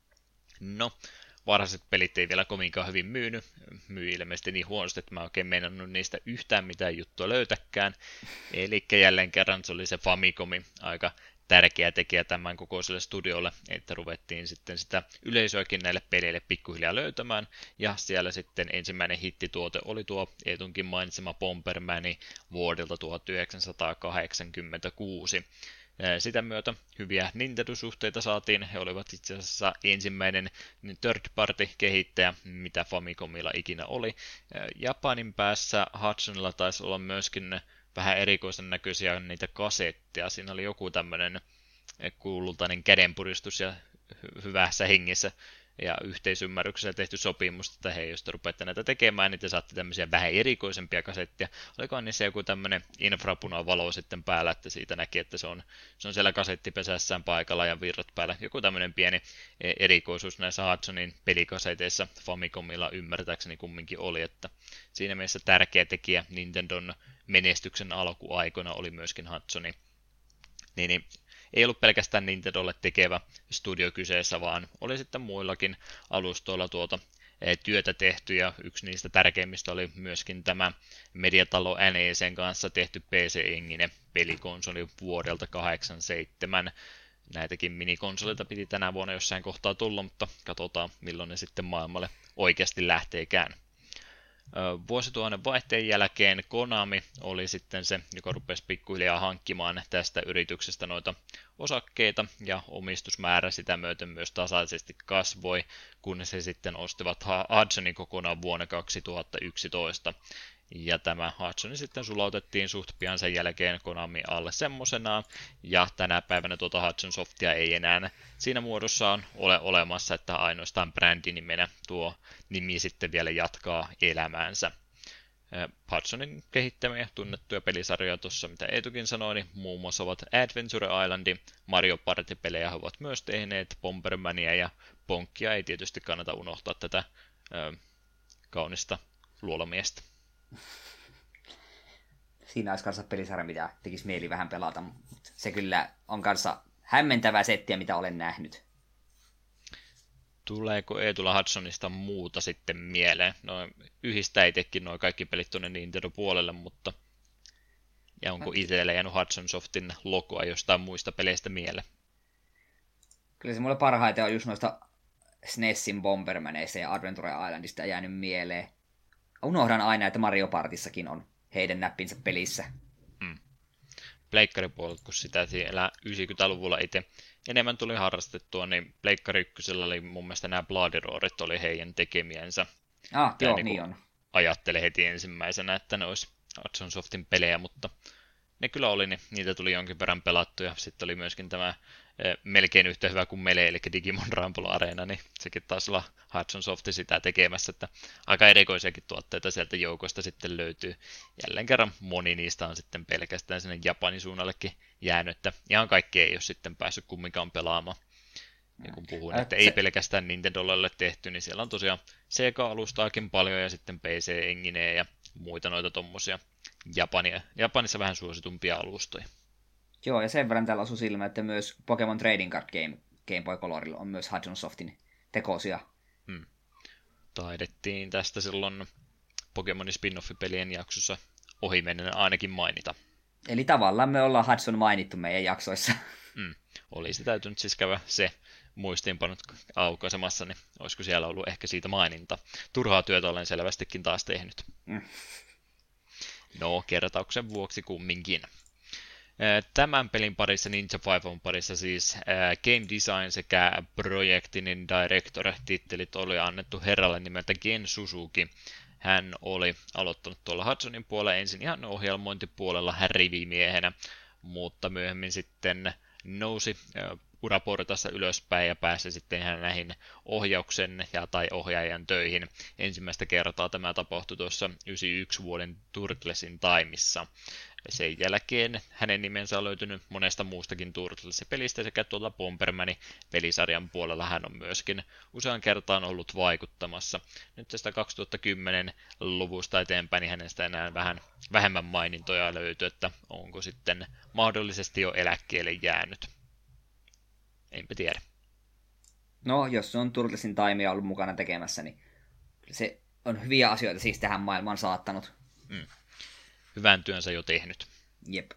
No, varhaiset pelit ei vielä kovinkaan hyvin myynyt, myy ilmeisesti niin huonosti, että mä oikein meinannut niistä yhtään mitään juttua löytäkään. Eli jälleen kerran se oli se Famicomi, aika tärkeä tekijä tämän kokoiselle studiolle, että ruvettiin sitten sitä yleisöäkin näille peleille pikkuhiljaa löytämään, ja siellä sitten ensimmäinen hittituote oli tuo Eetunkin mainitsema Bombermani vuodelta tuhatyhdeksänsataakahdeksankymmentäkuusi. Sitä myötä hyviä Nintendo-suhteita saatiin. He olivat itse asiassa ensimmäinen third-party-kehittäjä, mitä Famicomilla ikinä oli. Japanin päässä Hudsonilla taisi olla myöskin vähän erikoisen näköisiä niitä kasetteja. Siinä oli joku tämmöinen kuulultainen kädenpuristus ja hyvässä hengessä ja yhteisymmärryksessä tehty sopimus, että hei, jos te rupeatte näitä tekemään, niin te saatte tämmöisiä vähän erikoisempia kasetteja. Olikohan niissä joku tämmöinen infrapunavalo sitten päällä, että siitä näki, että se on, se on siellä kasettipesässään paikalla ja virrat päällä. Joku tämmöinen pieni erikoisuus näissä Hudsonin pelikaseteissa Famicomilla ymmärtääkseni kumminkin oli, että siinä mielessä tärkeä tekijä Nintendon menestyksen alkuaikoina oli myöskin Hudsoni. Niin, niin ei ollut pelkästään Nintendolle tekevä studio kyseessä, vaan oli sitten muillakin alustoilla tuota työtä tehty, ja yksi niistä tärkeimmistä oli myöskin tämä Mediatalo N E C:n kanssa tehty P C-enginen pelikonsoli vuodelta kahdeksankymmentäseitsemän. Näitäkin minikonsoleita piti tänä vuonna jossain kohtaa tulla, mutta katsotaan milloin ne sitten maailmalle oikeasti lähteekään. Vuosituhannen vaihteen jälkeen Konami oli sitten se, joka rupesi pikkuhiljaa hankkimaan tästä yrityksestä noita osakkeita, ja omistusmäärä sitä myöten myös tasaisesti kasvoi, kun se sitten ostivat Hudsonin kokonaan vuonna kaksituhattayksitoista. Ja tämä Hudson sitten sulautettiin suht pian sen jälkeen Konami alle semmosenaan, ja tänä päivänä tuota Hudson Softia ei enää siinä muodossaan ole olemassa, että ainoastaan brändinimenä tuo nimi sitten vielä jatkaa elämäänsä. Hudsonin kehittämiä tunnettuja pelisarjoja tuossa, mitä Eetukin sanoi, niin muun muassa ovat Adventure Island, Mario Party-pelejä he ovat myös tehneet, Bombermania ja Ponkia ei tietysti kannata unohtaa tätä ö, kaunista luolamiestä. Siinä olisi kanssa pelisarja, mitä tekisi mieli vähän pelata, mutta se kyllä on kanssa hämmentävää settiä, mitä olen nähnyt. Tuleeko Eetulla Hudsonista muuta sitten mieleen? No yhdistä ei tekin nuo kaikki pelit tuonne Nintendo-puolelle, mutta ja onko itsellä jäänyt Hudson Softin logoa jostain muista peleistä mieleen? Kyllä se mulle parhaiten on just noista S N E Sin Bombermaneista ja Adventure Islandista jäänyt mieleen. Unohdan aina, että Mario Partissakin on heidän näppinsä pelissä. Mm. Pleikkaripuolelta, kun sitä siellä yhdeksänkymmentäluvulla itse enemmän tuli harrastettua, niin Pleikkari ykkösellä oli mun mielestä nämä Bloody Roarit oli heidän tekemiänsä. Ah, joo, niin, niin on. Ajattelin heti ensimmäisenä, että ne olisi Hudson Softin pelejä, mutta ne kyllä oli, niin niitä tuli jonkin verran pelattuja. Sitten oli myöskin tämä eh, melkein yhtä hyvä kuin Melee, eli Digimon Rumble Arena, niin sekin taisi olla Hudson Softi sitä tekemässä, että aika erikoisiakin tuotteita sieltä joukosta sitten löytyy. Jälleen kerran moni niistä on sitten pelkästään sinne Japanin suunnallekin jäänyt, että ihan kaikki ei ole sitten päässyt kumminkaan pelaamaan. Ja kun puhun, Ä, että se... ei pelkästään Nintendolle tehty, niin siellä on tosiaan Sega-alustaakin paljon ja sitten P C-engineen ja muita noita tommosia Japania, Japanissa vähän suositumpia alustoja. Joo, ja sen verran täällä osui silmä, että myös Pokemon Trading Card Game, Game Boy Colorilla on myös Hudson Softin tekosia. Hmm. Taidettiin tästä silloin Pokemonin spin-off-pelien jaksossa ohimennen ainakin mainita. Eli tavallaan me ollaan Hudson mainittu meidän jaksoissa. Hmm. Olisi täytynyt siis käydä se muistiinpanot aukaisemassa, niin olisiko siellä ollut ehkä siitä maininta. Turhaa työtä olen selvästikin taas tehnyt. Mm. No, kertauksen vuoksi kumminkin. Tämän pelin parissa, Ninja Five parissa siis Game Design sekä Projektinin Director-tittelit oli annettu herralle nimeltä Gen Suzuki. Hän oli aloittanut tuolla Hudsonin puolella ensin ihan ohjelmointipuolella rivimiehenä, mutta myöhemmin sitten nousi uraportassa ylöspäin ja pääsi sitten ihan näihin ohjauksen ja tai ohjaajan töihin. Ensimmäistä kertaa tämä tapahtui tuossa yhdeksänkymmentäyksi vuoden Turtlesin Timeissa. Sen jälkeen hänen nimensä on löytynyt monesta muustakin Turtles-pelistä sekä tuolta Bombermanin pelisarjan puolella hän on myöskin usean kertaan ollut vaikuttamassa. Nyt tästä kaksituhattakymmenen-luvusta eteenpäin niin hänestä enää vähän vähemmän mainintoja löytyy, että onko sitten mahdollisesti jo eläkkeelle jäänyt. Enpä tiedä. No, jos on Turtlesin Timea ollut mukana tekemässä, niin se on hyviä asioita siis tähän maailmaan saattanut. Mm. Hyvän työnsä jo tehnyt. Jep.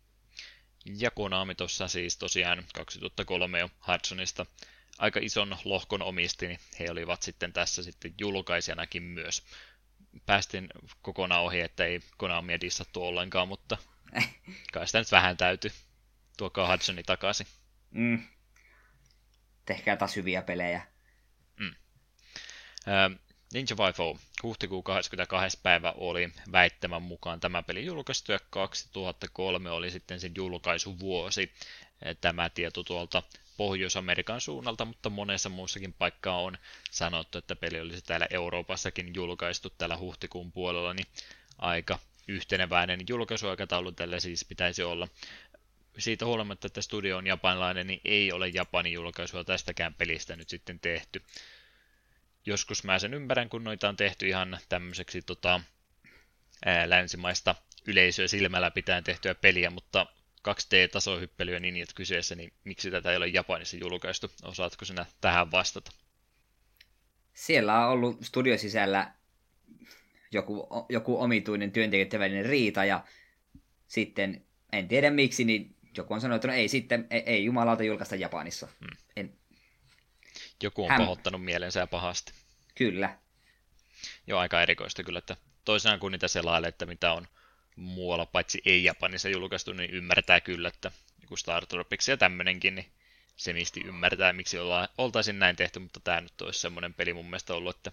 Ja Konami tuossa siis tosiaan kaksituhattakolme jo Hudsonista aika ison lohkon omisti, niin he olivat sitten tässä sitten julkaisijanakin myös. Päästiin kokonaan ohi, että ei Konamia dissattu ollenkaan, mutta kai sitä nyt vähän täytyy. Tuokaa Hudsoni takaisin. Mm. Tehkää taas hyviä pelejä. Mm. Ähm. Ninja Five huhtikuun kahdeskymmenestoinen päivä oli väittämän mukaan tämä peli julkaistu ja kaksituhattakolme oli sitten sen julkaisuvuosi. Tämä tieto tuolta Pohjois-Amerikan suunnalta, mutta monessa muussakin paikkaa on sanottu, että peli olisi täällä Euroopassakin julkaistu täällä huhtikuun puolella, niin aika yhteneväinen julkaisuaikataulu tällä siis pitäisi olla. Siitä huolimatta, että studio on japanilainen, niin ei ole Japanin julkaisua tästäkään pelistä nyt sitten tehty. Joskus mä sen ymmärrän, kun noita on tehty ihan tämmöiseksi tota, ää, länsimaista yleisöä silmällä pitäen tehtyä peliä, mutta kaksi D-tasohyppelyä niin kyseessä, niin miksi tätä ei ole Japanissa julkaistu? Osaatko sinä tähän vastata? Siellä on ollut studio sisällä joku, joku omituinen työntekijöiden välinen riita, ja sitten, en tiedä miksi, niin joku on sanonut, että no ei sitten, ei, ei jumalauta julkaista Japanissa. Hmm. En, Joku on Häm... pahoittanut mielensä ja pahasti. Kyllä. Joo, aika erikoista kyllä, että toisenaan kun niitä selailee, että mitä on muualla, paitsi ei Japanissa julkaistu, niin ymmärtää kyllä, että joku Star Tropics ja tämmöinenkin, niin se misti ymmärtää, miksi olla, oltaisiin näin tehty, mutta tämä nyt olisi semmoinen peli mun mielestä ollut, että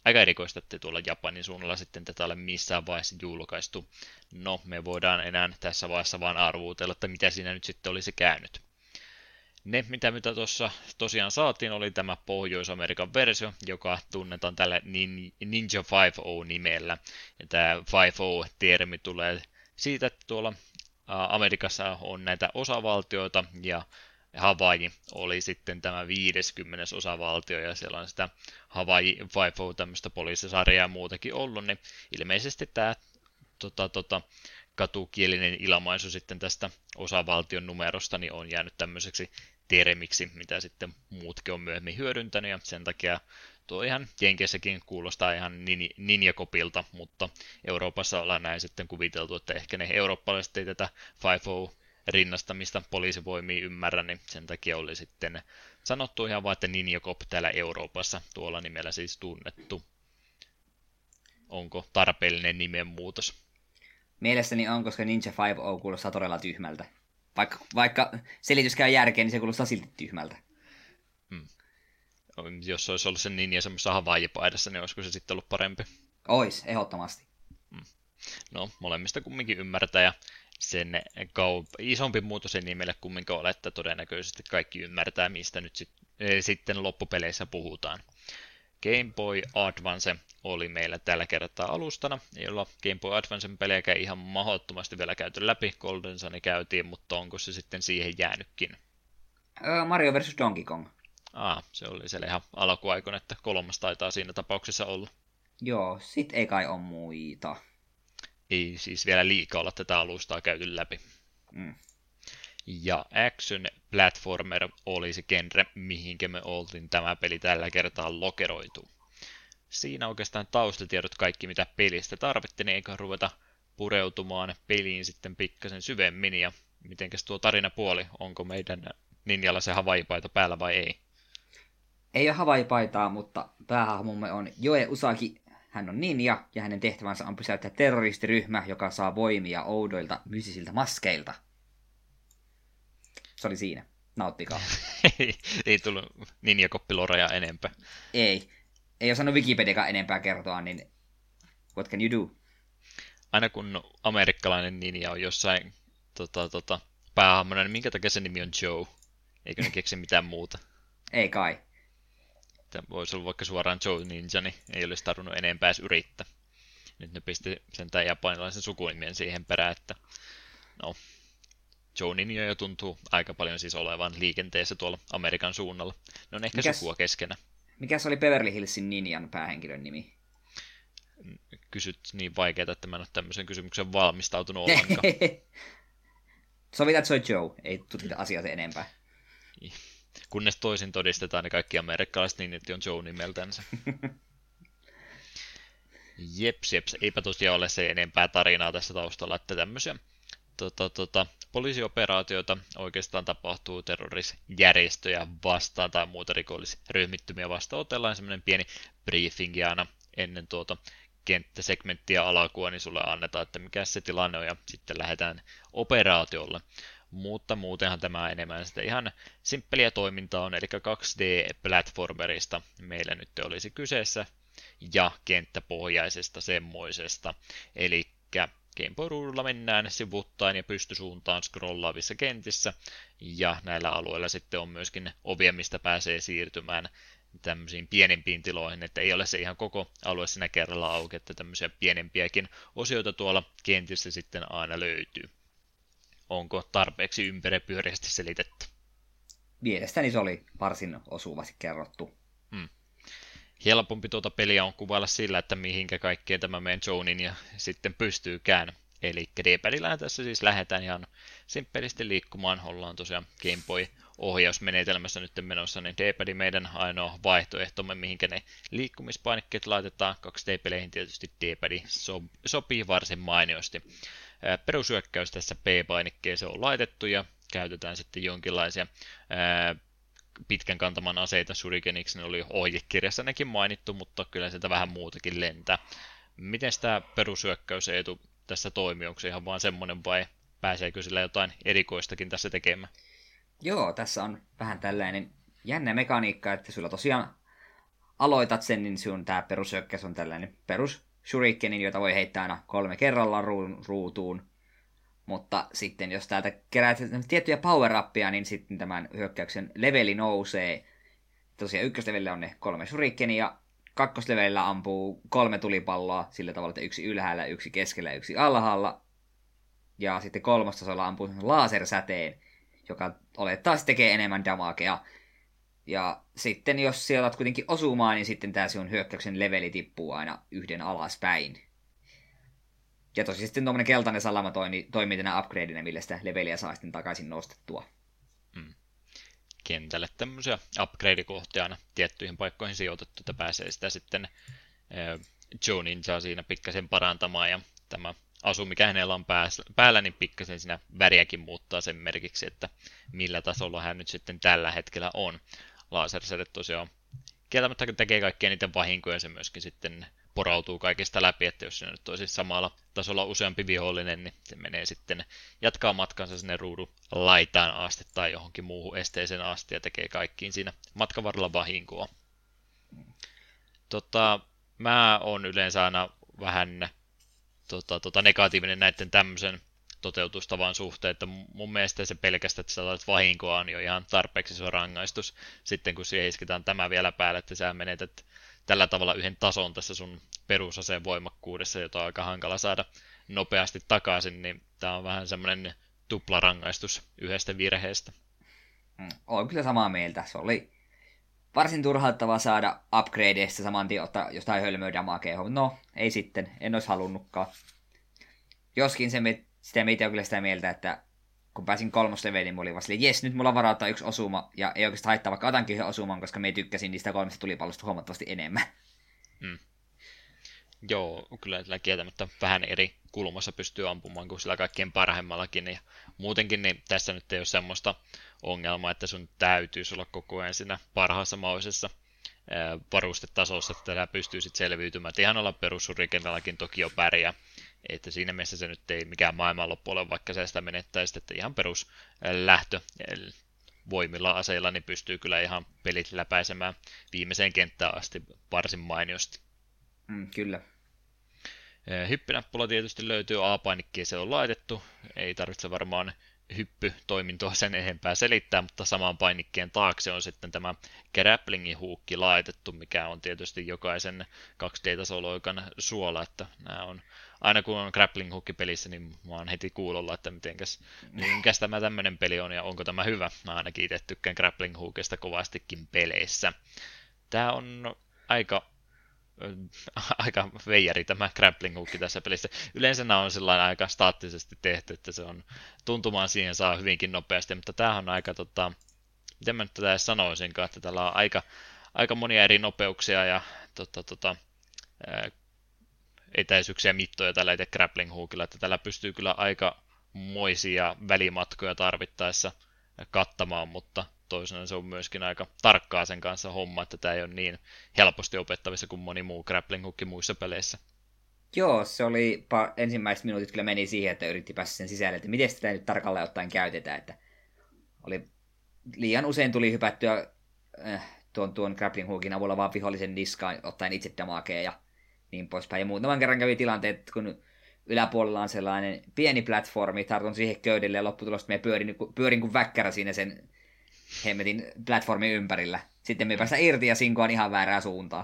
aika erikoista, että tuolla Japanin suunnalla sitten tätä ole missään vaiheessa julkaistu. No, me voidaan enää tässä vaiheessa vaan arvuutella, että mitä siinä nyt sitten olisi käynyt. Ne, mitä, mitä tuossa tosiaan saatiin, oli tämä Pohjois-Amerikan versio, joka tunnetaan tällä Ninja viisi-nimellä. Ja tämä viisi-termi tulee siitä, että tuolla Amerikassa on näitä osavaltioita, ja Havaiji oli sitten tämä viideskymmenes osavaltio, ja siellä on sitä Havaiji viisi tämmöistä poliisisarjaa ja muutakin ollut, niin ilmeisesti tämä tota, tota, katukielinen ilmaisu sitten tästä osavaltion numerosta niin on jäänyt tämmöiseksi termiksi, mitä sitten muutkin on myöhemmin hyödyntänyt, ja sen takia tuo ihan Jenkeissäkin kuulostaa ihan ninjakopilta, mutta Euroopassa ollaan näin sitten kuviteltu, että ehkä ne eurooppalaiset ei tätä viisi rinnastamista poliisivoimiin ymmärrä, niin sen takia oli sitten sanottu ihan vaan, että ninjakop täällä Euroopassa tuolla nimellä siis tunnettu. Onko tarpeellinen nimenmuutos? Mielestäni on, koska Ninja viisi kuulostaa todella tyhmältä. Vaikka, vaikka selitys käy järkeen, niin se kuulostaa silti tyhmältä. Hmm. Jos olisi ollut sen ninja semmoisessa Havaiji-paidassa, niin olisiko se sitten ollut parempi? Ois, ehdottomasti. Hmm. No, molemmista kumminkin ymmärtää, ja sen kaup- isompi muutos ei nimelle kumminkin ole, että todennäköisesti kaikki ymmärtää, mistä nyt sit, e, sitten loppupeleissä puhutaan. Game Boy Advance oli meillä tällä kertaa alustana, jolla Game Boy Advancen pelejä ihan mahdottomasti vielä käyty läpi. Golden Sun käytiin, mutta onko se sitten siihen jäänytkin? Mario versus Donkey Kong. Aa, se oli siellä ihan alkuaikoina, että kolmas taitaa siinä tapauksessa olla. Joo, sit ei kai ole muita. Ei siis vielä liikaa olla tätä alustaa käyty läpi. Mm. Ja Action Platformer oli se genre, mihinkä me oltiin tämä peli tällä kertaa lokeroitu. Siinä oikeastaan taustatiedot kaikki, mitä pelistä tarvittiin, niin eikä ruveta pureutumaan peliin sitten pikkasen syvemmin. Ja mitenkäs tuo tarinapuoli, onko meidän ninjalla se Havaiji-paita päällä vai ei? Ei ole Havaiji-paitaa, mutta päähahmomme on Joe Usagi. Hän on ninja ja hänen tehtävänsä on pysäyttää terroristiryhmä, joka saa voimia oudoilta mystisiltä maskeilta. Se oli siinä. Nauttikaa. ei, ei tullut ninjakoppiloreja enempää. Ei. Ei osannut Wikipediakaan enempää kertoa, niin what can you do? Aina kun amerikkalainen ninja on jossain tota, tota, päähahmona, niin minkä takia se nimi on Joe? Eikö ne keksi mitään muuta? Ei kai. Että voisi olla vaikka suoraan Joe Ninja, niin ei olisi tarvinnut enempää edes yrittää. Nyt ne pisti sentään japanilaisen sukunimien siihen perään, että no, Joe Ninja jo tuntuu aika paljon siis olevan liikenteessä tuolla Amerikan suunnalla. Ne on ehkä Mikäs, sukua keskenä. Mikäs oli Beverly Hillsin ninjan päähenkilön nimi? Kysyt niin vaikeaa, että mä en ole tämmöisen kysymyksen valmistautunut ollenkaan. Sovitaan, että se on Joe. Ei tutkita asiaa sen enempää. Kunnes toisin todistetaan, niin kaikki amerikkalaiset ninjat on Joe nimeltänsä. Jeps, jeps. Eipä tosiaan ole se enempää tarinaa tässä taustalla, että tämmöisiä tota, tota, poliisioperaatioita oikeastaan tapahtuu terrorisjärjestöjä vastaan tai muuta rikollisryhmittymiä vastaan. Otellaan semmoinen pieni briefingi aina ennen tuota kenttäsegmenttiä alkua, niin sulle annetaan, että mikä se tilanne on, ja sitten lähdetään operaatiolle. Mutta muutenhan tämä enemmän sitä ihan simppeliä toimintaa on, eli kaksi D-platformerista meillä nyt olisi kyseessä, ja kenttäpohjaisesta semmoisesta. Eli Game Boy-ruudulla mennään sivuttain ja pystysuuntaan scrollaavissa kentissä, ja näillä alueilla sitten on myöskin ovia, mistä pääsee siirtymään tämmöisiin pienempiin tiloihin, että ei ole se ihan koko alue siinä kerralla auki, että tämmöisiä pienempiäkin osioita tuolla kentissä sitten aina löytyy. Onko tarpeeksi ympäripyöreästi selitetty? Mielestäni se oli varsin osuvasti kerrottu. Hmm. Helpompi tuota peliä on kuvailla sillä, että mihinkä kaikkeen tämä meidän Jonin ja sitten pystyykään. Eli D-padillähän tässä siis lähdetään ihan simppelisti liikkumaan. Ollaan tosiaan Game Boy-ohjausmenetelmässä nyt menossa, niin D-padi meidän ainoa vaihtoehtomme, mihinkä ne liikkumispainikkeet laitetaan. kaksi D-peleihin tietysti D-padi so- sopii varsin mainiosti. Perusyökkäys tässä P-painikkeeseen on laitettu ja käytetään sitten jonkinlaisia ää, pitkän kantaman aseita shurikeniksi. Ne oli ohjekirjassa nekin mainittu, mutta kyllä sieltä vähän muutakin lentää. Miten tämä perusyökkäys Eetu tässä toimii? Onko se ihan vaan semmoinen vai pääseekö sillä jotain erikoistakin tässä tekemään? Joo, tässä on vähän tällainen jännä mekaniikka, että sulla tosiaan aloitat sen, niin sun tää perushyökkäys on tällainen perus shurikenin, jota voi heittää aina kolme kerralla ruun, ruutuun. Mutta sitten jos täältä keräät tiettyjä power-appia, niin sitten tämän hyökkäyksen leveli nousee. Tosiaan ykköslevelillä on ne kolme shurikenia, ja kakkoslevelillä ampuu kolme tulipalloa sillä tavalla, että yksi ylhäällä, yksi keskellä ja yksi alhaalla. Ja sitten kolmostasolla ampuu lasersäteen, joka olettaa tekee enemmän damagea. Ja sitten jos siellä olet kuitenkin osumaan, niin sitten tämä sinun hyökkäyksen leveli tippuu aina yhden alaspäin. Ja tosiaan sitten tuommoinen keltainen salama toimii, toimii tänä upgradeina, millä sitä leveliä saa sitten takaisin nostettua. Mm. Kentälle tämmöisiä upgrade-kohtia aina tiettyihin paikkoihin sijoitettu, että pääsee sitä sitten äh, Joe Ninjaa siinä pikkasen parantamaan, ja tämä asu, mikä hänellä on päällä, niin pikkasen siinä väriäkin muuttaa sen merkiksi, että millä tasolla hän nyt sitten tällä hetkellä on. Lasersäde tosiaan kieltämättä tekee kaikkea niiden vahinkoja, se myöskin sitten porautuu kaikista läpi, että jos siinä nyt olisi samalla tasolla useampi vihollinen, niin se menee sitten jatkaa matkansa sinne ruudun laitaan asti tai johonkin muuhun esteeseen asti ja tekee kaikkiin siinä matkan varrella vahinkoa. Tota, mä oon yleensä aina vähän tota, tota, negatiivinen näiden tämmöisen toteutustavan suhteen, että mun mielestä se pelkästään, että sä laitat vahinkoa, on jo ihan tarpeeksi se rangaistus. Sitten kun siihen isketään tämä vielä päälle, että sä menetät tällä tavalla yhden tason tässä sun perusaseen voimakkuudessa, jota on aika hankala saada nopeasti takaisin, niin tää on vähän semmoinen tuplarangaistus yhdestä virheestä. Mm, olen kyllä samaa mieltä. Se oli varsin turhauttavaa saada upgradeista saman tien ottaa jostain hölmöä damakea. No, ei sitten. En olisi halunnutkaan. Joskin se, sitä meitä on kyllä sitä mieltä, että kun pääsin kolmosleveliin, niin mulla oli vaan silleen, jes, nyt mulla on varaa ottaa yksi osuma, ja ei oikeastaan haittaa, vaikka otankin yhden osuman, koska me tykkäsin niistä kolmesta tulipallosta huomattavasti enemmän. Mm. Joo, kyllä tällä kieltämättä vähän eri kulmassa pystyy ampumaan kuin sillä kaikkien parhaimmallakin, ja muutenkin niin tässä nyt ei ole semmoista ongelmaa, että sun täytyisi olla koko ajan siinä parhaassa mahdollisessa varustetasossa, että tällä pystyy sitten selviytymään. Ihan olla perussurikenallakin toki jo pärjää. Että siinä mielessä se nyt ei mikään maailmanloppu ole, vaikka se sitä menettäisi, että ihan perus lähtö voimilla aseilla niin pystyy kyllä ihan pelit läpäisemään viimeiseen kenttään asti varsin mainiosti. Mm, kyllä. Hyppynäppula tietysti löytyy, A-painikkiin se on laitettu, ei tarvitse varmaan hyppytoimintoa sen enempää selittää, mutta samaan painikkeen taakse on sitten tämä grapplingin huukki laitettu, mikä on tietysti jokaisen kaksi D-tasoloikan suola, että nämä on, aina kun on grappling huukki pelissä, niin mä oon heti kuulolla, että mitenkäs, minkäs tämä tämmöinen peli on ja onko tämä hyvä. Mä ainakin itse tykkään grappling huukista kovastikin peleissä. Tää on aika aika veijari tämä grappling hookki tässä pelissä. Yleensä nämä on sellainen aika staattisesti tehty, että se on tuntumaan siihen saa hyvinkin nopeasti, mutta tämähän on aika, tota, miten mä nyt tätä edes sanoisinkaan, että täällä on aika, aika monia eri nopeuksia ja tota, tota, ää, etäisyyksiä ja mittoja tällä itse grappling hookilla, että tällä pystyy kyllä aika moisia välimatkoja tarvittaessa kattamaan, mutta toisena se on myöskin aika tarkkaa sen kanssa homma, että tämä ei ole niin helposti opettavissa kuin moni muu grappling hookki muissa peleissä. Joo, se oli, ensimmäiset minuutit kyllä meni siihen, että yritti päästä sen sisälle, että miten sitä nyt tarkalleen ottaen käytetään, että oli, liian usein tuli hypättyä äh, tuon, tuon grappling hookin avulla vaan vihollisen niskaan, ottaen itse damakea ja niin poispäin. Ja muutaman kerran kävi tilanteet, kun yläpuolella on sellainen pieni platformi, tartun siihen köydelle ja lopputulosta me pyörin, pyörin kuin väkkärä siinä sen hemmetin platformin ympärillä. Sitten me päästään irti ja sinkoan ihan väärää suuntaan.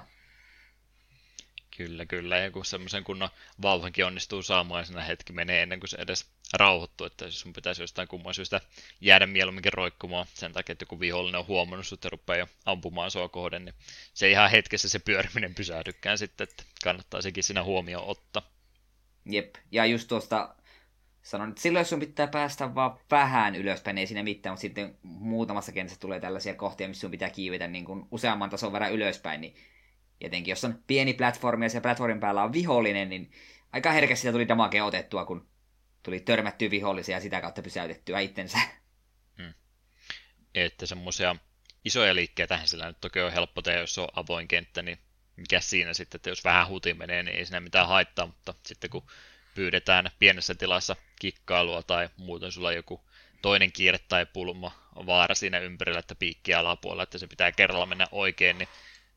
Kyllä, kyllä. Ja kun semmoisen kunnon vauhankin onnistuu saamaan, siinä hetki menee ennen kuin se edes rauhoittuu, että sun pitäisi jostain kumman syystä jäädä mieluumminkin roikkumaan sen takia, että joku vihollinen on huomannut sut ja rupeaa jo ampumaan sua kohden, niin se ihan hetkessä se pyöriminen pysähdykään sitten, että kannattaa sekin siinä huomioon ottaa. Jep, ja just tuosta sanon, että silloin jos sun pitää päästä vaan vähän ylöspäin, ei siinä mitään, mutta sitten muutamassa kentässä tulee tällaisia kohtia, missä sun pitää kiivetä niin kuin useamman tason verran ylöspäin, niin etenkin jos on pieni platformi ja se platformin päällä on vihollinen, niin aika herkästi sitä tuli damagea otettua, kun tuli törmättyä vihollisia ja sitä kautta pysäytettyä itsensä. Hmm. Että semmoisia isoja liikkeitä sillä nyt toki on helppo tehdä, jos on avoin kenttä, niin mikä siinä sitten, että jos vähän hutiin menee, niin ei siinä mitään haittaa, mutta sitten kun pyydetään pienessä tilassa kikkailua tai muuten sulla on joku toinen kiire tai pulma vaara siinä ympärillä, että piikki alapuolella, että se pitää kerralla mennä oikein, niin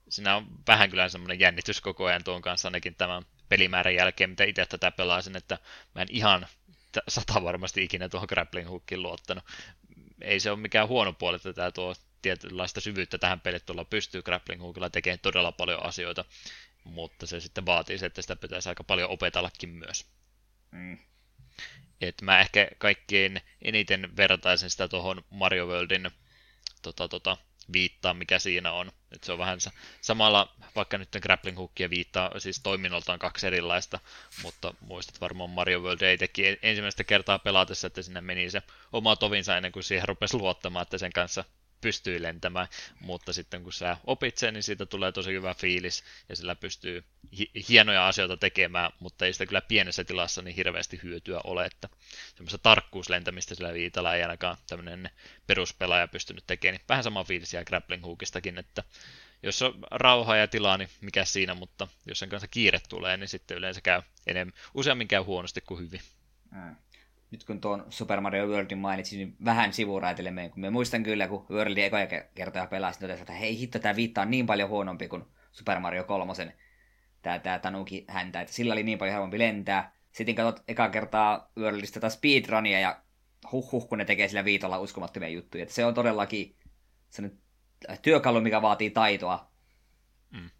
siinä on vähän kyllä semmoinen jännitys koko ajan tuon kanssa ainakin tämän pelimäärän jälkeen, mitä itse tätä pelaisin, että mä en ihan sata varmasti ikinä tuohon grappling hookiin luottanut. Ei se ole mikään huono puoli, että tämä tuo tietynlaista syvyyttä tähän peliin, tuolla pystyy grappling hookilla tekemään todella paljon asioita, mutta se sitten vaatii se, että sitä pitäisi aika paljon opetellakin myös. Mm. Et mä ehkä kaikkein eniten vertaisin sitä tuohon Mario Worldin tota, tota, viittaa, mikä siinä on. Et se on vähän samalla, vaikka nyt grappling hookia viittaa, siis toiminnoltaan kaksi erilaista, mutta muistat varmaan Mario World ei teki ensimmäistä kertaa pelatessa, että sinne meni se oma tovinsa ennen kuin siihen rupesi luottamaan, että sen kanssa pystyy lentämään, mutta sitten kun sä opit sen, niin siitä tulee tosi hyvä fiilis, ja sillä pystyy hi- hienoja asioita tekemään, mutta ei sitä kyllä pienessä tilassa niin hirveästi hyötyä ole, että semmoista tarkkuuslentämistä sillä viitalla ei ainakaan tämmöinen peruspelaaja pystynyt tekemään, niin vähän sama fiilis jää grappling hookistakin, että jos on rauhaa ja tilaa, niin mikä siinä, mutta jos sen kanssa kiire tulee, niin sitten yleensä käy enemmän, useammin käy huonosti kuin hyvin. Mm. Nyt kun tuon Super Mario Worldin mainitsin, niin vähän sivuraitelle menen, kun mä muistan kyllä, kun Worldin ekoja kertoja pelasin, niin että hei hitto, tää viitta on niin paljon huonompi kuin Super Mario kolmosen tää, tää Tanuki häntä, että sillä oli niin paljon helpompi lentää. Sitten katsot eka kertaa Worldista taas speedrunia ja huh huh, kun ne tekee sillä viitolla uskomattomia juttuja. Että se on todellakin sellainen työkalu, mikä vaatii taitoa. Mm.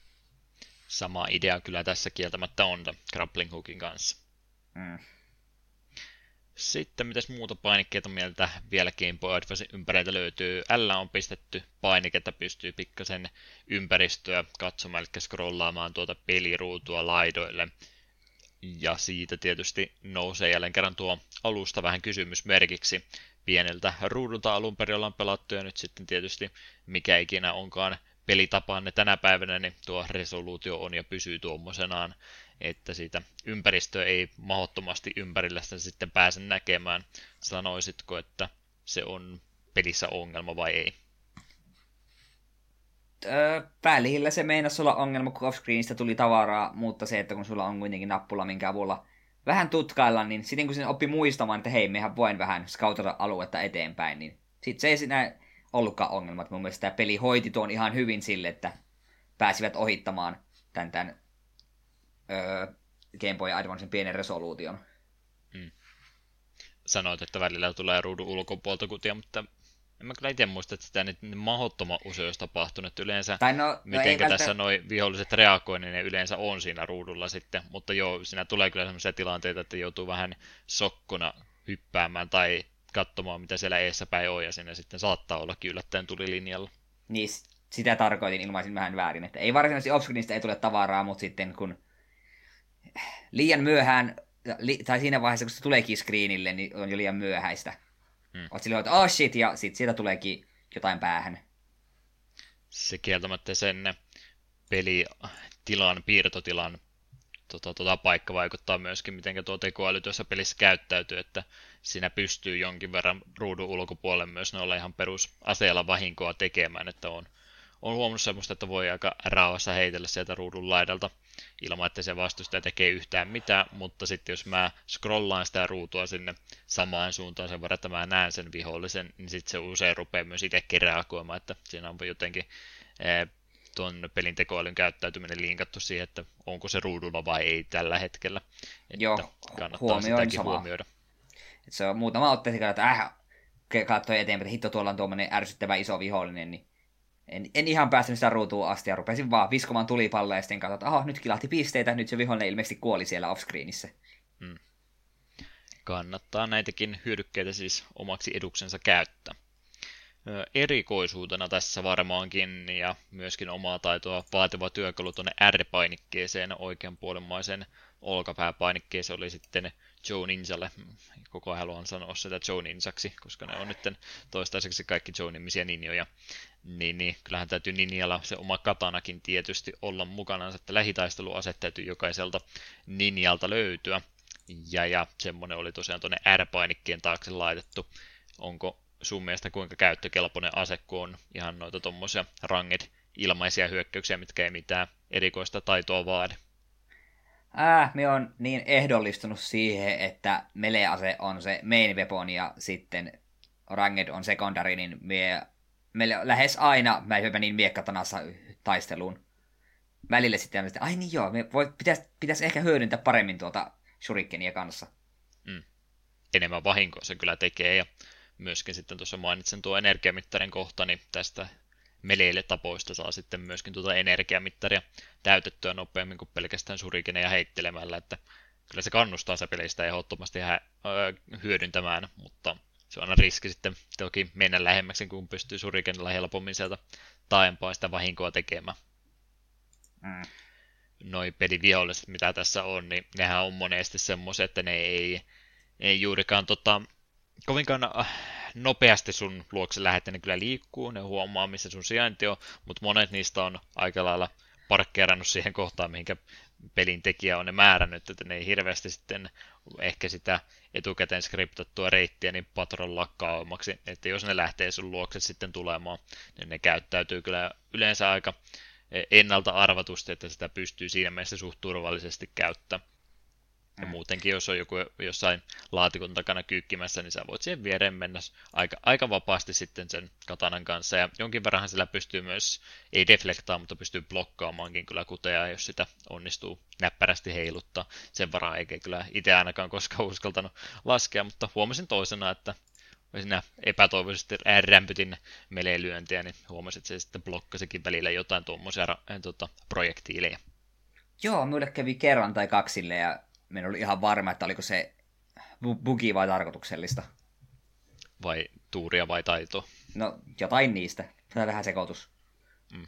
Sama idea kyllä tässä kieltämättä on grappling hookin kanssa. Mm. Sitten mitäs muuta painikkeita mieltä vielä Game Boy Advance ympäriltä löytyy. L on pistetty painike, että pystyy pikkasen ympäristöä katsomaan, eli scrollaamaan tuota peliruutua laidoille. Ja siitä tietysti nousee jälleen kerran tuo alusta vähän kysymysmerkiksi. Pieneltä ruudulta alun perin ollaan pelattu, ja nyt sitten tietysti mikä ikinä onkaan pelitapaanne tänä päivänä, niin tuo resoluutio on ja pysyy tuommoisenaan, että siitä ympäristöä ei mahdottomasti ympärillä sitä sitten pääse näkemään. Sanoisitko, että se on pelissä ongelma vai ei? Öö, välillä se meinasi olla ongelma, kun offscreenistä tuli tavaraa, mutta se, että kun sulla on kuitenkin nappula, minkä avulla vähän tutkailla, niin sitten kun sen oppi muistamaan, että hei, mehän voin vähän scoutata aluetta eteenpäin, niin sitten se ei siinä ollutkaan ongelma. Mun mielestä tämä peli hoiti tuon ihan hyvin sille, että pääsivät ohittamaan tämän, tämän öö, Game Boy Advancen pienen resoluution. Hmm. Sanoit, että välillä tulee ruudun ulkopuolta kutia, mutta en mä kyllä itse muista, että sitä nyt mahdottoman usein olisi tapahtunut. Yleensä, tai no, miten no tässä noi viholliset reagoi, niin ne yleensä on siinä ruudulla sitten. Mutta joo, siinä tulee kyllä sellaisia tilanteita, että joutuu vähän sokkona hyppäämään tai katsomaan, mitä siellä eessä päin on, ja siinä sitten saattaa ollakin yllättäen tulilinjalla. Niin, sitä tarkoitin, ilmaisin vähän väärin, että ei varsinaisesti offscreenistä ei tule tavaraa, mutta sitten kun liian myöhään, tai siinä vaiheessa, kun se tuleekin screenille, niin on jo liian myöhäistä. Hmm. Oot silloin, että oh shit, ja sitten siitä tuleekin jotain päähän. Se kieltämättä sen pelitilan, piirtotilan tota, tota, paikka vaikuttaa myöskin, miten tuo tekoäly tuossa pelissä käyttäytyy, että siinä pystyy jonkin verran ruudun ulkopuolelle myös noilla ihan perusaseella vahinkoa tekemään, että on, on huomannut semmoista, että voi aika rauhassa heitellä sieltä ruudun laidalta ilman, että se vastustaja tekee yhtään mitään, mutta sitten jos mä scrollaan sitä ruutua sinne samaan suuntaan sen verran, että mä näen sen vihollisen, niin sitten se usein rupeaa myös itsekin reagoimaan, että siinä on jotenkin eh, tuon pelin tekoälyn käyttäytyminen linkattu siihen, että onko se ruudulla vai ei tällä hetkellä. Että joo, kannattaa sitäkin samaa huomioida. Et se on muutama otteessa, että äh, katsoi eteenpäin, että hitto tuolla on tuommoinen ärsyttävä iso vihollinen, niin en, en ihan päässyt sitä ruutuun asti ja rupesin vaan viskomaan tulipalloa ja sitten katsoin, että aha, nyt kilahti pisteitä, nyt se vihollinen ilmeisesti kuoli siellä offscreenissä. Hmm. Kannattaa näitäkin hyödykkeitä siis omaksi eduksensa käyttää. Erikoisuutena tässä varmaankin ja myöskin omaa taitoa vaativa työkalu tuonne R-painikkeeseen oikeanpuolimmaisen olkapääpainikkeeseen oli sitten Joe Ninjalle. Koko ajan haluan sanoa sitä Joe Ninjaksi, koska ne on nyt toistaiseksi kaikki Joe-nimisiä ninjoja. Niin, niin kyllähän täytyy ninjalla se oma katanakin tietysti olla mukana, että lähitaisteluaset täytyy jokaiselta ninjalta löytyä. Ja, ja semmoinen oli tosiaan tuonne R-painikkeen taakse laitettu. Onko sun mielestä kuinka käyttökelpoinen ase, kun on ihan noita tommosia ranged ilmaisia hyökkäyksiä, mitkä ei mitään erikoista taitoa vaadi? Äh, me on niin ehdollistunut siihen, että melee-ase on se main weapon ja sitten ranged on secondary, niin me meillä lähes aina mä menin miekkatanassa taisteluun. Välillä sitten, että ai niin joo, me voi, pitäisi, pitäisi ehkä hyödyntää paremmin tuota shurikenia kanssa. Mm. Enemmän vahinkoa se kyllä tekee, ja myöskin sitten tuossa mainitsen tuo energiamittarin kohta, niin tästä meleille tapoista saa sitten myöskin tuota energiamittaria täytettyä nopeammin kuin pelkästään shurikeneja heittelemällä, että kyllä se kannustaa se pelistä ehdottomasti hä- öö, hyödyntämään, mutta se on aina riski sitten toki mennä lähemmäksi, kun pystyy shurikenilla helpommin sieltä taaempaa sitä vahinkoa tekemään. Mm. Noi peliviholliset, mitä tässä on, niin nehän on monesti semmoisia, että ne ei, ei juurikaan tota, kovinkaan nopeasti sun luokse lähde, ne kyllä liikkuu, ne huomaa, missä sun sijainti on, mutta monet niistä on aika lailla parkkeerannut siihen kohtaan, mihinkä pelin tekijä on ne määrännyt, että ne ei hirveästi sitten ehkä sitä etukäteen skriptattua reittiä niin patrollaa kauemmaksi, että jos ne lähtee sun luokse sitten tulemaan, niin ne käyttäytyy kyllä yleensä aika ennalta arvatusti, että sitä pystyy siinä mielessä suht turvallisesti käyttämään. Ja muutenkin, jos on joku jossain laatikon takana kyykkimässä, niin sä voit siihen viereen mennä aika, aika vapaasti sitten sen katanan kanssa. Ja jonkin verran sillä pystyy myös, ei deflektaa, mutta pystyy blokkaamaankin kyllä kuteja, jos sitä onnistuu näppärästi heiluttaa. Sen varaa eikä kyllä itse ainakaan koskaan uskaltanut laskea, mutta huomasin toisena, että siinä epätoivoisesti rämpytin melee-lyöntiä, niin huomasin, että se sitten blokkasikin välillä jotain tuommoisia tuota, projektiileja. Joo, minulle kävi kerran tai kaksille ja minä olin ihan varma, että oliko se bugi vai tarkoituksellista. Vai tuuria vai taitoa? No, jotain niistä. Tämä vähän sekoitus. Mm.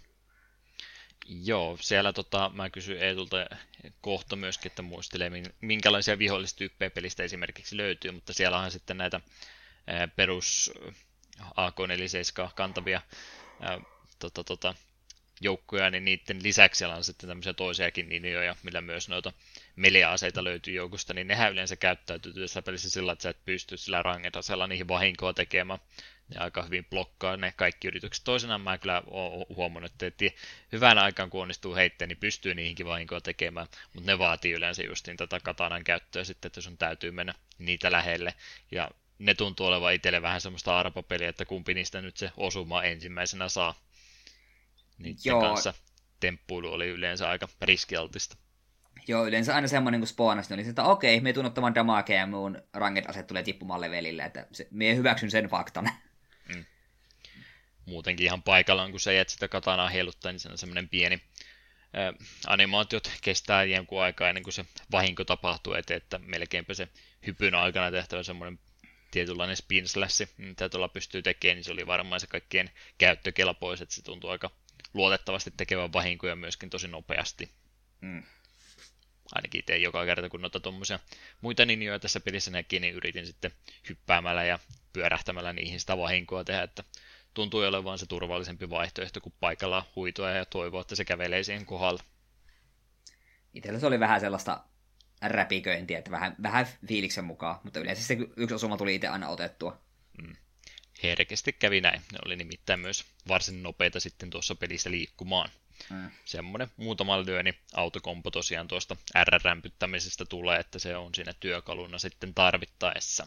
Joo, siellä tota, mä kysyin Eetulta kohta myöskin, että muistelee, minkälaisia vihollistyyppejä pelistä esimerkiksi löytyy, mutta siellä on sitten näitä ää, perus A K neljäkymmentäseitsemän kantavia ää, tota, tota, joukkoja, niin niiden lisäksi siellä on sitten tämmöisiä toisiakin linjoja, millä myös noita melee-aseita löytyy joukosta, niin nehän yleensä käyttäytyy tässä pelissä sillä, että sä et pysty sillä rangetasella niihin vahinkoa tekemään. Ne aika hyvin blokkaa ne kaikki yritykset. Toisenaan mä kyllä oon huomannut, että hyvän aikaan kun onnistuu heittämään, niin pystyy niihinkin vahinkoa tekemään, mutta ne vaatii yleensä just niin tätä katanan käyttöä sitten, että sun täytyy mennä niitä lähelle. Ja ne tuntuu olevan itselle vähän semmoista arpapeliä, että kumpi niistä nyt se osuma ensimmäisenä saa. Niiden Joo. kanssa temppuilu oli yleensä aika riskialtista. Joo, yleensä aina semmoinen, kun spoonasi, niin oli, että okei, me tuun ottamaan damagea ja mun ranged aset tulee tippumaan levelille, että se, me hyväksyn sen faktan. Mm. Muutenkin ihan paikallaan, kun sä jäät sitä katanaa heiluttaa, niin se on semmoinen pieni ää, animaatiot kestää jonkun aikaa ennen kuin se vahinko tapahtuu eteen, että melkeinpä se hypyn aikana tehtävä semmoinen tietynlainen spin slash, mitä tuolla pystyy tekemään, niin se oli varmaan se kaikkien käyttökelpois, että se tuntuu aika luotettavasti tekevän vahinkoja myöskin tosi nopeasti. Mm. Ainakin itse joka kerta, kun noita tuommoisia muita ninjoja tässä pelissä näki, niin yritin sitten hyppäämällä ja pyörähtämällä niihin sitä vahinkoa tehdä, että tuntui olevan se turvallisempi vaihtoehto kuin paikallaan huitoa ja toivoa, että se kävelee siihen kohdalle. Itsellä se oli vähän sellaista räpiköintiä, että vähän, vähän fiiliksen mukaan, mutta yleensä se yksi osuma tuli itse aina otettua. Mm. Herkästi kävi näin. Ne oli nimittäin myös varsin nopeita sitten tuossa pelissä liikkumaan. Mm. Semmoinen muutama lyöni autokompo tosiaan tuosta R-rämpyttämisestä tulee, että se on siinä työkaluna sitten tarvittaessa.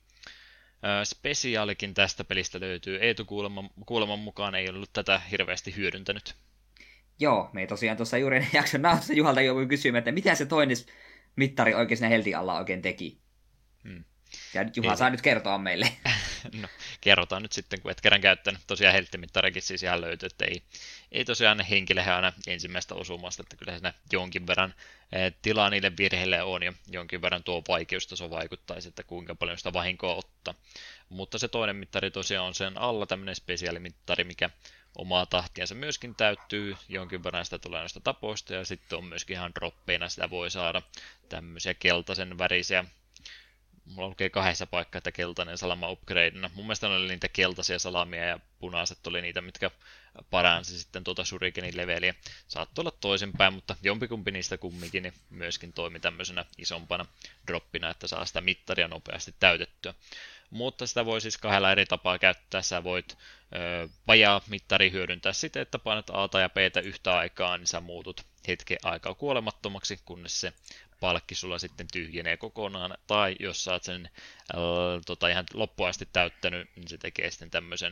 Spesiaalikin tästä pelistä löytyy. Eetu kuuleman, kuuleman mukaan ei ollut tätä hirveästi hyödyntänyt. Joo, me tosiaan tuossa juuri jakson nauhoitussa Juhalta jouduin kysymään, että mitä se toinen mittari oikein siinä heltin alla oikein teki. Hmm. Ja Juha ei saa nyt kertoa meille. No, kerrotaan nyt sitten, kun et kerran käyttänyt. Tosiaan helttimittarikin siis ihan löytyy, että ei, ei tosiaan henkilähe aina ensimmäistä osumasta, että kyllä siinä jonkin verran tilaa niille virheille on ja jonkin verran tuo vaikeustaso vaikuttaisi, että kuinka paljon sitä vahinkoa ottaa. Mutta se toinen mittari tosiaan on sen alla tämmöinen spesiaalimittari, mikä omaa tahtiansa myöskin täyttyy, jonkin verran sitä tulee noista tapoista ja sitten on myöskin ihan droppeina sitä voi saada tämmöisiä keltaisen värisiä. Mulla lukee kahdessa paikkaa, että keltainen salama upgradeina. Mun mielestä oli niitä keltaisia salamia ja punaiset oli niitä, mitkä paransi sitten tuota shurikenin leveliä. Saattoi olla toisinpäin, mutta jompikumpi niistä kumminkin niin myöskin toimi tämmöisenä isompana droppina, että saa sitä mittaria nopeasti täytettyä. Mutta sitä voi siis kahdella eri tapaa käyttää. Sä voit ö, vajaa mittari hyödyntää siten, että painat A ja B yhtä aikaa, niin sä muutut hetken aikaa kuolemattomaksi, kunnes se palkki sulla sitten tyhjenee kokonaan, tai jos sä oot sen äh, tota, ihan loppuun asti täyttänyt, niin se tekee sitten tämmöisen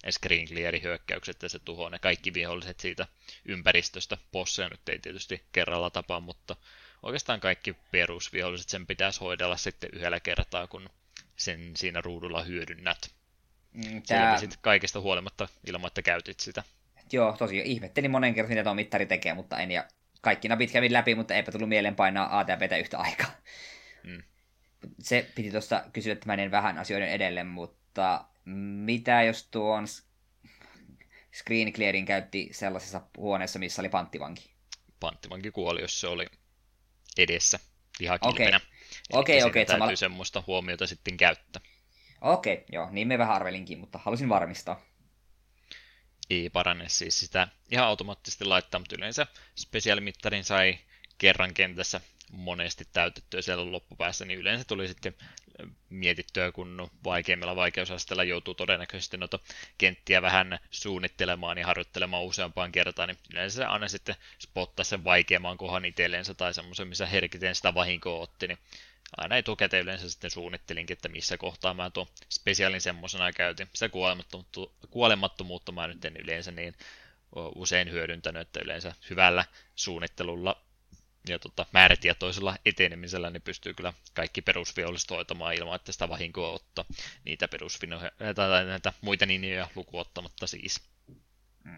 screen clear hyökkäykset ja se tuhoaa ne kaikki viholliset siitä ympäristöstä. Bosseja nyt ei tietysti kerralla tapaa, mutta oikeastaan kaikki perusviholliset sen pitäisi hoidella sitten yhdellä kertaa, kun sen siinä ruudulla hyödynnät. Mm, tää... Selvisit kaikesta huolimatta ilman, että käytit sitä. Joo, tosiaan ihmettelin monen kerran, mitä tuo mittari tekee, mutta en. Ja kaikki napit kävin läpi, mutta eipä tullut mieleen painaa A T P:tä yhtä aikaa. Mm. Se piti tuosta kysyä, että mä en vähän asioiden edelle, mutta mitä jos tuon screen clearin käytti sellaisessa huoneessa, missä oli panttivanki? Panttivanki kuoli, jos se oli edessä lihakilpenä. Okei, okei. Täytyy samalla... semmoista huomiota sitten käyttää. Okei, joo, niin me vähän arvelinkin, mutta halusin varmistaa. Ei parane siis sitä ihan automaattisesti laittaa, mutta yleensä spesiaalimittarin sai kerran kentässä monesti täytettyä siellä loppupäässä, niin yleensä tuli sitten mietittyä, kun vaikeimmilla vaikeusasteella joutuu todennäköisesti noita kenttiä vähän suunnittelemaan ja harjoittelemaan useampaan kertaan, niin yleensä se aina sitten spottaa sen vaikeamman kohan itselleensä tai semmoisen, missä herkiten sitä vahinkoa otti, niin aina etukäteen yleensä sitten suunnittelinkin, että missä kohtaa mä tuon spesiaalin semmosena käytin. Sitä kuolemattomuutta, kuolemattomuutta mä nyt en yleensä niin usein hyödyntänyt, että yleensä hyvällä suunnittelulla ja tota, määrätietoisella etenemisellä niin pystyy kyllä kaikki perusviholliset hoitamaan ilman, että sitä vahinkoa ottaa niitä perusvinoja, tai näitä muita ninjoja lukuun ottamatta siis. Mm.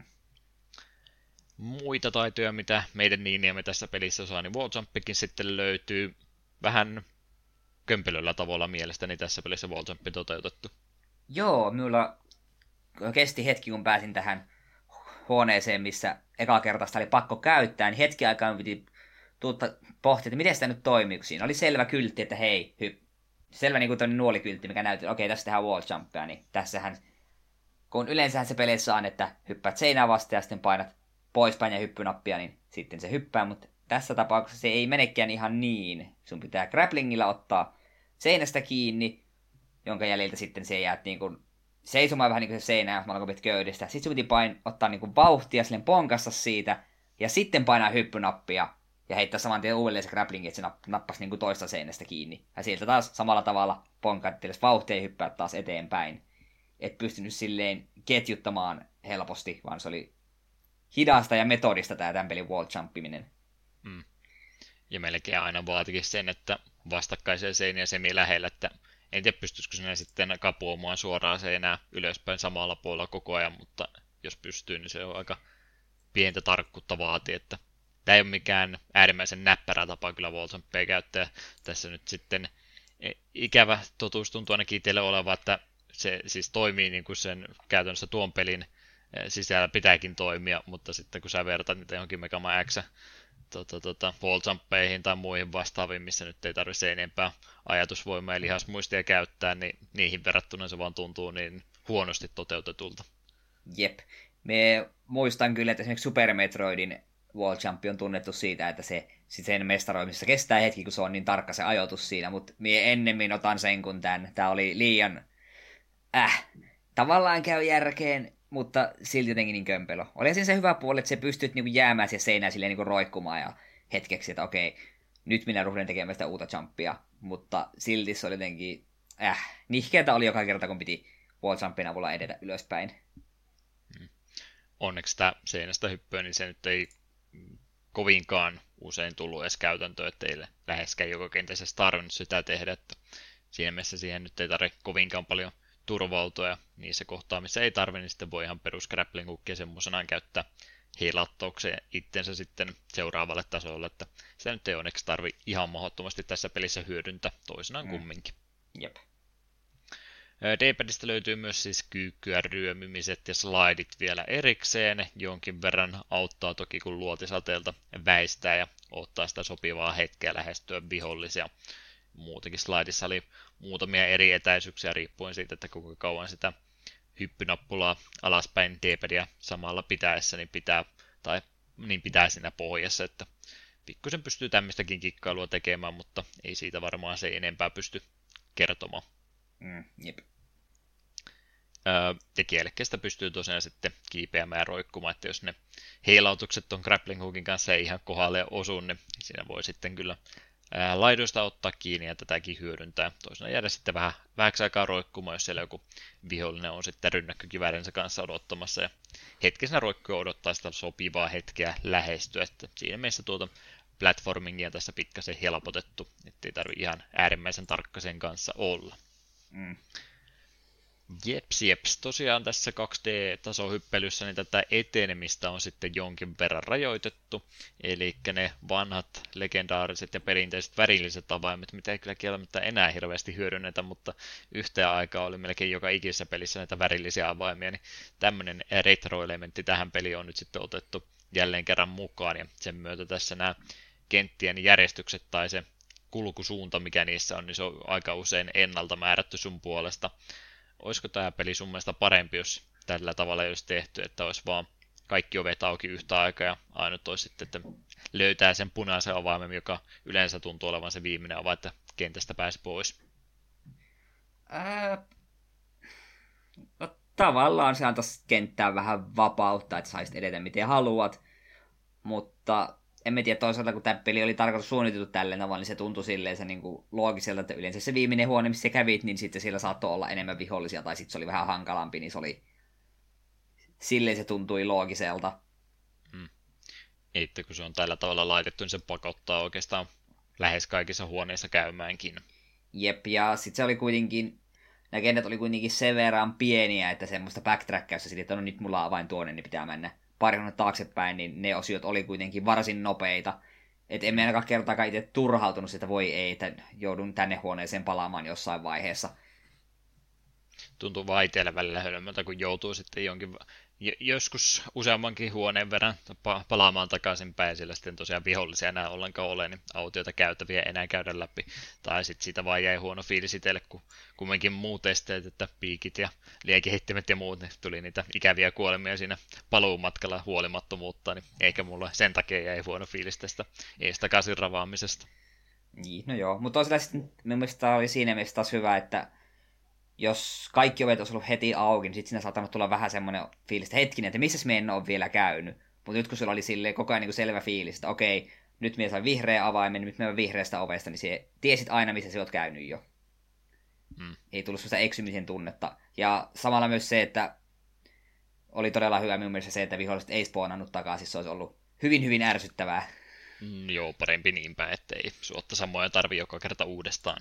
Muita taitoja, mitä meidän ninjamme tässä pelissä saa, niin walljumpikin sitten löytyy vähän kömpelöllä tavalla mielestäni tässä pelissä walljumpi toteutettu. Joo, minulla kesti hetki, kun pääsin tähän huoneeseen, missä eka kertaa sitä oli pakko käyttää, niin hetki aikaa piti tuutta pohtia, että miten sitä nyt toimii, kun siinä oli selvä kyltti, että hei, hyp. Selvä niin kuin toinen nuolikyltti, mikä näytti, että okei, tässä tehdään walljumpia, niin tässähän, kun yleensähän se pelissä on, että hyppäät seinää vastaan ja sitten painat poispäin ja hyppynappia, niin sitten se hyppää, mutta tässä tapauksessa se ei menekään ihan niin. Sun pitää grapplingilla ottaa seinästä kiinni, jonka jäljiltä sitten se jäät niin kuin seisomaan vähän niin kuin se seinää, malkopit köydestä. Sitten sun piti pain, ottaa niin kuin vauhtia, silleen ponkassa siitä, ja sitten painaa hyppynappia, ja heittää saman tien uudelleen se grappling, että se nappasi niin kuin toista seinästä kiinni. Ja sieltä taas samalla tavalla ponkatteles vauhtia ja hyppää taas eteenpäin. Et pystynyt silleen ketjuttamaan helposti, vaan se oli hidasta ja metodista tää tämän pelin walljumpiminen. Mm. Ja melkein aina vaatikin sen, että vastakkaiseen seinään semi lähellä, että en tiedä pystyisikö sinä sitten kapuamaan suoraan seinää ylöspäin samalla puolella koko ajan, mutta jos pystyy, niin se on aika pientä tarkkuutta vaatii, että tämä ei ole mikään äärimmäisen näppärä tapa kyllä walljumpia käyttää. Tässä nyt sitten ikävä totuus tuntuu ainakin itselle oleva, että se siis toimii niin kuin sen käytännössä tuon pelin sisällä pitääkin toimia, mutta sitten kun sä vertaat niitä johonkin Mega Man X tota, tota, walljumpeihin tai muihin vastaaviin, missä nyt ei tarvitse enempää ajatusvoimaa ja lihasmuistia käyttää, niin niihin verrattuna se vaan tuntuu niin huonosti toteutetulta. Jep. Me muistan kyllä, että esimerkiksi Super Metroidin walljump on tunnettu siitä, että se sen mestaroimisessa kestää hetki, kun se on niin tarkka se ajoitus siinä, mutta mie ennemmin otan sen kuin tämän. Tämä oli liian, äh, tavallaan käy järkeen, mutta silti jotenkin niin kömpelö. Oli siinä se hyvä puoli, että se pystyt niinku jäämään siihen seinään silleen niinku roikkumaan ja hetkeksi, että okei, nyt minä ruhden tekemään sitä uutta jumpia, mutta silti se oli jotenkin, äh, nihkeätä oli joka kerta, kun piti walljumpin avulla edetä ylöspäin. Hmm. Onneksi tämä seinästä hyppyä, niin se nyt ei kovinkaan usein tullut edes käytäntöön, että ei läheskään joka kentässä tarvinnut sitä tehdä, että siinä mielessä siihen nyt ei tarvitse kovinkaan paljon turvautua, ja niissä kohtaa, missä ei tarvitse, niin sitten voi ihan perus grappling hookia semmoisenaan käyttää heilattaukseen itsensä sitten seuraavalle tasolle, että sitä nyt ei onneksi tarvi ihan mahdottomasti tässä pelissä hyödyntää toisenaan mm. kumminkin. Jep. D-padista löytyy myös siis kyykkyä, ryömymiset ja slidit vielä erikseen. Jonkin verran auttaa toki, kun luotisateelta väistää ja ottaa sitä sopivaa hetkeä lähestyä vihollisia. Muutenkin slidissa oli muutamia eri etäisyyksiä riippuen siitä, että kuinka kauan sitä hyppynappulaa alaspäin D-padia samalla pitäessä niin pitää, tai niin pitää siinä pohjassa, että pikkusen pystyy tämmöistäkin kikkailua tekemään, mutta ei siitä varmaan se enempää pysty kertomaan. Mm, jep. Öö, ja kielekkeestä pystyy tosiaan sitten kiipeämään ja roikkumaan, että jos ne heilautukset on grappling hookin kanssa ei ihan kohdalle osu, niin siinä voi sitten kyllä ää, laidoista ottaa kiinni ja tätäkin hyödyntää. Toisena jäädä sitten vähän vähäksi aikaa roikkumaan, jos siellä joku vihollinen on sitten rynnäkkökiväärinsä kanssa odottamassa. Ja hetkisenä roikkuja odottaa sitä sopivaa hetkeä lähestyä. Että siinä mielessä tuota platformingia tässä pikkasen helpotettu, ettei tarvitse ihan äärimmäisen tarkka sen kanssa olla. Mm. Jeps, jeps. Tosiaan tässä kaksi D-tasohyppelyssä niin tätä etenemistä on sitten jonkin verran rajoitettu. Eli ne vanhat, legendaariset ja perinteiset värilliset avaimet, mitä ei kyllä kieltämättä enää hirveästi hyödynnetä, mutta yhteen aikaa oli melkein joka ikisessä pelissä näitä värillisiä avaimia, niin tämmöinen retro-elementti tähän peliin on nyt sitten otettu jälleen kerran mukaan, ja sen myötä tässä nämä kenttien järjestykset tai se kulkusuunta, mikä niissä on, niin se on aika usein ennalta määrätty sun puolesta. Olisiko tämä peli sun mielestä parempi, jos tällä tavalla ei olisi tehty, että olisi vaan kaikki ovet auki yhtä aikaa ja ainut olisi sitten, että löytää sen punaisen avaimen, joka yleensä tuntuu olevan se viimeinen avain, että kentästä pääsi pois? Ää, no, tavallaan se antaisi kenttään vähän vapautta, että saisit edetä miten haluat, mutta en mä tiedä toisaalta, kun tämä peli oli tarkoitus suunniteltu tälleen tavalla, niin se tuntui silleen se niin kuin loogiselta, että yleensä se viimeinen huone, missä kävit, niin sitten siellä saattoi olla enemmän vihollisia, tai sitten se oli vähän hankalampi, niin se oli silleen se tuntui loogiselta. Hmm. Että kun se on tällä tavalla laitettu, niin se pakottaa oikeastaan lähes kaikissa huoneissa käymäänkin. Jep, ja sitten se oli kuitenkin, nämä kentät oli kuitenkin sen verran pieniä, että semmoista backtrackkausta sitten, että no nyt mulla on avain tuonne, niin pitää mennä pari huonetta taaksepäin, niin ne osiot oli kuitenkin varsin nopeita. Että en ainakaan kertaakaan itse turhautunut sitä, voi ei, että joudun tänne huoneeseen palaamaan jossain vaiheessa. Tuntuu vaan itsellä välillä hölmöltä, kun joutuu sitten jonkin, joskus useammankin huoneen verran palaamaan takaisin päin, sillä sitten tosiaan vihollisia enää ollenkaan ole, niin autioita käytäviä enää käydä läpi. Tai sitten siitä vaan jäi huono fiilis itselle, kun kumminkin muut esteet, että piikit ja liekehittimet ja muut, niin tuli niitä ikäviä kuolemia siinä paluumatkalla huolimattomuutta, niin eikä mulla sen takia jäi huono fiilis tästä eestakaisin ravaamisesta. Niin, no joo, mutta toisaalta sitten minun mielestä oli siinä mielessä taas hyvä, että jos kaikki ovet olisi ollut heti auki, niin sitten siinä saattanut tulla vähän semmoinen fiilis, että hetkinen, että missä me en ole vielä käynyt. Mutta nyt kun sulla oli silleen koko ajan niin kuin selvä fiilis, että okei, nyt minä sain vihreä avaimen, nyt minä vihreästä ovesta, niin se tiesit aina, missä sä oot käynyt jo. Mm. Ei tullut sellaista eksymisen tunnetta. Ja samalla myös se, että oli todella hyvä minun mielestä se, että viholliset ei spoonannut takaisin, se olisi ollut hyvin, hyvin ärsyttävää. Mm, joo, parempi niinpä, ettei suotta samoja tarvi joka kerta uudestaan.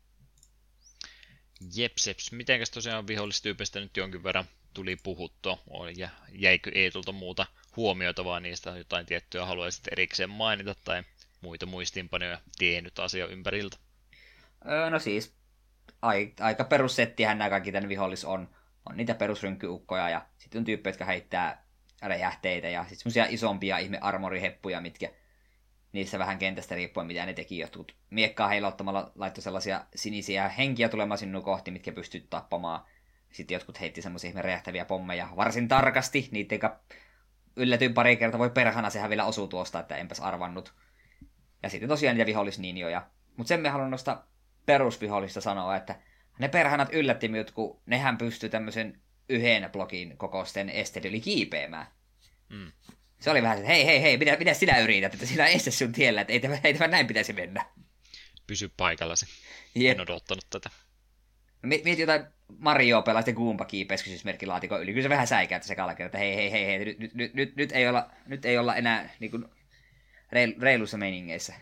Jeps, jeps. Mitenkäs tosiaan vihollistyypeistä nyt jonkin verran tuli puhuttua? Ja jäikö Eetulta muuta huomioita, vaan niistä jotain tiettyä haluaisit erikseen mainita tai muita muistiinpanoja tehnyt asia ympäriltä? Öö, no siis, aika perussettihän nämä kaikki tämän vihollis on. On niitä perusrynkkyukkoja ja sitten on tyyppejä, jotka heittää räjähteitä ja sitten semmoisia isompia ihme armoriheppuja, mitkä niissä vähän kentästä riippuen, mitä ne teki. Jotkut miekkaa heilauttamalla laittoi sellaisia sinisiä henkiä tulemaan sinun kohti, mitkä pystyt tappamaan. Sitten jotkut heitti semmoisia ihme räjähtäviä pommeja varsin tarkasti. Niitä yllätyin pari kertaa, voi perhana, sehän vielä osuu tuosta, että enpäs arvannut. Ja sitten tosiaan niitä vihollisninjoja. Mutta sen me haluan noista perusvihollista sanoa, että ne perhanat yllätti minut, kun nehän pystyy tämmöisen yhden blogin kokoisten esteiden yli kiipeämään. Mm. Se oli vähän, että hei, hei, hei, mitä, mitä sinä yrität, että sinä este sun tiellä, että ei tämä, ei tämä näin pitäisi mennä. Pysy paikallasi. Jep. En odottanut tätä. Mieti jotain Mario pelaa sitten Goomba kiipeä kysymysmerkkilaatikon yli. Kyllä se vähän säikäytti se kalakin, että hei, hei, hei, hei nyt, nyt, nyt, nyt, ei olla, nyt ei olla enää niin kuin reilussa meiningeissä.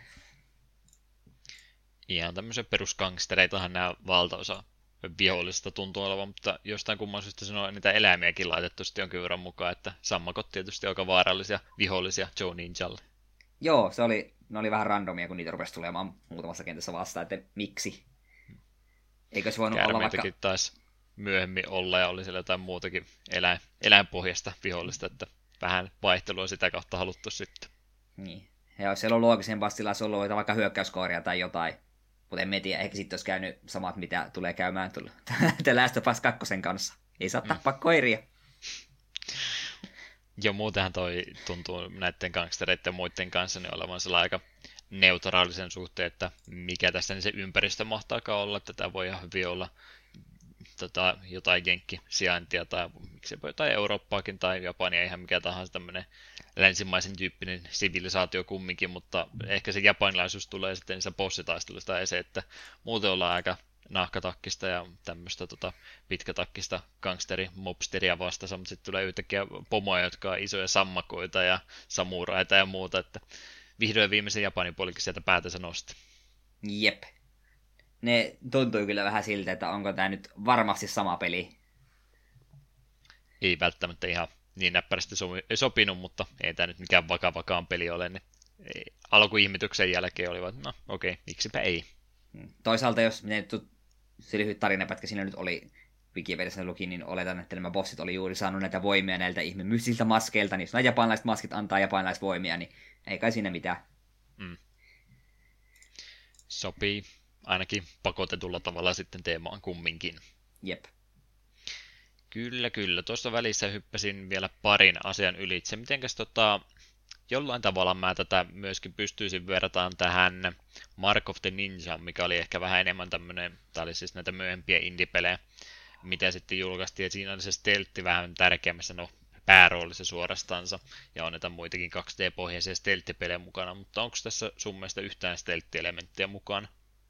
Ihan tämmöisiä perusgangstereitahan nämä valtaosa vihollisesta tuntuu olevan, mutta jostain kumman syystä sanoo niitä eläimiäkin laitettu sitten jonkin verran mukaan, että sammakot tietysti aika vaarallisia vihollisia Joe Ninjalle. Joo, se oli, ne oli vähän randomia, kun niitä rupesi tulemaan muutamassa kentässä vastaan, että miksi? Eikö se voinut olla vaikka... taisi myöhemmin olla ja oli siellä jotain muutakin eläin, eläinpohjasta vihollista, että vähän vaihtelua sitä kautta haluttu sitten. Niin. Ja jos siellä on loogisempaa tilaa, se on ollut vaikka hyökkäyskooria tai jotain. Mutta en tiedä, ehkä sitten olisi käynyt samat, mitä tulee käymään The Last of Us kaksi kanssa. Ei saa tappaa mm. koiria. Joo, muutenhan toi tuntuu näiden gangstereiden ja muiden kanssa niin olevan sellainen aika neutraalisen suhteen, että mikä tässä niin se ympäristö mahtaakaan olla. Tätä voi ihan hyvin olla tota, jotain jenkkisijaintia tai miksei jotain Eurooppaakin tai Japania, ihan mikä tahansa tämmöinen länsimaisen tyyppinen sivilisaatio kumminkin, mutta ehkä se japanilaisuus tulee sitten niissä bossitaisteluista esiin, että muuten ollaan aika nahkatakkista ja tämmöistä tota, pitkätakkista gangsteri mobsteria vastassa, mutta sitten tulee yhtäkkiä pomoja, jotka on isoja sammakoita ja samuraita ja muuta, että vihdoin viimeisen Japanin puolikin sieltä päätänsä nosti. Jep. Ne tuntui kyllä vähän siltä, että onko tämä nyt varmasti sama peli. Ei välttämättä ihan niin näppärästi sopinut, mutta ei tämä nyt mikään vakavakaan peli ole, niin alkuihmityksen jälkeen olivat, no okei, okay, miksipä ei. Toisaalta jos ne se lyhyt tarinapätkä siinä nyt oli, Wikipediassa luki, niin oletan, että nämä bossit oli juuri saanut näitä voimia näiltä ihme mystiltä maskeilta, niin jos nämä japanilaiset maskit antaa japanilaisvoimia, niin ei kai siinä mitään. Mm. Sopii ainakin pakotetulla tavalla sitten teemaan kumminkin. Jep. Kyllä, kyllä. Tuossa välissä hyppäsin vielä parin asian ylitse. Mitenkäs tota, jollain tavalla mä tätä myöskin pystyisin vertaan tähän Mark of the Ninja, mikä oli ehkä vähän enemmän tämmönen, tää oli siis näitä myöhempiä indie-pelejä, mitä sitten julkaistiin, ja siinä oli se steltti vähän tärkeämmässä, no pääroolissa suorastansa, ja on näitä muitakin kaksi D-pohjaisia stelttipelejä mukana, mutta onko tässä sun mielestä yhtään steltti-elementtiä mukana?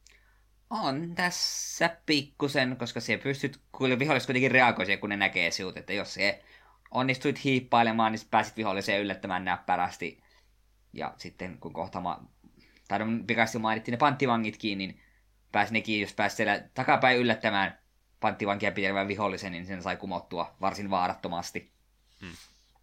On tässä pikkusen, koska se pystyt, kun viholliset kuitenkin reagoi kun ne näkee sinut, että jos se onnistuit hiippailemaan, niin pääsit viholliseen yllättämään näppärästi. Ja sitten kun kohtaamaan, tai pikaisesti mainittiin ne panttivangitkin, niin pääsi nekin, jos pääsi siellä takapäin yllättämään panttivankia pitävän vihollisen, niin sen sai kumottua varsin vaarattomasti. Hmm.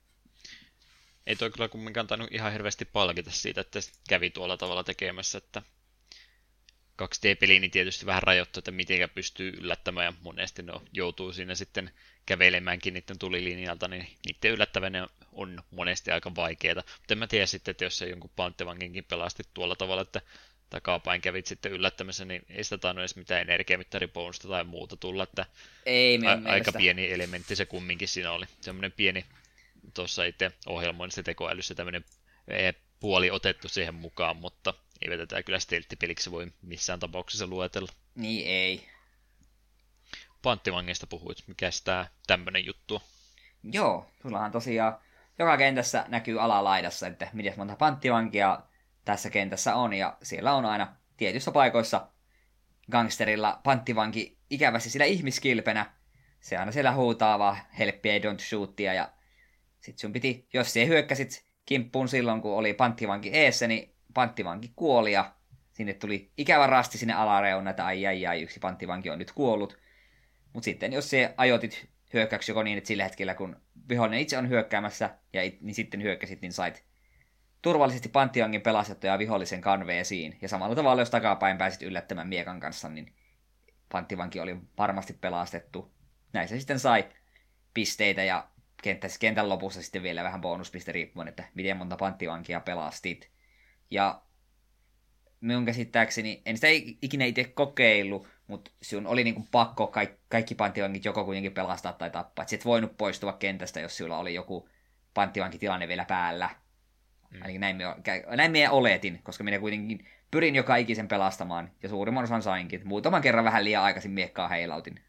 Ei toi kyllä kumminkaan tainnut ihan hirveästi palkita siitä, että kävi tuolla tavalla tekemässä, että kaksi D-peliä niin tietysti vähän rajoittaa, että mitenkä pystyy yllättämään, ja monesti ne joutuu siinä sitten kävelemäänkin niiden tulilinjalta, niin niiden yllättävänne on monesti aika vaikeaa. Mutta en mä tiedä sitten, että jos se jonkun panttivankinkin pelasti tuolla tavalla, että takapäin kävit sitten yllättämässä, niin ei sitä tainnut edes mitään energiamittaribonusta tai muuta tulla, että ei, a- aika pieni elementti se kumminkin siinä oli. Semmoinen pieni tuossa itse ohjelmoinnissa tekoälyssä tämmöinen puoli otettu siihen mukaan, mutta ei tätä kyllä stelttipeliksi voi missään tapauksessa luetella. Niin ei. Panttivangeista puhuit. Mikäs tää tämmönen juttu? Joo, sullahan tosiaan joka kentässä näkyy alalaidassa, että miten monta panttivankia tässä kentässä on, ja siellä on aina tietyissä paikoissa gangsterilla panttivanki ikävästi sillä ihmiskilpenä. Se aina siellä huutaa vaan helppiä don't shootia, ja sit sun piti, jos se hyökkäsit kimppuun silloin, kun oli panttivanki eessä, niin panttivanki kuoli, ja sinne tuli ikävä rasti sinne alareunaan, että ai ai ai, yksi panttivanki on nyt kuollut. Mutta sitten jos se ajoitit hyökkäyksi joko niin, että sillä hetkellä kun vihollinen itse on hyökkäämässä, ja it, niin sitten hyökkäsit, niin sait turvallisesti panttivangin pelastettua ja vihollisen kanveesiin. Ja samalla tavalla, jos takapäin pääsit yllättämään miekan kanssa, niin panttivanki oli varmasti pelastettu. Näissä sitten sai pisteitä, ja kentän lopussa sitten vielä vähän bonuspiste riippuen, että miten monta panttivankia pelastit. Ja minun käsittääkseni, en sitä ikinä itse kokeillut, mutta sinun oli niinku pakko kaikki, kaikki panttivankit joko kuitenkin pelastaa tai tappaa. Et et voinut poistua kentästä, jos sinulla oli joku panttivankitilanne vielä päällä. Mm. Ainakin näin, minä, näin minä oletin, koska minä kuitenkin pyrin joka ikisen pelastamaan, ja suurimman osan sainkin. Muutaman kerran vähän liian aikaisin miekkaa heilautin.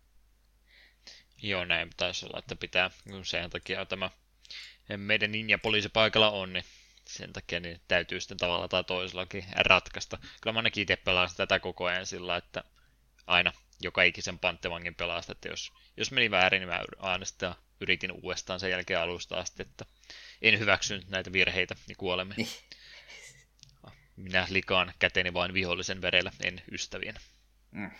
Joo, näin taisi olla, että pitää, kun sen takia tämä meidän ninja-poliisi paikalla on, niin sen takia niin täytyy sitten tavalla tai toisellakin ratkaista. Kyllä mä ainakin itse pelaan tätä koko ajan sillä, että aina joka ikisen panttivangin pelastaa, että jos, jos meni väärin, niin mä aina sitä yritin uudestaan sen jälkeen alusta asti, että en hyväksynyt näitä virheitä ja kuolemia. Minä likaan käteni vain vihollisen verellä, en ystävien. Mm.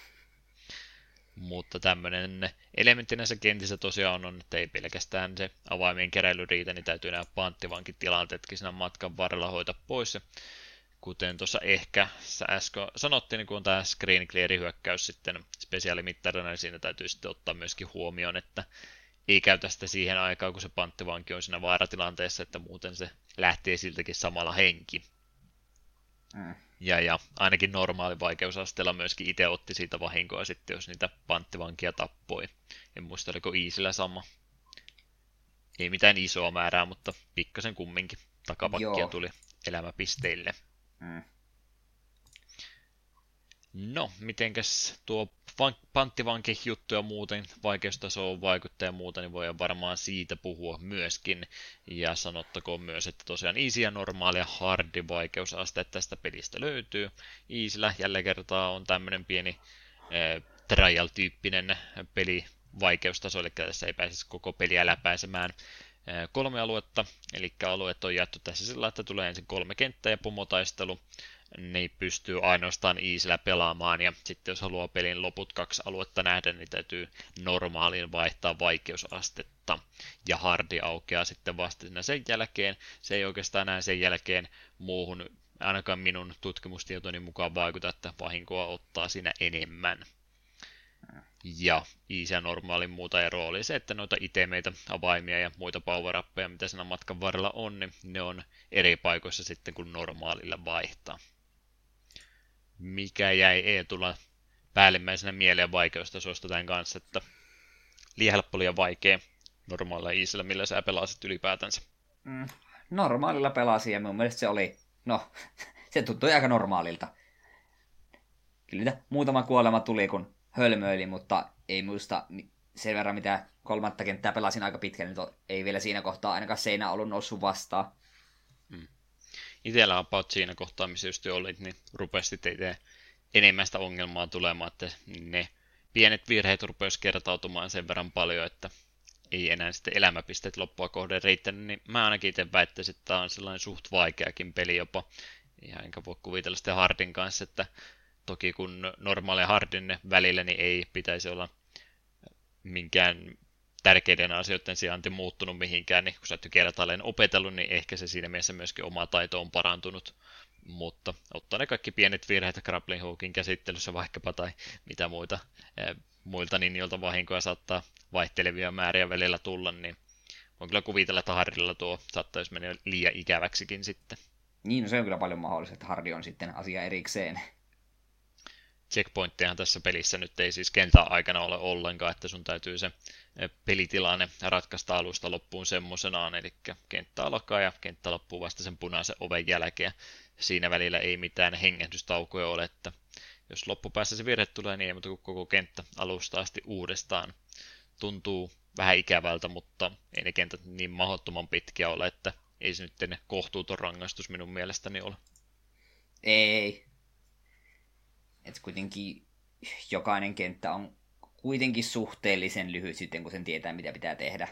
Mutta tämmöinen elementti näissä kentissä tosiaan on, että ei pelkästään se avaimien keräily riitä, niin täytyy nämä panttivankitilanteetkin siinä matkan varrella hoitaa pois. Ja kuten tuossa ehkä äsken sanottiin, niin kun on tämä screen clear hyökkäys sitten spesiaalimittarina, niin siinä täytyy sitten ottaa myöskin huomioon, että ei käytä sitä siihen aikaan, kun se panttivanki on siinä vaaratilanteessa, että muuten se lähtee siltäkin samalla henki. Mm. Ja, ja ainakin normaali vaikeusasteella myöskin itse otti siitä vahinkoa sitten, jos niitä panttivankia tappoi. En muista, oliko Iisillä sama. Ei mitään isoa määrää, mutta pikkasen kumminkin. Takapakkia Joo. tuli elämäpisteille. Mm. No, mitenkäs tuo van- panttivanki-juttu ja muuten vaikeustasoon vaikuttaa ja muuta, niin voidaan varmaan siitä puhua myöskin. Ja sanottakoon myös, että tosiaan easy ja normaali ja hardi vaikeusaste tästä pelistä löytyy. Easyllä jälleen kertaa on tämmöinen pieni eh, trial-tyyppinen peli vaikeustaso, eli tässä ei pääsisi koko peliä läpäisemään eh, kolme aluetta, eli alueet on jaettu tässä sillä, että tulee ensin kolme kenttää ja pomotaistelu, niin pystyy ainoastaan easyllä pelaamaan, ja sitten jos haluaa pelin loput kaksi aluetta nähdä, niin täytyy normaaliin vaihtaa vaikeusastetta, ja hardi aukeaa sitten vasta siinä sen jälkeen. Se ei oikeastaan näe sen jälkeen muuhun, ainakaan minun tutkimustietoni mukaan vaikuta, että vahinkoa ottaa siinä enemmän. Ja easy ja normaalin muuta eroa oli se, että noita itemeitä, avaimia ja muita power-appeja, mitä siinä matkan varrella on, niin ne on eri paikoissa sitten kuin normaalilla vaihtaa. Mikä jäi Eetulla päällimmäisenä mieleen vaikeustasosta tämän kanssa, että liian helppo, liian vaikea normaalilla easyllä, millä sä pelasit ylipäätänsä? Mm, normaalilla pelasin ja mun mielestä se oli, no, se tuntui aika normaalilta. Kyllä niitä muutama kuolema tuli, kun hölmöili, mutta ei muista sen verran, mitä kolmatta kenttää pelasin aika pitkään, niin ei vielä siinä kohtaa ainakaan seinä ollut noussut vastaan. Mm. Itellä about siinä kohtaa, missä just olit, niin rupesi itse enemmän sitä ongelmaa tulemaan, että ne pienet virheet rupesi kertautumaan sen verran paljon, että ei enää sitten elämäpisteet loppua kohden riittänyt, niin mä ainakin itse väittäisin, että tämä on sellainen suht vaikeakin peli jopa. Ja enkä voi kuvitella sitten hardin kanssa, että toki kun normaali ja hardin välillä, niin ei pitäisi olla minkään tärkeiden asioiden sijainti muuttunut mihinkään, niin kun sä oot jo kertaalleen opetellut, niin ehkä se siinä mielessä myöskin oma taito on parantunut. Mutta ottaa ne kaikki pienet virheet grappling hookin käsittelyssä vaikkapa tai mitä muita eh, muilta ninjoilta vahinkoja saattaa vaihtelevia määriä välillä tulla, niin voin kyllä kuvitella, että hardilla tuo saattaisi mennä liian ikäväksikin sitten. Niin, no se on kyllä paljon mahdollista, että hardi on sitten asia erikseen. Checkpointtejahan tässä pelissä nyt ei siis kentän aikana ole ollenkaan, että sun täytyy se pelitilanne ratkaista alusta loppuun semmoisenaan, eli kenttä alkaa ja kenttä loppuu vasta sen punaisen oven jälkeen. Siinä välillä ei mitään hengähdystaukoja ole, että jos loppupäässä se virhe tulee, niin ei muuta kuin koko kenttä alusta asti uudestaan. Tuntuu vähän ikävältä, mutta ei ne kentät niin mahdottoman pitkiä ole, että ei se nyt kohtuuton rangaistus minun mielestäni ole. Ei. Että kuitenkin jokainen kenttä on kuitenkin suhteellisen lyhyt sitten, kun sen tietää, mitä pitää tehdä.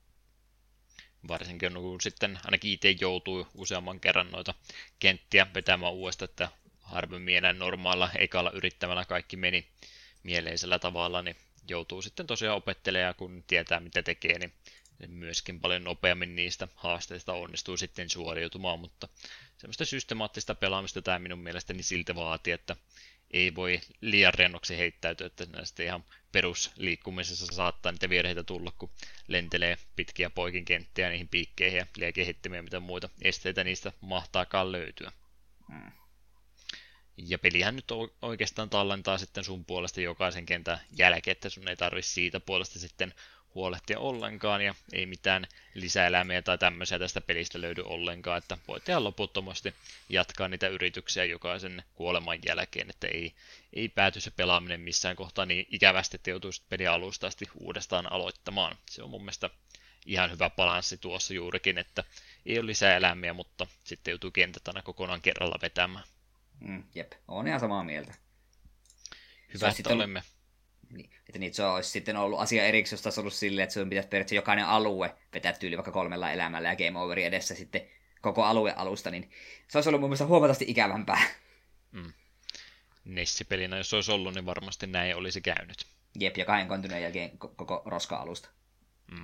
Varsinkin kun sitten ainakin itse joutuu useamman kerran noita kenttiä vetämään uudestaan, että harvemmin enää normaalilla ekalla yrittämällä kaikki meni mieleisellä tavalla, niin joutuu sitten tosiaan opettelemaan, kun tietää mitä tekee, niin myöskin paljon nopeammin niistä haasteista onnistuu sitten suoriutumaan, mutta semmoista systemaattista pelaamista tämä minun mielestäni siltä vaatii, että ei voi liian rennoksi heittäytyä, että näistä ihan perusliikkumisessa saattaa niitä virheitä tulla, kun lentelee pitkiä poikin kenttiä niihin piikkeihin ja liekehittimia mitä muita esteitä niistä mahtaakaan löytyä. Hmm. Ja pelihän nyt oikeastaan tallentaa sitten sun puolesta jokaisen kentän jälkeen, että sun ei tarvitse siitä puolesta sitten huolehtia ollenkaan, ja ei mitään lisäelämiä tai tämmöisiä tästä pelistä löydy ollenkaan, että voit ihan loputtomasti jatkaa niitä yrityksiä jokaisen kuoleman jälkeen, että ei, ei pääty se pelaaminen missään kohtaa niin ikävästi, että joutuu pelin alusta asti uudestaan aloittamaan. Se on mun mielestä ihan hyvä balanssi tuossa juurikin, että ei ole lisää elämiä, mutta sitten joutuu kentät aina kokonaan kerralla vetämään. Mm, jep, on ihan samaa mieltä. Hyvä, että sitten olemme... Niin, että niitä se olisi sitten ollut asia erikseen, jos taas ollut silleen, että sun pitäisi periaatteessa jokainen alue vetää tyyli vaikka kolmella elämällä ja game overi edessä sitten koko alue alusta, niin se olisi ollut mun mielestä huomattavasti ikävämpää. Mm. Nessi-pelinä, jos olisi ollut, niin varmasti näin olisi käynyt. Jep, ja kahden kontineen jälkeen koko roska-alusta. Mm.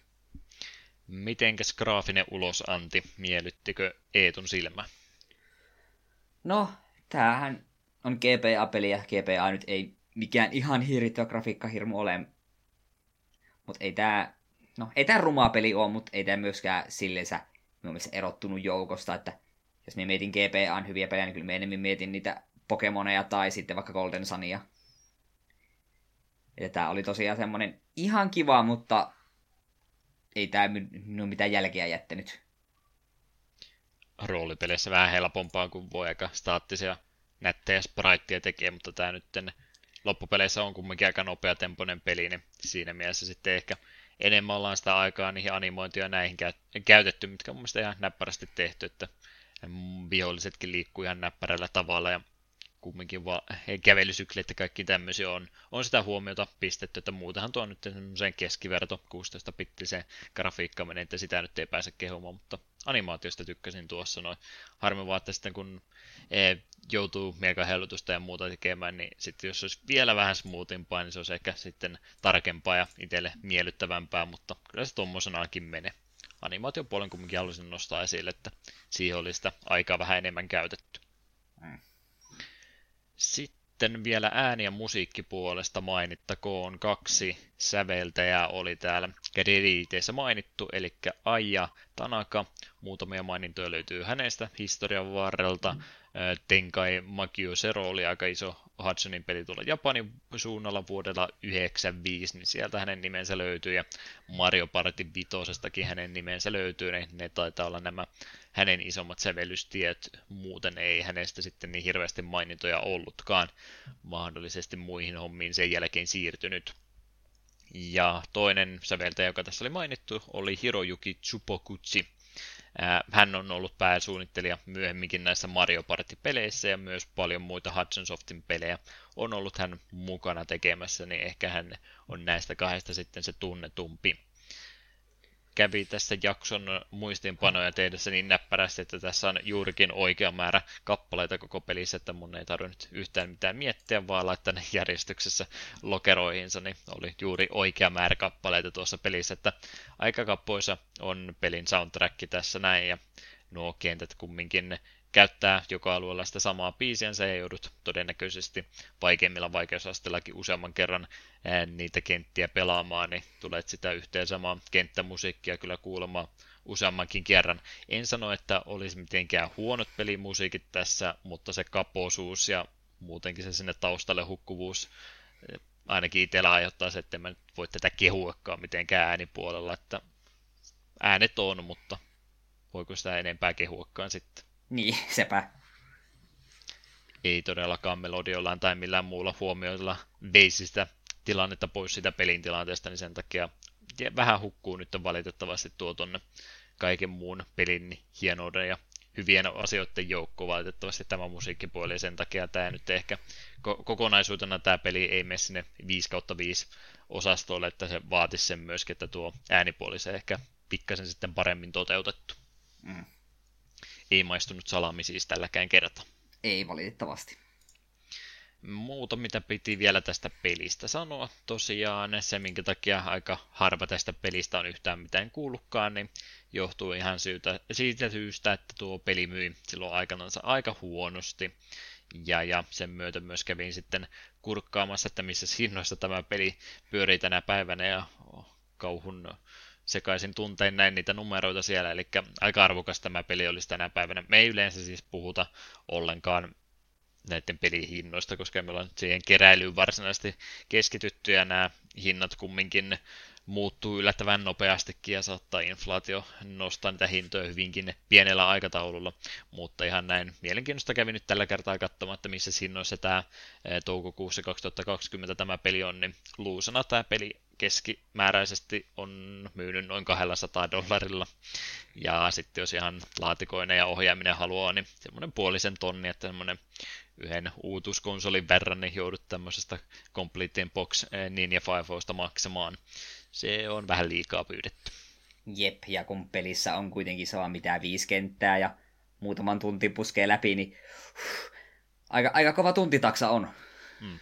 Mitenkäs graafinen ulosanti, miellyttikö Eetun silmä? No, tämähän on G P A-peli ja G P A nyt ei mikään ihan hirvittävä grafiikkahirmu ole. Mutta ei tää, no ei tää rumaa peli ole, mutta ei tää myöskään silleensä minun mielestä erottunut joukosta, että jos me mietin G P A:n hyviä pelejä, niin kyllä me enemmän mietin niitä Pokemoneja tai sitten vaikka Golden Sunia. Että tää oli tosiaan semmonen ihan kiva, mutta ei tää minun mitään jälkeä jättänyt. Roolipeleissä vähän helpompaa, kun voi aika staattisia nättejä spriteja tekee, mutta tämä nyt loppupeleissä on kumminkin aika nopeatempoinen peli, niin siinä mielessä sitten ehkä enemmän ollaan sitä aikaa niihin animointiin ja näihin käytetty, mitkä on mun mielestä ihan näppärästi tehty, että vihollisetkin liikkuu ihan näppärällä tavalla ja kumminkin vaan kävelysykleet ja kaikki tämmöisiä on, on sitä huomiota pistetty, että muutenhan tuo on nyt semmoiseen keskiverto kuusitoista-bittiseen grafiikka menee, että sitä nyt ei pääse kehumaan, mutta animaatiosta tykkäsin tuossa noin. Harmi vaan, että sitten kun e, joutuu miekahellutusta ja muuta tekemään, niin sitten jos olisi vielä vähän smoothimpaa, niin se olisi ehkä sitten tarkempaa ja itselle miellyttävämpää, mutta kyllä se tommosenaankin menee. Animaation puolen kumminkin haluaisin nostaa esille, että siihen oli sitä aikaa vähän enemmän käytetty. Mm. Sitten vielä ääni- ja musiikkipuolesta mainittakoon kaksi säveltäjää oli täällä krediteissä mainittu, eli Aija Tanaka. Muutamia mainintoja löytyy hänestä historian varrelta. Mm. Tenkai Makio Zero oli aika iso Hudsonin peli tuolla Japanin suunnalla vuodella yhdeksänkymmentäviisi, niin sieltä hänen nimensä löytyy, ja Mario Party vitosestakin hänen nimensä löytyy, niin ne taitaa olla nämä hänen isommat sävellystiet, muuten ei hänestä sitten niin hirveästi mainintoja ollutkaan, mahdollisesti muihin hommiin sen jälkeen siirtynyt. Ja toinen säveltäjä, joka tässä oli mainittu, oli Hiroyuki Tsubokuchi. Hän on ollut pääsuunnittelija myöhemminkin näissä Mario Party-peleissä ja myös paljon muita Hudson Softin pelejä on ollut hän mukana tekemässä, niin ehkä hän on näistä kahdesta sitten se tunnetumpi. Kävi tässä jakson muistiinpanoja tehdessä niin näppärästi, että tässä on juurikin oikea määrä kappaleita koko pelissä, että mun ei tarvinnut yhtään mitään miettiä, vaan laittaa ne järjestyksessä lokeroihinsa, niin oli juuri oikea määrä kappaleita tuossa pelissä, että aika kappoisa on pelin soundtrack tässä näin, ja nuo kentät kumminkin käyttää joka alueella sitä samaa biisiänsä ja joudut todennäköisesti vaikeimmilla vaikeusasteillakin useamman kerran ää, niitä kenttiä pelaamaan, niin tulet sitä yhteen samaa kenttämusiikkia kyllä kuulemaan useammankin kerran. En sano, että olisi mitenkään huonot pelimusiikit tässä, mutta se kapoisuus ja muutenkin se sinne taustalle hukkuvuus ainakin itsellä aiheuttaa se, että en mä nyt voi tätä kehuakaan mitenkään äänipuolella, että äänet on, mutta voiko sitä enempää kehuakaan sitten. Niin, sepä. Ei todellakaan melodioillaan tai millään muulla huomioilla veisi sitä tilannetta pois sitä pelin tilanteesta, niin sen takia vähän hukkuu nyt valitettavasti tuo tonne kaiken muun pelin hienouden ja hyvien asioiden joukko valitettavasti tämä musiikkipuoli, ja sen takia tämä nyt ehkä kokonaisuutena tämä peli ei mene sinne viisi kautta viisi osastolle, että se vaatisi sen myöskin, että tuo äänipuoli se ehkä pikkasen sitten paremmin toteutettu. Mm. Ei maistunut salami siis tälläkään kertaa. Ei valitettavasti. Muuta, mitä piti vielä tästä pelistä sanoa, tosiaan se, minkä takia aika harva tästä pelistä on yhtään mitään kuullutkaan, niin johtuu ihan syytä, siitä syystä, että tuo peli myi silloin aikanansa aika huonosti. Ja, ja sen myötä myös kävin sitten kurkkaamassa, että missä hinnoissa tämä peli pyörii tänä päivänä, ja kauhun sekaisin tuntein näin niitä numeroita siellä, eli aika arvokas tämä peli olisi tänä päivänä. Me ei yleensä siis puhuta ollenkaan näiden pelihinnoista, koska me ollaan siihen keräilyyn varsinaisesti keskitytty, ja nämä hinnat kumminkin muuttuu yllättävän nopeastikin, ja saattaa inflaatio nostaa niitä hintoja hyvinkin pienellä aikataululla, mutta ihan näin mielenkiintoista kävi nyt tällä kertaa katsomaan, että missä hinnoissa tämä toukokuussa kaksituhattakaksikymmentä tämä peli on, niin luusana tämä peli keskimääräisesti on myynyt noin kaksisataa dollarilla, ja sitten jos ihan laatikoinen ja ohjaaminen haluaa, niin semmoinen puolisen tonni, että semmoinen yhden uutuuskonsolin verran, niin joudut tämmöisestä Complete in Box Ninja Fiveosta maksamaan. Se on vähän liikaa pyydetty. Jep, ja kun pelissä on kuitenkin sama mitä viisi kenttää ja muutaman tunti puskee läpi, niin aika, aika kova tuntitaksa on. Hmm.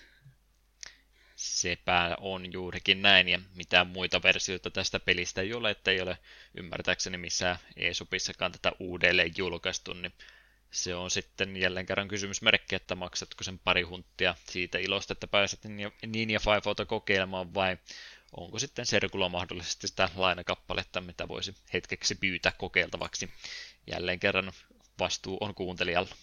Sepä on juurikin näin, ja mitään muita versioita tästä pelistä ei ole, että ei ole ymmärtääkseni missään eShopissakaan tätä uudelleen julkaistu, niin se on sitten jälleen kerran kysymysmerkki, että maksatko sen pari hunttia siitä ilosta, että pääset Ninja Fiveota kokeilemaan, vai onko sitten Serkulla mahdollisesti sitä lainakappaletta, mitä voisi hetkeksi pyytää kokeiltavaksi. Jälleen kerran vastuu on kuuntelijalla.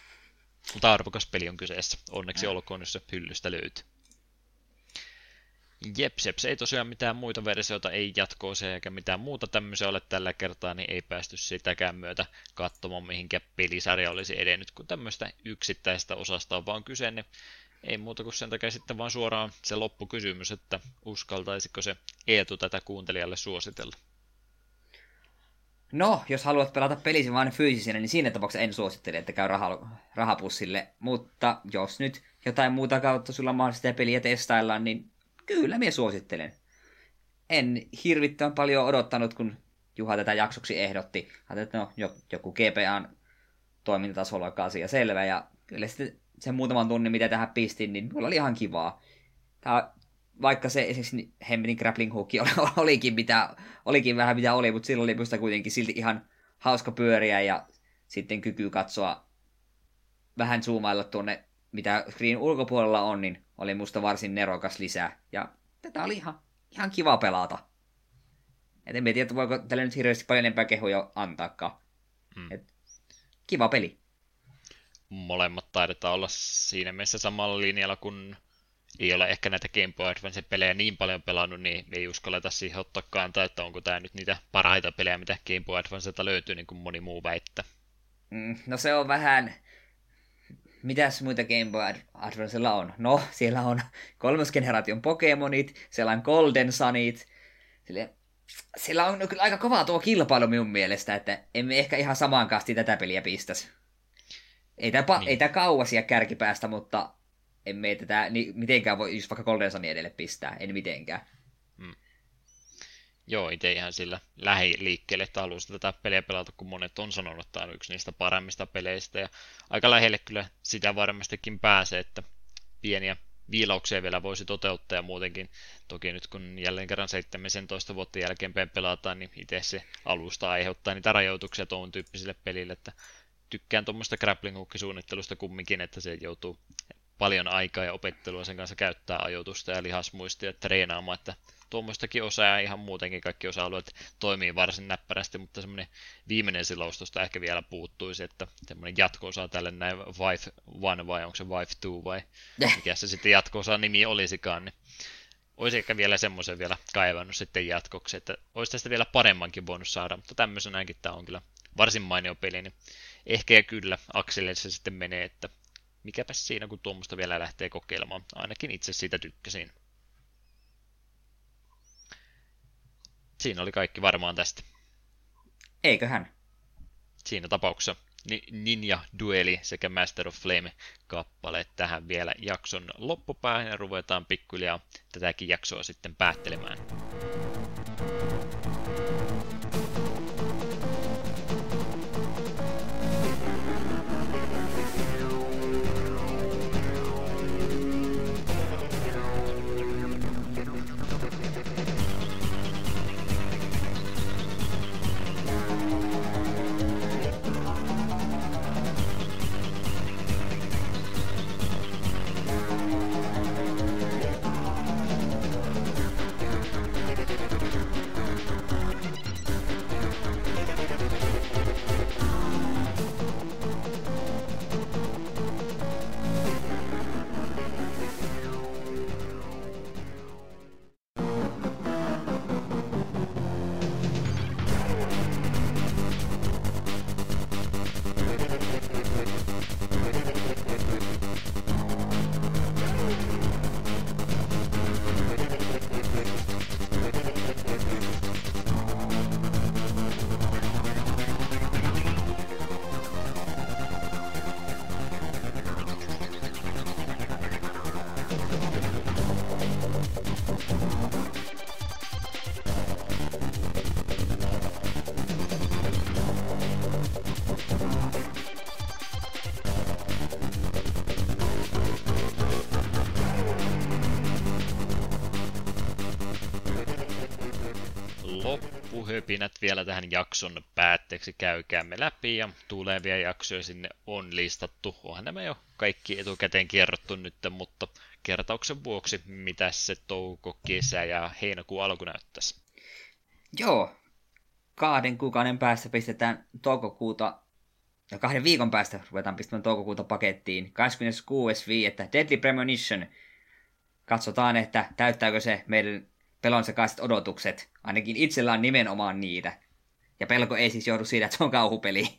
Mutta arvokas peli on kyseessä. Onneksi mm. olkoon, jos se hyllystä löytyy. Jeps, jeps, ei tosiaan mitään muita versioita, ei jatko-osia eikä mitään muuta tämmöisiä ole tällä kertaa, niin ei päästy sitäkään myötä katsomaan, mihinkä pelisarja olisi edennyt, kun tämmöistä yksittäistä osasta on vaan kyse, niin ei muuta kuin sen takia sitten vaan suoraan se loppukysymys, että uskaltaisiko se Eetu tätä kuuntelijalle suositella. No, jos haluat pelata pelisi vain fyysisenä, niin siinä tapauksessa en suosittele, että käy raha, rahapussille. Mutta jos nyt jotain muuta kautta sulla mahdollista peliä testaillaan, niin kyllä minä suosittelen. En hirvittävän paljon odottanut, kun Juha tätä jaksoksi ehdotti. Ajattelin, että no, joku G P A:n toimintatasolla on asia selvä. Ja kyllä sitten sen muutaman tunnin, mitä tähän pistin, niin mulla oli ihan kivaa. Tää, vaikka se esimerkiksi hemmetin grappling hook olikin, mitä, olikin vähän mitä oli, mutta silloin oli minusta kuitenkin silti ihan hauska pyöriä ja sitten kyky katsoa vähän zoomailla tuonne, mitä screen ulkopuolella on, niin oli musta varsin nerokas lisää. Ja tätä oli ihan, ihan kiva pelata. Et en tiedä, että voiko tälle nyt hirveästi paljon enempää kehuja antaakaan. Hmm. Et, kiva peli. Molemmat taidetaan olla siinä mielessä samalla linjalla, kun ei ole ehkä näitä Game Boy Advance-pelejä niin paljon pelannut, niin ei uskalleta siihen ottaa kantaa, että onko tämä nyt niitä parhaita pelejä, mitä Game Boy Advancelta löytyy, niin kuin moni muu väittää. Mm, no se on vähän... Mitäs muita Game Boy Advancella on? No, siellä on kolmas generaation Pokemonit, siellä on Golden Sunit. Siellä, siellä on kyllä aika kova tuo kilpailu minun mielestä, että emme ehkä ihan samaan kastiin tätä peliä pistäisi. Ei tämä niin. Ei kauasia kärkipäästä, mutta emme tätä niin mitenkään voi just vaikka Golden Sunin edelle pistää. En mitenkään. Hmm. Joo, itse ihan sillä lähiliikkeelle, että haluaisin tätä peliä pelata, kun monet on sanonut, että tämä on yksi niistä paremmista peleistä. Ja aika lähelle kyllä sitä varmastikin pääsee, että pieniä viilauksia vielä voisi toteuttaa ja muutenkin. Toki nyt kun jälleen kerran seitsemäntoista vuotta jälkeenpäin pelataan, niin itse se alusta aiheuttaa niitä rajoituksia tuon tyyppisille pelille, että tykkään tuommoista grappling hook-suunnittelusta kumminkin, että se joutuu paljon aikaa ja opettelua sen kanssa käyttää ajoitusta ja lihasmuistia treenaamaan, että tuommoistakin osaa ja ihan muutenkin kaikki osa-alueet toimii varsin näppärästi, mutta semmoinen viimeinen silaus tuosta ehkä vielä puuttuisi, että semmoinen jatko-osa tälle näin Vive One vai onko se Vive Two vai mikä se sitten jatko-osa nimi olisikaan, niin olisi ehkä vielä semmoisen vielä kaivannut sitten jatkoksi, että olisi tästä vielä paremmankin voinut saada, mutta tämmöisenäkin tämä on kyllä varsin mainio peli, niin ehkä ja kyllä Akselille se sitten menee, että mikäpäs siinä, kun tuommoista vielä lähtee kokeilemaan. Ainakin itse siitä tykkäsin. Siinä oli kaikki varmaan tästä. Eiköhän. Siinä tapauksessa Ninja Dueli sekä Master of Flame kappaleet tähän vielä jakson loppupäähän ja ruvetaan pikkuhiljaa tätäkin jaksoa sitten päättelemään. Loppuhöpinät vielä tähän jakson päätteeksi käykäämme läpi ja tulevia jaksoja sinne on listattu. Onhan nämä jo kaikki etukäteen kerrottu nyt, mutta kertauksen vuoksi, mitä se touko, kesä ja heinäkuun alku näyttäisi? Joo, kahden kuukauden päästä pistetään toukokuuta, ja kahden viikon päästä ruvetaan pistämään toukokuuta pakettiin. kahdeskymmeneskuudes viidettä Deadly Premonition katsotaan, että täyttääkö se meidän pelon sekaiset odotukset. Ainakin itsellä on nimenomaan niitä. Ja pelko ei siis johdu siitä, että se on kauhupeli.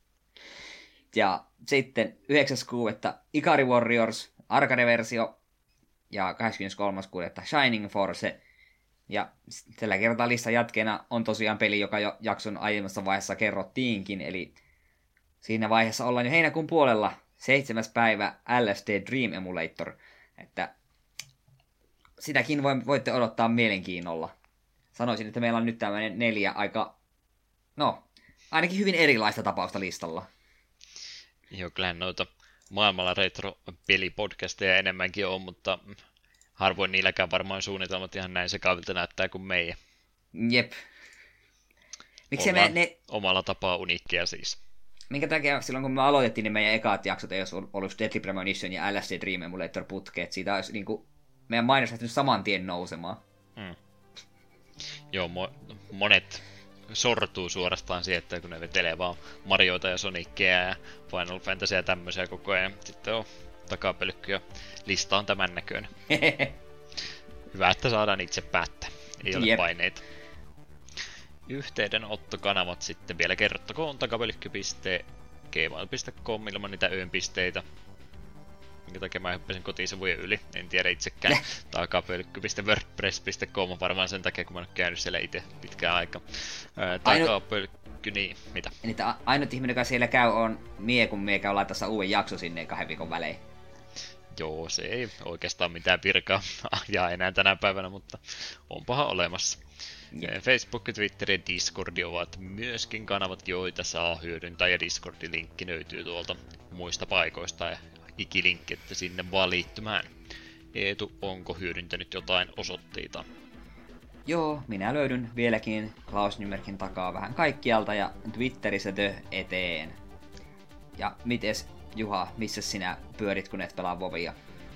Ja sitten yhdeksäs kuudetta Ikari Warriors, arcade-versio. Ja kahdeskymmeneskolmas kuudetta Shining Force. Ja tällä kertaa listan jatkeena on tosiaan peli, joka jo jakson aiemmassa vaiheessa kerrottiinkin. Eli siinä vaiheessa ollaan jo heinäkuun puolella. Seitsemäs päivä L S D Dream Emulator. Että sitäkin voitte odottaa mielenkiinnolla. Sanoisin, että meillä on nyt tämmöinen neljä aika, no, ainakin hyvin erilaista tapausta listalla. Joo, kyllähän noita maailmalla retro-pelipodcasteja enemmänkin on, mutta harvoin niilläkään varmaan suunnitelmat ihan näin sekavilta näyttää kuin meidän. Jep. Miksi me ne... omalla tapaa uniikkia siis. Minkä takia silloin kun me aloitettiin, niin meidän ekaat jaksot ei olisi ollut Deadly Premonition ja L S D Dream Emulator putkeet. Siitä olisi niin kuin, meidän mainos lähtenyt saman tien nousemaan. Hmm. Joo, mo- monet sortuu suorastaan siihen, että kun ne vetelee vaan Marioita ja Sonicia ja Final Fantasy ja tämmöisiä koko ajan. Sitten on takapölkky ja lista on tämän näköinen. Hyvä, että saadaan itse päättää. Ei ole Jep. paineita. Yhteydenottokanavat sitten vielä kerrottakoon takapölkky piste gmail piste com ilman niitä yönpisteitä. Minkä takia mä hyppäsin kotisivujen yli, en tiedä itsekään. Takapölkky piste wordpress piste com varmaan sen takia, kun mä en ole käynyt siellä itse pitkään aikaa. Takapölkky, niin, mitä? Niitä ainut ihminen, joka siellä käy, on mie, kun mie käy laittaa uuden jakso sinne kahden viikon välein. Joo, se ei oikeastaan mitään virkaa ja enää tänä päivänä, mutta onpahan olemassa. Jep. Facebook, Twitter ja Discord ovat myöskin kanavat, joita saa hyödyntää, ja Discordin linkki löytyy tuolta muista paikoista ja ikilinkki, että sinne vaan liittymään. Eetu, onko hyödyntänyt jotain osoitteita? Joo, minä löydyn vieläkin Klaus Nymerkin takaa vähän kaikkialta ja Twitterissä The eteen. Ja mites Juha, missä sinä pyörit, kun et pelaa Vovia?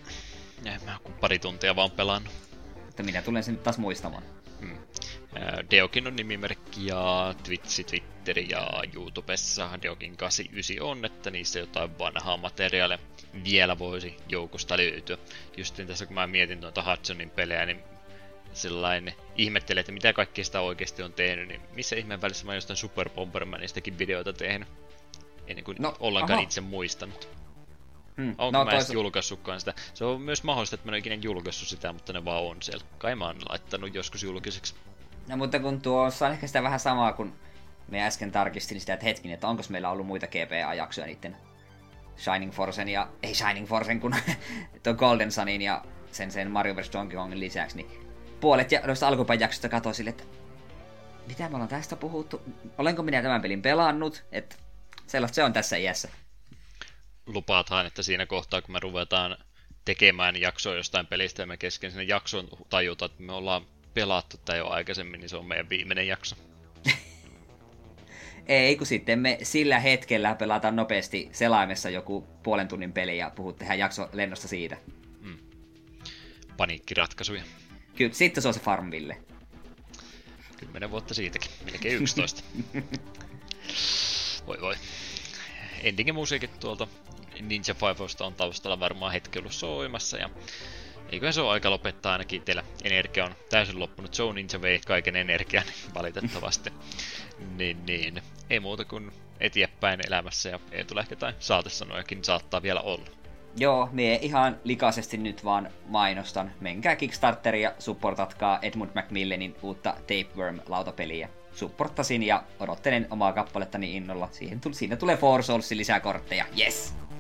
Ja mä kun pari tuntia vaan pelannut. Että minä tulen sen taas muistamaan. Hmm. Deokin on nimimerkki ja Twitchi, Twitteri ja YouTubessa Deokin kahdeksankymmentäyhdeksän on, että niissä jotain vanhaa materiaalia vielä voisi joukosta löytyä. Justin tässä kun mä mietin tuota Hudsonin pelejä, niin sellainen ihmettelee, että mitä kaikkea sitä oikeasti on tehnyt, niin missä ihmeen välissä mä jostain Super Bombermanistakin videoita tehnyt, ennen kuin no, ollenkaan aha. itse muistanut. Hmm. Onko no, mä edes julkaissutkaan sitä? Se on myös mahdollista, että mä en ole ikinä julkaissut sitä, mutta ne vaan on siellä. Kai mä oon laittanut joskus julkiseksi. No mutta kun tuossa on ehkä sitä vähän samaa, kun me äsken tarkistin sitä, että hetkin, että onko meillä ollut muita G P A-jaksoja niiden Shining Forcen ja... Ei Shining Forcen, kun tuon Golden Sunin ja sen, sen Mario versus. Donkey Kongin lisäksi, niin puolet ja noista alkupäin jaksoista katsoin sille, että mitä me ollaan tästä puhuttu? Olenko minä tämän pelin pelannut? Että sellaista se on tässä iässä. Lupataan, että siinä kohtaa, kun me ruvetaan tekemään jaksoa jostain pelistä ja me kesken sinne jakson tajuta, että me ollaan pelattu tai jo aikaisemmin, niin se on meidän viimeinen jakso. Ei, kun sitten me sillä hetkellä pelataan nopeasti selaimessa joku puolen tunnin peli ja puhut tehdään jakso lennosta siitä. Mm. Paniikkiratkaisuja. Kyllä, sitten se on se Farmville. Kymmenen vuotta siitäkin, melkein yksitoista. Voi voi. Endingin musiikit tuolta Ninja Fiveosta on taustalla varmaan hetki ollut soimassa ja eiköhän se ole aika lopettaa, ainakin teillä energia on täysin loppunut. Joe Ninja vei kaiken energian valitettavasti. niin, niin. Ei muuta kuin eteenpäin elämässä ja ei tule ehkä jotain saatesanojakin saattaa vielä olla. Joo, mie ihan likaisesti nyt vaan mainostan. Menkää Kickstarteria ja supportatkaa Edmund Macmillanin uutta Tapeworm-lautapeliä. Supporttasin ja odottelen omaa kappalettani innolla. Siihen tuli, siinä tulee Four Soulsin lisää kortteja. Yes!